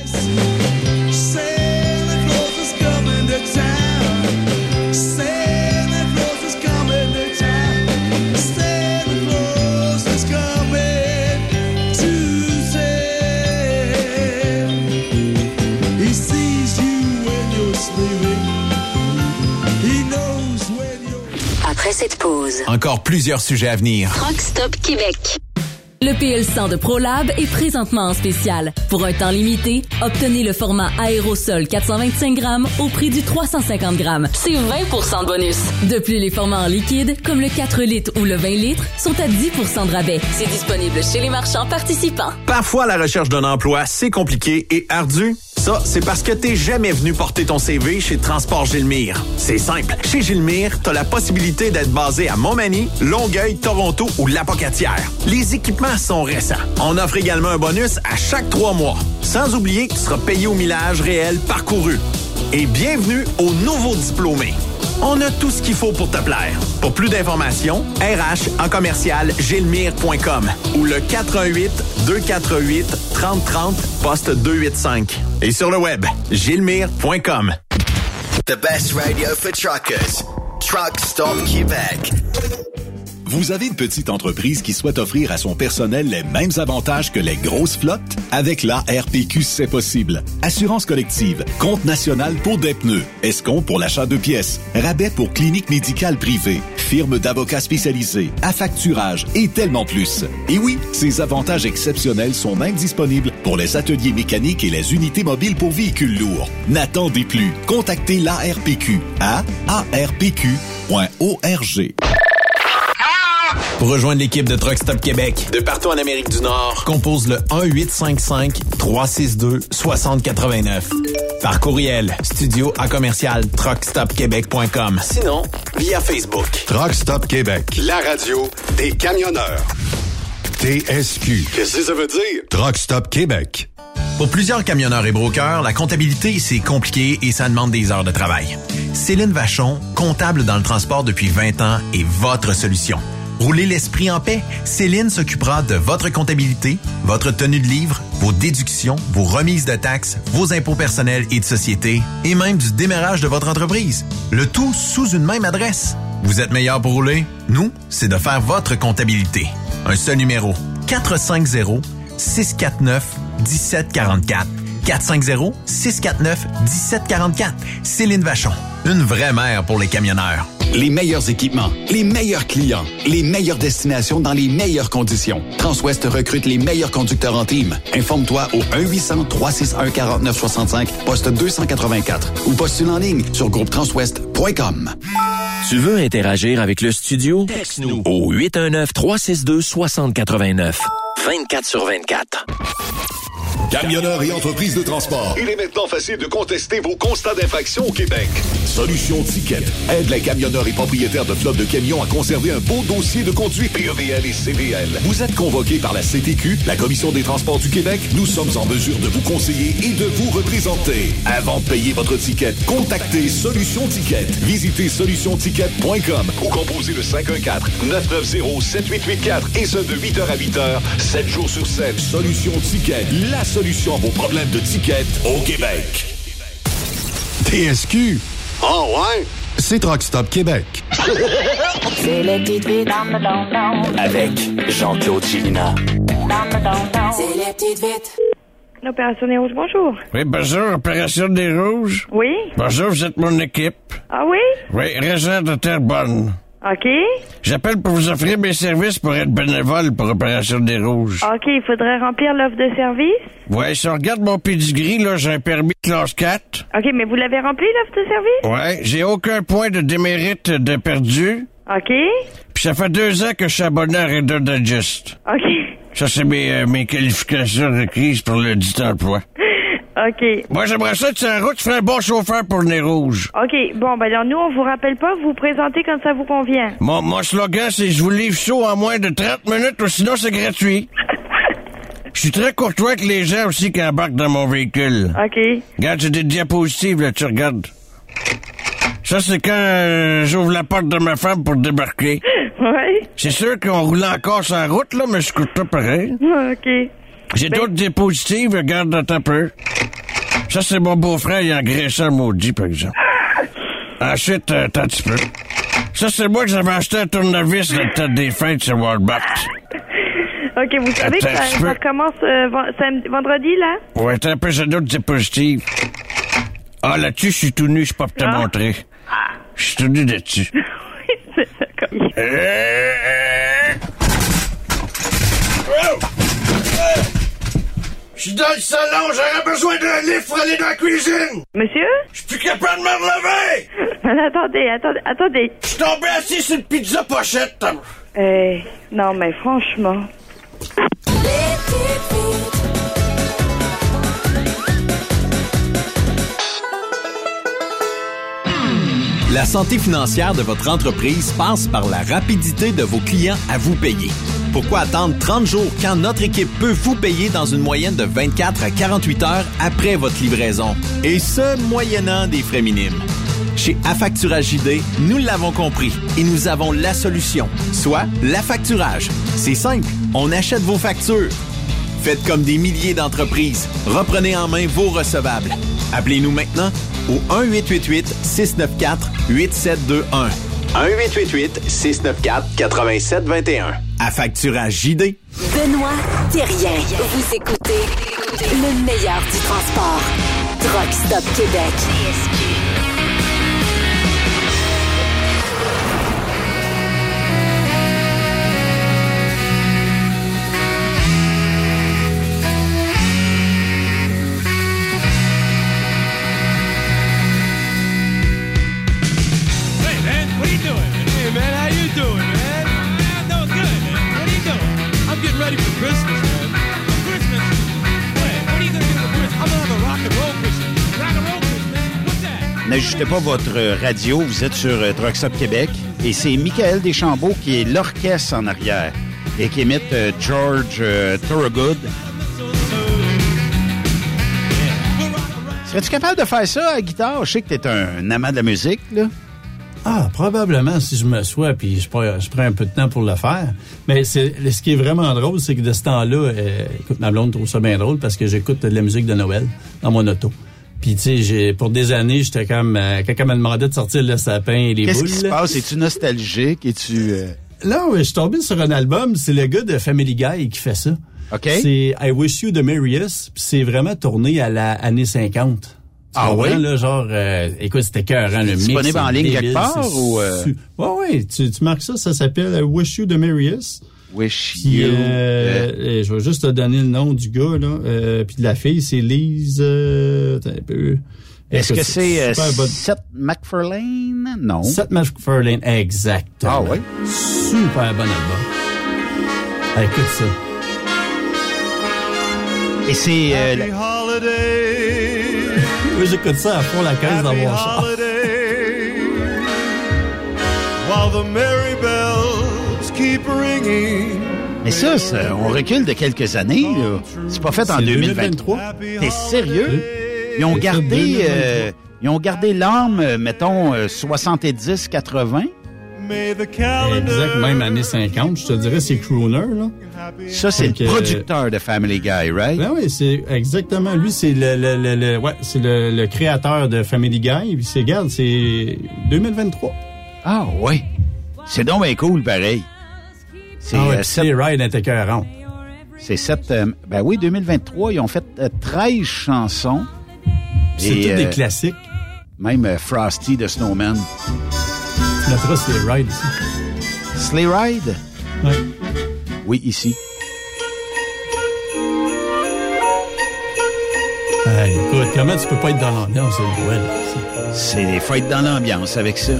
Après cette pause, Encore plusieurs sujets à venir. Truck Stop Québec. Le PL100 de ProLab est présentement en spécial. Pour un temps limité, obtenez le format aérosol 425 grammes au prix du 350 grammes. C'est 20 % de bonus. De plus, les formats en liquide, comme le 4 litres ou le 20 litres, sont à 10 % de rabais. C'est disponible chez les marchands participants. Parfois, la recherche d'un emploi, c'est compliqué et ardu. Ça, c'est parce que t'es jamais venu porter ton CV chez Transport Gilmire. C'est simple. Chez Gilmire, t'as la possibilité d'être basé à Montmagny, Longueuil, Toronto ou Lapocatière. Les équipements sont récents. On offre également un bonus à chaque 3 mois. Sans oublier que tu seras payé au millage réel parcouru. Et bienvenue aux nouveaux diplômés. On a tout ce qu'il faut pour te plaire. Pour plus d'informations, RH en commercial gilmire.com ou le 418-248-3030 poste 285. Et sur le web, gilmire.com. The best radio for truckers. Truck Stop Québec. Vous avez une petite entreprise qui souhaite offrir à son personnel les mêmes avantages que les grosses flottes? Avec la RPQ, c'est possible. Assurance collective, compte national pour des pneus, escompte pour l'achat de pièces, rabais pour clinique médicale privée, firme d'avocats spécialisés, affacturage et tellement plus. Et oui, ces avantages exceptionnels sont même disponibles pour les ateliers mécaniques et les unités mobiles pour véhicules lourds. N'attendez plus. Contactez l'ARPQ à arpq.org. Pour rejoindre l'équipe de Truck Stop Québec, de partout en Amérique du Nord, compose le 1-855-362-6089. Par courriel, studio@truckstopquebec.com. Sinon, via Facebook. Truck Stop Québec, la radio des camionneurs. TSQ. Qu'est-ce que ça veut dire? Truck Stop Québec. Pour plusieurs camionneurs et brokers, la comptabilité, c'est compliqué et ça demande des heures de travail. Céline Vachon, comptable dans le transport depuis 20 ans, est votre solution. Roulez l'esprit en paix. Céline s'occupera de votre comptabilité, votre tenue de livre, vos déductions, vos remises de taxes, vos impôts personnels et de société, et même du démarrage de votre entreprise. Le tout sous une même adresse. Vous êtes meilleur pour rouler? Nous, c'est de faire votre comptabilité. Un seul numéro. 450-649-1744. 450-649-1744. Céline Vachon. Une vraie mère pour les camionneurs. Les meilleurs équipements, les meilleurs clients, les meilleures destinations dans les meilleures conditions. Transwest recrute les meilleurs conducteurs en team. Informe-toi au 1-800-361-4965, poste 284 ou postule en ligne sur groupetranswest.com. Tu veux interagir avec le studio? Texte-nous au 819-362-6089. 24/24. Camionneurs et entreprises de transport. Il est maintenant facile de contester vos constats d'infraction au Québec. Solution Ticket aide les camionneurs et propriétaires de flottes de camions à conserver un beau dossier de conduite PEVL et CVL. Vous êtes convoqué par la CTQ, la Commission des transports du Québec. Nous sommes en mesure de vous conseiller et de vous représenter. Avant de payer votre ticket, contactez Solution Ticket. Visitez solutionticket.com ou composez le 514-990-7884 et ce de 8h à 8h, 7 jours sur 7. Solution Ticket, la solution à vos problèmes de ticket au Québec. TSQ. Oh ouais? C'est Truck Stop Québec. C'est les petites vites dans le don-don. Avec Jean-Claude Chilina. C'est les petites vites. L'Opération des Rouges, bonjour. Oui, bonjour, Opération des Rouges. Oui? Bonjour, vous êtes mon équipe. Ah oui? Oui, Régent de Terrebonne. OK. J'appelle pour vous offrir mes services pour être bénévole pour Opération des Rouges. OK, il faudrait remplir l'offre de service? Ouais, si on regarde mon pedigree, là, j'ai un permis de classe 4. OK, mais vous l'avez rempli, l'offre de service? Ouais, j'ai aucun point de démérite de perdu. OK. Puis ça fait 2 ans que je suis abonné à Reader Digest. OK. Ça, c'est mes qualifications requises pour le dit emploi. OK. Moi, j'aimerais ça être sur la route, tu ferais un bon chauffeur pour le nez rouge. OK. Bon, ben alors, nous, on vous rappelle pas, vous vous présentez quand ça vous convient. Mon slogan, c'est « Je vous livre chaud en moins de 30 minutes ou sinon c'est gratuit ». Je suis très courtois avec les gens aussi qui embarquent dans mon véhicule. OK. Regarde, j'ai des diapositives, là, tu regardes. Ça, c'est quand j'ouvre la porte de ma femme pour débarquer. Oui. C'est sûr qu'on roule encore sur la route, là, mais je coûte pas pareil. OK. J'ai d'autres diapositives, regarde un peu. Ça, c'est mon beau-frère, il a engraissé un maudit, par exemple. Ensuite, attends un petit peu. Ça, c'est moi que j'avais acheté un tournevis dans le temps des fêtes chez Walmart. OK, vous savez que ça recommence vendredi, là? Ouais, attends un peu, j'ai d'autres diapositives. Ah, là-dessus, je suis tout nu, je peux pas te montrer. Je suis tout nu là-dessus. Oui, c'est ça, comme Je suis dans le salon, j'aurais besoin d'un livre pour aller dans la cuisine. Monsieur? Je suis plus capable de me relever. Attendez. Je suis tombé assis sur une pizza pochette. Non, mais franchement... La santé financière de votre entreprise passe par la rapidité de vos clients à vous payer. Pourquoi attendre 30 jours quand notre équipe peut vous payer dans une moyenne de 24 à 48 heures après votre livraison? Et ce, moyennant des frais minimes. Chez Affacturage JD, nous l'avons compris et nous avons la solution, soit l'affacturage. C'est simple, on achète vos factures. Faites comme des milliers d'entreprises. Reprenez en main vos recevables. Appelez-nous maintenant au 1-888-694-8721. 1-888-694-8721. Affacturage JD. Benoît Thérien. Vous écoutez le meilleur du transport. Truck Stop Québec. Ready for Christmas, man. Christmas? What are you gonna do for Christmas? I'm gonna have a rock and roll Christmas. Rock and roll Christmas? What's that? N'ajustez pas votre radio, vous êtes sur Truck Stop Québec et c'est Michael Deschambault qui est l'orchestre en arrière et qui imite George Thorogood. Serais-tu capable de faire ça à la guitare? Je sais que t'es un amant de la musique, là. Ah, probablement, si je m'assois puis je prends un peu de temps pour le faire. Mais ce qui est vraiment drôle, c'est que de ce temps-là, écoute, ma blonde trouve ça bien drôle parce que j'écoute de la musique de Noël dans mon auto. Puis, tu sais, pour des années, j'étais comme... quelqu'un m'a demandé de sortir le sapin et les boules. Qu'est-ce qui se passe? Es-tu nostalgique? Es-tu... Là, je suis tombé sur un album. C'est le gars de Family Guy qui fait ça. OK. C'est I Wish You the Merriest. Puis c'est vraiment tourné à l'année 50. Ah oui? Là, genre, écoute, c'était écœurant, le mix. Disponible en ligne quelque part ou... Ouais, tu marques ça s'appelle Wish You the Merriest. Wish You. Je vais juste te donner le nom du gars, là. Puis de la fille, c'est Lise... attends un peu. Est-ce que c'est Seth MacFarlane? Non. Seth MacFarlane, exactement. Ah oui? Super bon album. Écoute ça. Et c'est... Oui, j'écoute ça à fond la caisse dans mon char. Mais ça, on recule de quelques années, là. C'est pas fait en 2023. T'es sérieux? Ils ont gardé l'âme, mettons, 70-80. Exact, même année 50, je te dirais, c'est Crooner, là. Ça, c'est le producteur de Family Guy, right? Ben oui, c'est exactement. Lui, c'est le créateur de Family Guy. Puis c'est 2023. Ah oui. C'est donc bien cool, pareil. C'est Ride était écœurant. C'est 2023, ils ont fait 13 chansons. C'est tous des classiques. Même Frosty de Snowman. Tu mettras Sleigh Ride ici. Sleigh Ride? Oui. Oui, ici. Écoute, comment tu peux pas être dans l'ambiance, c'est Noël? Il faut être dans l'ambiance avec ça.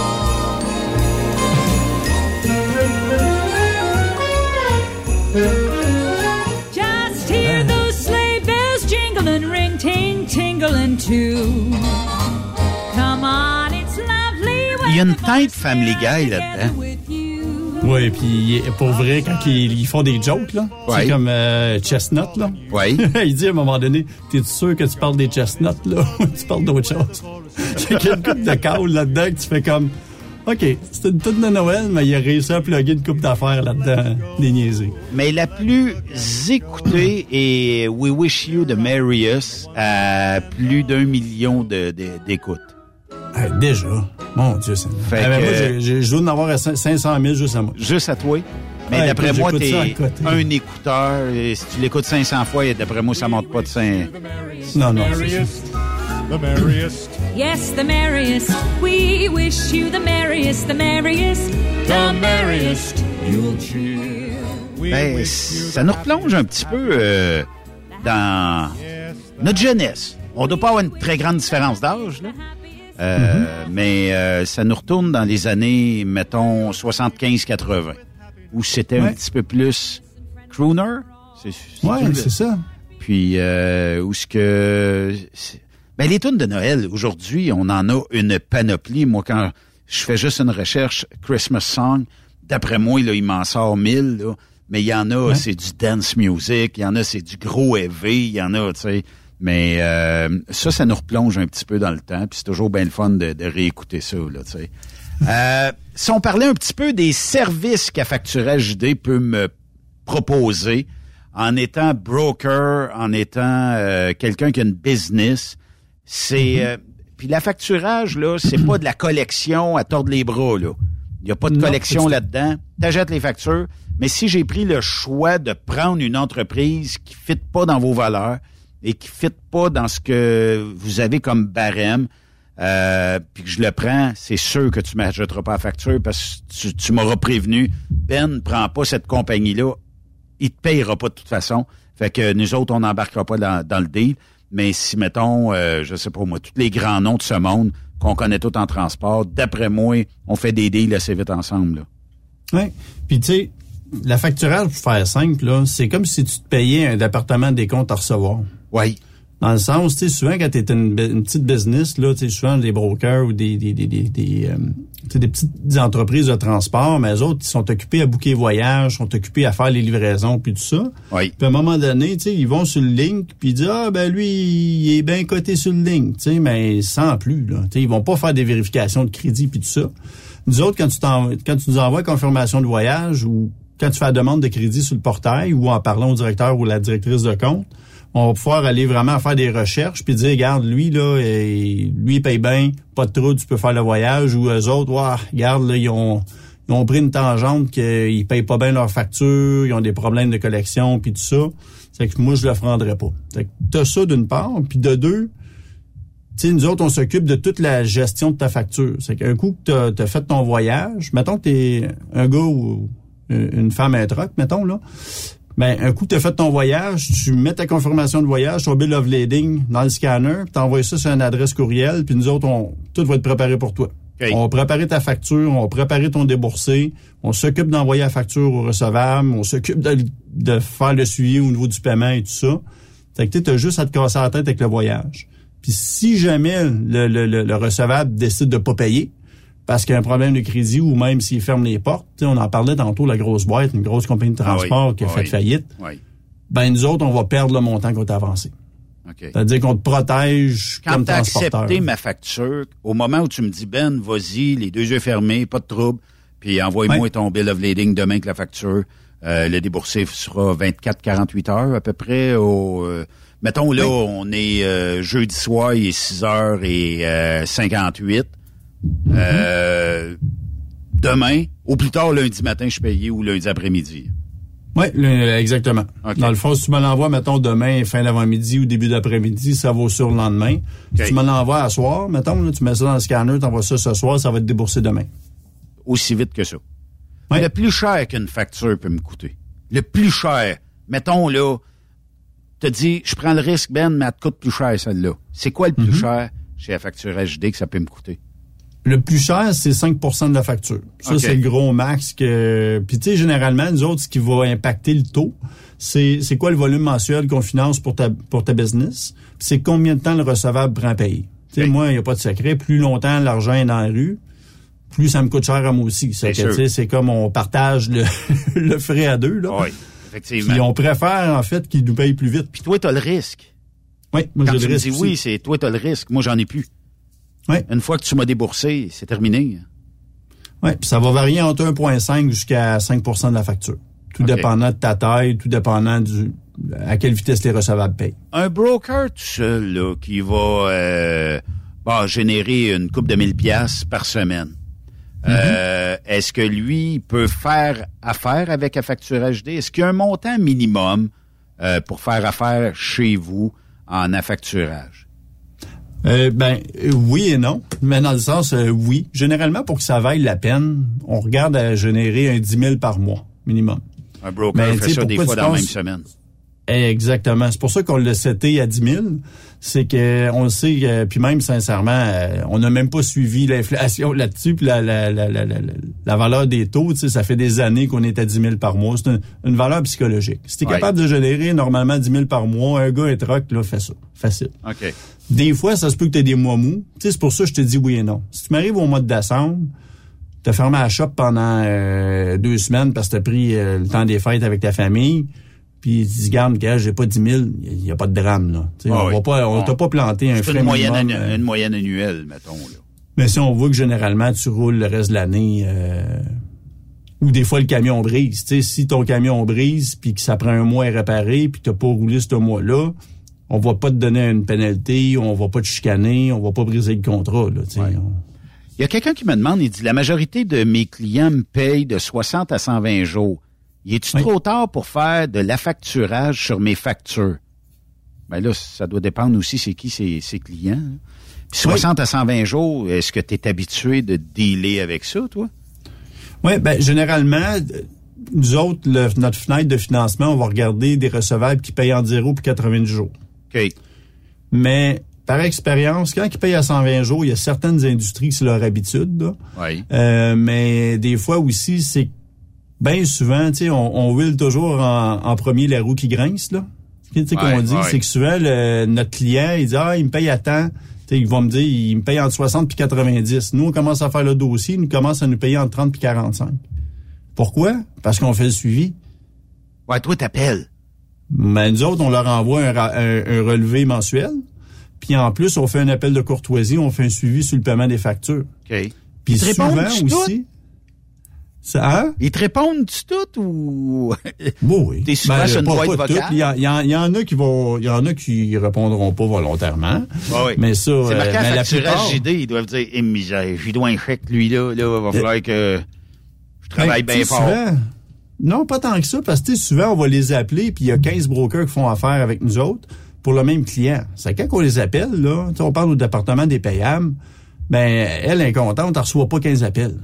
Just hear those sleigh bells jingling, ring, ting, tingling too. Come on, it's lovely. Il y a une tête Family Guy là-dedans. Oui, puis pour vrai, quand ils font des jokes, là, c'est comme Chestnut, là. Oui. Il dit à un moment donné, t'es-tu sûr que tu parles des Chestnuts, là, ou tu parles d'autre chose? Il y a quelques de calme là-dedans que tu fais comme, OK, c'est une toute de Noël, mais il a réussi à plugger une couple d'affaires là-dedans, des niaiseries. Mais la plus écoutée est We Wish You the Merriest à plus d'1 million d'écoutes. Déjà. Mon Dieu, c'est... moi, je dois en avoir 500 000 juste à moi. Juste à toi? Mais d'après moi, t'es un écouteur. Et si tu l'écoutes 500 fois, d'après moi, ça monte pas de 5... Non. The merriest. Yes, the merriest. We wish you the merriest, the merriest, the merriest. You'll cheer. Ben, ça nous replonge un petit peu dans notre jeunesse. On doit pas avoir une très grande différence d'âge, là. Mais ça nous retourne dans les années, mettons, 75-80, où c'était un petit peu plus crooner. C'est ça. Puis, où ce que... Ben, les tunes de Noël, aujourd'hui, on en a une panoplie. Moi, quand je fais juste une recherche Christmas Song, d'après moi, là, il m'en sort 1000, là. Mais il y en a, c'est du dance music, il y en a, c'est du gros heavy, il y en a, tu sais. Mais ça nous replonge un petit peu dans le temps, puis c'est toujours bien le fun de réécouter ça, là, tu sais. Si on parlait un petit peu des services qu'Affacturage JD peut me proposer, en étant broker, en étant quelqu'un qui a une business, c'est... puis l'affacturage, là, c'est pas de la collection à tordre les bras, là. Il n'y a pas de collection là-dedans. T'achètes les factures. Mais si j'ai pris le choix de prendre une entreprise qui ne fit pas dans vos valeurs et qui ne fit pas dans ce que vous avez comme barème, puis que je le prends, c'est sûr que tu ne m'achèteras pas la facture parce que tu m'auras prévenu. Ben, ne prends pas cette compagnie-là. Il te payera pas de toute façon. Fait que nous autres, on n'embarquera pas dans le deal. Mais si, mettons, je sais pas moi, tous les grands noms de ce monde qu'on connaît tous en transport, d'après moi, on fait des deals assez vite ensemble, là. Oui. Puis tu sais, l'affacturage, pour faire simple, là, c'est comme si tu te payais un département des comptes à recevoir. Oui. Dans le sens, tu sais, souvent quand tu es une petite business, là, tu sais, souvent des brokers ou des petites entreprises de transport, mais eux autres, ils sont occupés à booker les voyages, sont occupés à faire les livraisons, puis tout ça. Oui. Puis à un moment donné, tu sais, ils vont sur le link, puis ils disent, lui, il est bien coté sur le link, tu sais, mais sans plus, là. Tu sais, ils vont pas faire des vérifications de crédit, puis tout ça. Nous autres, quand tu nous envoies confirmation de voyage ou quand tu fais la demande de crédit sur le portail ou en parlant au directeur ou la directrice de compte, on va pouvoir aller vraiment faire des recherches puis dire, regarde, lui, là, lui, il paye bien, pas de trouble, tu peux faire le voyage. Ou eux autres, regarde, là, ils ont pris une tangente qu'ils payent pas bien leurs factures, ils ont des problèmes de collection puis tout ça. C'est que moi, je le ferai pas. C'est que t'as ça d'une part, puis de deux, tu sais, nous autres, on s'occupe de toute la gestion de ta facture. C'est qu'un coup que t'as fait ton voyage, mettons que t'es un gars ou une femme à un truck, mettons, là. Ben, un coup que t'as fait ton voyage, tu mets ta confirmation de voyage, ton bill of lading dans le scanner, puis t'envoies ça sur une adresse courriel, puis nous autres, tout va être préparé pour toi. Okay. On va préparer ta facture, on va préparer ton déboursé, on s'occupe d'envoyer la facture au recevable, on s'occupe de faire le suivi au niveau du paiement et tout ça. Fait que t'as juste à te casser la tête avec le voyage. Puis si jamais le recevable décide de pas payer, parce qu'il y a un problème de crédit ou même s'il ferme les portes, on en parlait tantôt, la grosse boîte, une grosse compagnie de transport qui a fait faillite, ben nous autres, on va perdre le montant qu'on t'a avancé. Okay. C'est-à-dire qu'on te protège comme transporteur. Quand t'as accepté ma facture, au moment où tu me dis, Ben, vas-y, les deux yeux fermés, pas de trouble, puis envoie-moi ton bill of lading demain avec la facture, le déboursé sera 24-48 heures à peu près mettons, là, on est jeudi soir, il est 6h58. Demain, au plus tard, lundi matin, je suis payé ou lundi après-midi. Oui, exactement. Okay. Dans le fond, si tu me l'envoies, mettons, demain, fin d'avant-midi ou début d'après-midi, ça vaut sur le lendemain. Okay. Si tu me l'envoies à soir, mettons, là, tu mets ça dans le scanner, tu envoies ça ce soir, ça va être déboursé demain. Aussi vite que ça. Oui. Le plus cher qu'une facture peut me coûter. Le plus cher. Mettons, là, te dis, je prends le risque, Ben, mais elle te coûte plus cher, celle-là. C'est quoi le plus cher chez Affacturage JD que ça peut me coûter? Le plus cher, c'est 5% de la facture. Ça, c'est le gros max que... Puis, tu sais, généralement, nous autres, ce qui va impacter le taux, c'est quoi le volume mensuel qu'on finance pour ta business. Puis c'est combien de temps le recevable prend à payer. Tu sais, moi, il n'y a pas de secret. Plus longtemps l'argent est dans la rue, plus ça me coûte cher à moi aussi. C'est que, tu sais, c'est comme on partage le frais à deux, là. Oui, effectivement. Puis on préfère, en fait, qu'ils nous payent plus vite. Puis toi, t'as le risque. Oui, moi, j'ai le risque. Quand tu me dis oui, c'est toi, t'as le risque. Moi, j'en ai plus. Oui. Une fois que tu m'as déboursé, c'est terminé. Oui, puis ça va varier entre 1,5 jusqu'à 5 % de la facture. Tout dépendant de ta taille, tout dépendant à quelle vitesse les recevables payent. Un broker tout seul, là, qui va générer une couple de 1000 piastres par semaine. Est-ce que lui peut faire affaire avec Affacturage HD? Est-ce qu'il y a un montant minimum pour faire affaire chez vous en affacturage? Oui et non. Mais dans le sens, oui. Généralement, pour que ça vaille la peine, on regarde à générer un 10 000 par mois, minimum. Un broker fait ça des fois dans la même semaine. Exactement. C'est pour ça qu'on l'a seté à 10 000. C'est que on sait, puis même sincèrement, on n'a même pas suivi l'inflation là-dessus, puis la valeur des taux. Tu sais, ça fait des années qu'on est à 10 000 par mois. C'est une valeur psychologique. Si t'es capable de générer normalement 10 000 par mois, un gars un truck là fait ça, facile. OK. Des fois, ça se peut que t'aies des mois mous. Tu sais, c'est pour ça que je te dis oui et non. Si tu m'arrives au mois de décembre, t'as fermé la shop pendant 2 semaines parce que t'as pris le temps des fêtes avec ta famille. Puis tu dis, garde, j'ai pas 10 000, il n'y a pas de drame, là. On t'a pas planté un frais minimum. Une moyenne annuelle, mettons, là. Mais si on voit que généralement, tu roules le reste de l'année, ou des fois le camion brise. Tu sais, si ton camion brise, puis que ça prend un mois à réparer, puis que t'as pas roulé ce mois-là, on va pas te donner une pénalité, on va pas te chicaner, on va pas briser le contrat, là. Il y a quelqu'un qui me demande, il dit, la majorité de mes clients me payent de 60 à 120 jours. Y est-tu trop tard pour faire de l'affacturage sur mes factures? Ben là, ça doit dépendre aussi c'est qui ses clients. Hein? Puis 60 à 120 jours, est-ce que tu es habitué de dealer avec ça, toi? Oui, généralement, nous autres, notre fenêtre de financement, on va regarder des recevables qui payent en 0 pour 90 jours. OK. Mais par expérience, quand ils payent à 120 jours, il y a certaines industries qui c'est leur habitude. Là. Oui. Mais des fois aussi, c'est bien souvent, tu sais, on huile toujours en premier la roue qui grince, là. Tu sais qu'on dit, c'est que souvent, notre client, il dit, il me paye à temps. Tu sais, ils vont me dire, il me paye entre 60 puis 90. Nous, on commence à faire le dossier, ils commencent à nous payer entre 30 puis 45. Pourquoi? Parce qu'on fait le suivi. Ouais, toi, t'appelles. Ben, nous autres, on leur envoie un relevé mensuel. Puis en plus, on fait un appel de courtoisie, on fait un suivi sur le paiement des factures. OK. Puis souvent aussi... Ça, ils te répondent-tu tout ou oui. T'es souvent sur une boîte vocale? Il y en a qui répondront pas volontairement. Oui. Mais ça, c'est marqué mais facturage JD, ils doivent dire, misère, j'y dois un chèque, lui, là, il va falloir que je travaille bien fort. Souvent, non, pas tant que ça, parce que souvent, on va les appeler, puis il y a 15 brokers qui font affaire avec nous autres pour le même client. C'est quand on les appelle, là, on parle au département des payables, elle est contente, elle reçoit pas 15 appels.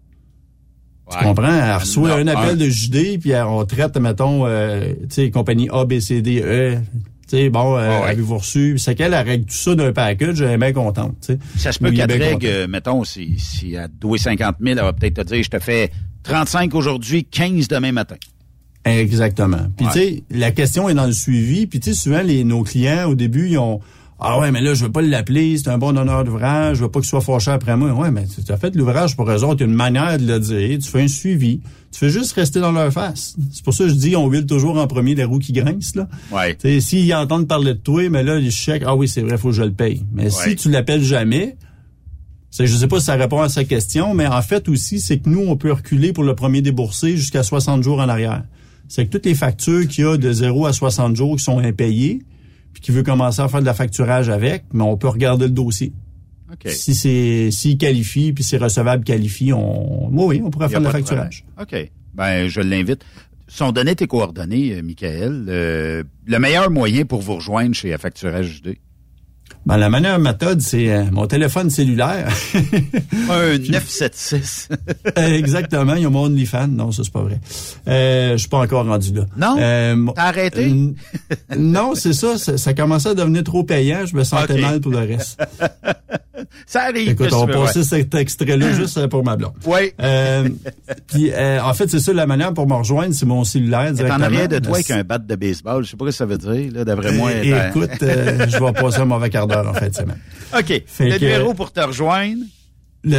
Tu comprends? Elle reçoit un appel de JD, puis on traite, mettons, tu sais, compagnie A, B, C, D, E. Tu sais, avez-vous reçu? C'est qu'elle règle tout ça d'un package, elle est bien contente. T'sais. Ça se peut qu'elle te règle, mettons, si elle doit 50 000, elle va peut-être te dire, je te fais 35 aujourd'hui, 15 demain matin. Exactement. Puis tu sais, la question est dans le suivi. Puis tu sais, souvent, nos clients, au début, ils ont... Ah ouais, mais là, je veux pas l'appeler, c'est un bon honneur d'ouvrage, je veux pas qu'il soit fâché après moi. Ouais, mais tu as fait l'ouvrage pour eux autres, il y a une manière de le dire, tu fais un suivi, tu fais juste rester dans leur face. C'est pour ça que je dis, on huile toujours en premier les roues qui grincent, là. Ouais. T'sais, s'ils entendent parler de toi, mais là, ils chèquent, ah oui, c'est vrai, faut que je le paye. Mais si tu l'appelles jamais, je sais pas si ça répond à sa question, mais en fait aussi, c'est que nous, on peut reculer pour le premier déboursé jusqu'à 60 jours en arrière. C'est que toutes les factures qu'il y a de 0 à 60 jours qui sont impayées, puis qui veut commencer à faire de la facturage avec, mais on peut regarder le dossier. Okay. S'il qualifie, puis c'est recevable qualifie, on pourrait faire de la facturage. OK. Ben, je l'invite. Sont données tes coordonnées, Michael. Le meilleur moyen pour vous rejoindre chez Affacturage JD? Ben, la meilleure méthode, c'est mon téléphone cellulaire. Un 976. Exactement, il y a mon OnlyFans. Non, ça, c'est pas vrai. Je suis pas encore rendu là. Non? T'as arrêté? Non, c'est ça. Ça commençait à devenir trop payant. Je me sentais mal pour le reste. Ça arrive. Écoute, on va passer cet extrait-là juste pour ma blonde. Oui. Puis, en fait, c'est ça, la manière pour me rejoindre, c'est mon cellulaire directement. T'en arrière de toi avec un bat de baseball. Je sais pas ce que ça veut dire, là, d'après moi. Écoute, je vais passer un mauvais quart d'heure en fin de semaine. OK. Le numéro pour te rejoindre? Le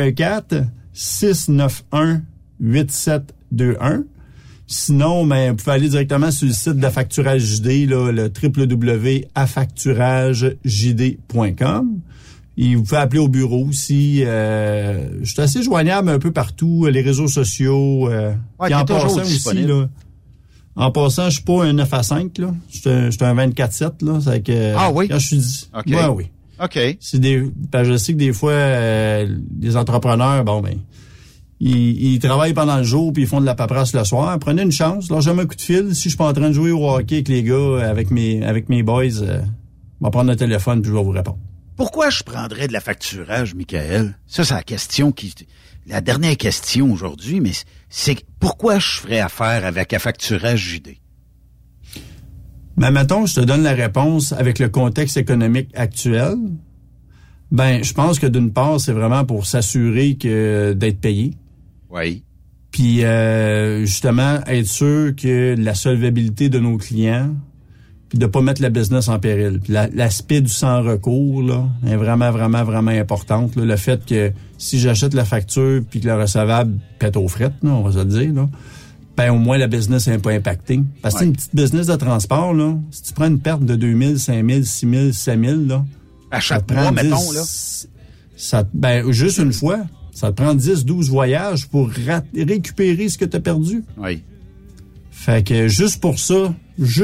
514-691-8721. Sinon, vous pouvez aller directement sur le site d'Affacturage JD, là, le www.affacturagejd.com. Vous pouvez appeler au bureau aussi. Je suis assez joignable un peu partout, les réseaux sociaux. Puis en passant aussi, là, en passant, je suis pas un 9 à 5, là. Je suis un 24/7, là. C'est que, oui? Quand je suis dit. Okay. Ouais, oui. OK. Je sais que des fois, les entrepreneurs, ils travaillent pendant le jour puis ils font de la paperasse le soir. Prenez une chance. Lâchez-moi un coup de fil. Si je suis pas en train de jouer au hockey avec les gars, avec mes boys, je vais prendre le téléphone puis je vais vous répondre. Pourquoi je prendrais de la facturage, Michael? Ça, c'est la dernière question aujourd'hui, mais c'est pourquoi je ferais affaire avec Affacturage JD? Mais mettons, je te donne la réponse avec le contexte économique actuel. Je pense que d'une part, c'est vraiment pour s'assurer d'être payé. Oui. Puis, justement, être sûr que la solvabilité de nos clients, puis de pas mettre la business en péril. Puis l'aspect du sans recours, là, est vraiment, vraiment, vraiment importante. Là. Le fait que si j'achète la facture puis que le recevable pète aux frettes, là, on va se le dire, là, au moins la business n'est pas impactée. Parce que c'est une petite business de transport, là. Si tu prends une perte de 2 000, 5 000, 6 000, 7 000, là. À chaque mois, mettons, là. Juste une fois. Ça te prend 10, 12 voyages pour récupérer ce que tu as perdu. Oui. Fait que juste pour ça,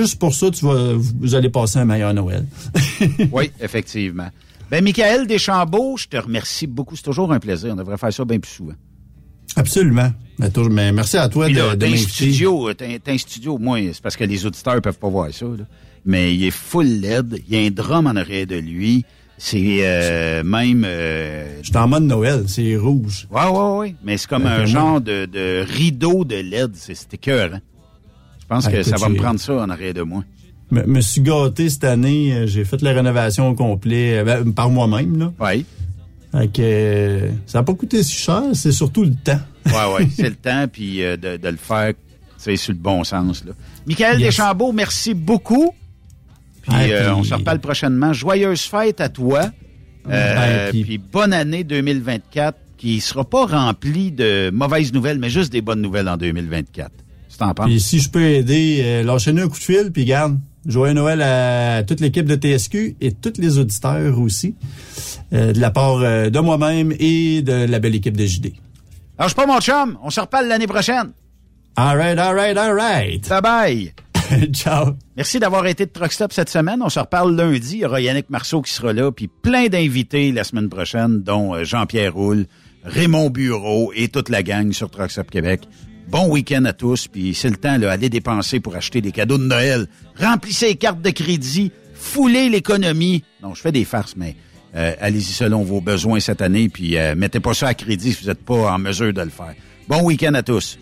vous allez passer un meilleur Noël. Oui, effectivement. Michael Deschambault, je te remercie beaucoup. C'est toujours un plaisir. On devrait faire ça bien plus souvent. Absolument. Mais merci à toi de m'inviter. T'as un studio, moi, c'est parce que les auditeurs peuvent pas voir ça, là. Mais il est full LED. Il y a un drum en arrière de lui. C'est même... Je suis en mode Noël, c'est rouge. Oui. Mais c'est comme un genre de rideau de LED. C'est écœurant. Je pense que ça va me prendre ça en arrière de moi. Me suis gâté cette année. J'ai fait la rénovation au complet par moi-même, là. Oui. Fait que ça n'a pas coûté si cher, c'est surtout le temps. Oui, c'est le temps, puis de le faire, c'est sur le bon sens, là. Michael Deschambault, merci beaucoup. Puis on se reparle prochainement. Joyeuses fêtes à toi. Puis bonne année 2024, qui sera pas remplie de mauvaises nouvelles, mais juste des bonnes nouvelles en 2024. Si t'en penses. Puis si je peux aider, lâchez-nous un coup de fil, puis garde. Joyeux Noël à toute l'équipe de TSQ et tous les auditeurs aussi, de la part de moi-même et de la belle équipe de JD. Lâche pas, mon chum. On se reparle l'année prochaine. All right. Bye-bye. Ciao. Merci d'avoir été de Truck Stop cette semaine. On se reparle lundi. Il y aura Yannick Marceau qui sera là, puis plein d'invités la semaine prochaine, dont Jean-Pierre Roule, Raymond Bureau et toute la gang sur Truck Stop Québec. Bon week-end à tous, puis c'est le temps, là, allez dépenser pour acheter des cadeaux de Noël. Remplissez les cartes de crédit, foulez l'économie. Non, je fais des farces, mais allez-y selon vos besoins cette année, puis mettez pas ça à crédit si vous n'êtes pas en mesure de le faire. Bon week-end à tous.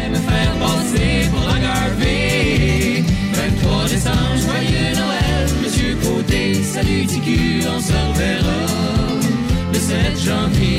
Joyeux Noël, Monsieur Côté, salut TQ, on se reverra le 7 janvier.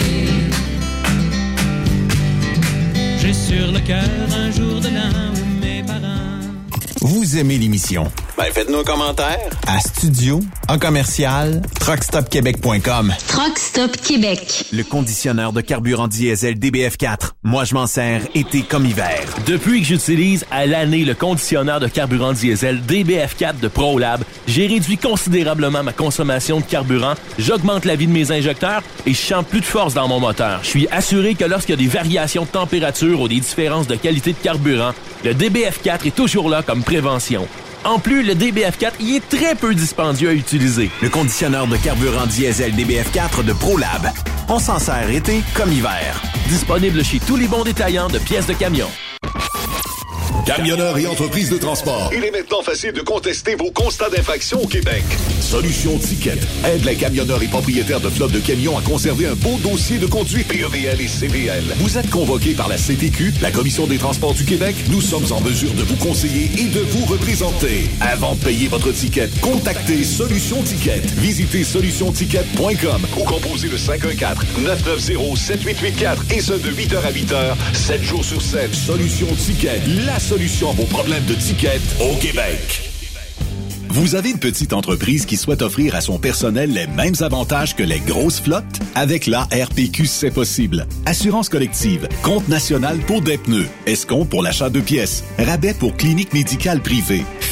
J'ai sur le cœur un jour de l'an où mes parents... Vous aimez l'émission? Faites-nous un commentaire à studio, en commercial, truckstopquebec.com. Truck Stop Québec. Le conditionneur de carburant diesel DBF4. Moi, je m'en sers été comme hiver. Depuis que j'utilise à l'année le conditionneur de carburant diesel DBF4 de ProLab, j'ai réduit considérablement ma consommation de carburant, j'augmente la vie de mes injecteurs et je sens plus de force dans mon moteur. Je suis assuré que lorsqu'il y a des variations de température ou des différences de qualité de carburant, le DBF4 est toujours là comme prévention. En plus, le DBF4 y est très peu dispendieux à utiliser. Le conditionneur de carburant diesel DBF4 de ProLab. On s'en sert été comme hiver. Disponible chez tous les bons détaillants de pièces de camion. Camionneurs et entreprises de transport. Il est maintenant facile de contester vos constats d'infraction au Québec. Solution Ticket aide les camionneurs et propriétaires de flottes de camions à conserver un beau dossier de conduite PEVL et CVL. Vous êtes convoqué par la CTQ, la Commission des transports du Québec. Nous sommes en mesure de vous conseiller et de vous représenter. Avant de payer votre ticket, contactez Solution Ticket. Visitez solutionticket.com ou composez le 514-990-7884 et ce de 8h à 8h, 7 jours sur 7. Solution Ticket, la solution à vos problèmes de tickets au Québec. Vous avez une petite entreprise qui souhaite offrir à son personnel les mêmes avantages que les grosses flottes? Avec la RPQ, c'est possible. Assurance collective, compte national pour des pneus, escompte pour l'achat de pièces, rabais pour clinique médicale privée,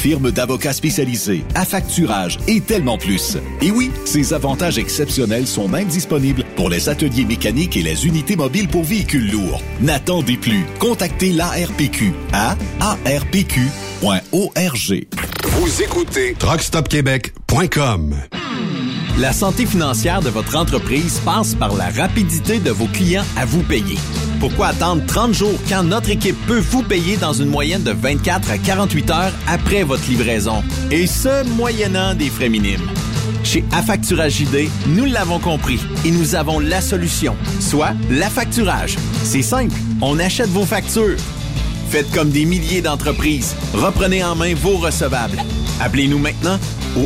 firme d'avocats spécialisés, affacturage et tellement plus. Et oui, ces avantages exceptionnels sont même disponibles pour les ateliers mécaniques et les unités mobiles pour véhicules lourds. N'attendez plus. Contactez l'ARPQ à arpq.org. Vous écoutez truckstopquebec.com. La santé financière de votre entreprise passe par la rapidité de vos clients à vous payer. Pourquoi attendre 30 jours quand notre équipe peut vous payer dans une moyenne de 24 à 48 heures après votre livraison? Et ce, moyennant des frais minimes. Chez Affacturage JD, nous l'avons compris et nous avons la solution, soit l'affacturage. C'est simple, on achète vos factures. Faites comme des milliers d'entreprises. Reprenez en main vos recevables. Appelez-nous maintenant au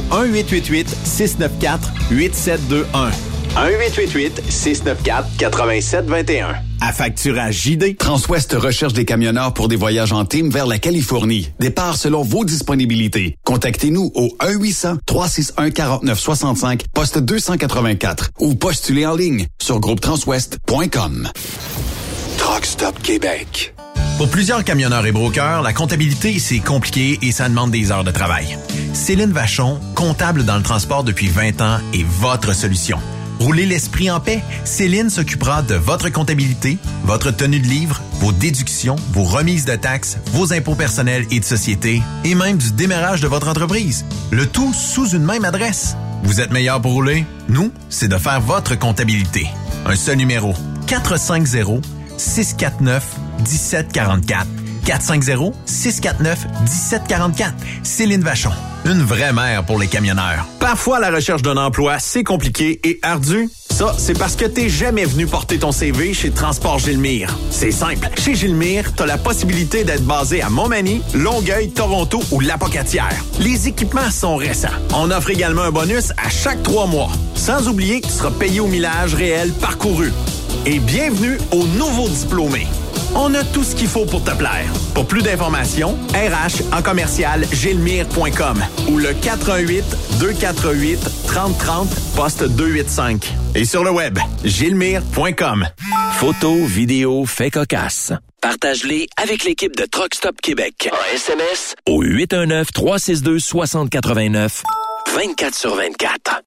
1-888-694-8721. 1-888-694-8721. Affacturage JD. Transwest recherche des camionneurs pour des voyages en team vers la Californie. Départ selon vos disponibilités. Contactez-nous au 1-800-361-4965, poste 284 ou postulez en ligne sur groupetranswest.com. Truck Stop Québec. Pour plusieurs camionneurs et brokers, la comptabilité, c'est compliqué et ça demande des heures de travail. Céline Vachon, comptable dans le transport depuis 20 ans, est votre solution. Roulez l'esprit en paix. Céline s'occupera de votre comptabilité, votre tenue de livre, vos déductions, vos remises de taxes, vos impôts personnels et de société, et même du démarrage de votre entreprise. Le tout sous une même adresse. Vous êtes meilleur pour rouler? Nous, c'est de faire votre comptabilité. Un seul numéro. 450-649-1744. 450-649-1744. Céline Vachon. Une vraie mère pour les camionneurs. Parfois, la recherche d'un emploi, c'est compliqué et ardu. Ça, c'est parce que t'es jamais venu porter ton CV chez Transport Gilmire. C'est simple. Chez Gilmire, t'as la possibilité d'être basé à Montmagny, Longueuil, Toronto ou Lapocatière. Les équipements sont récents. On offre également un bonus à chaque 3 mois. Sans oublier que tu seras payé au millage réel parcouru. Et bienvenue aux nouveaux diplômés. On a tout ce qu'il faut pour te plaire. Pour plus d'informations, RH en commercial gilmire.com ou le 418-248-3030 poste 285. Et sur le web, gilmire.com. Photos, vidéos, faits cocasses. Partage-les avec l'équipe de Truck Stop Québec. En SMS au 819-362-6089, 24/24.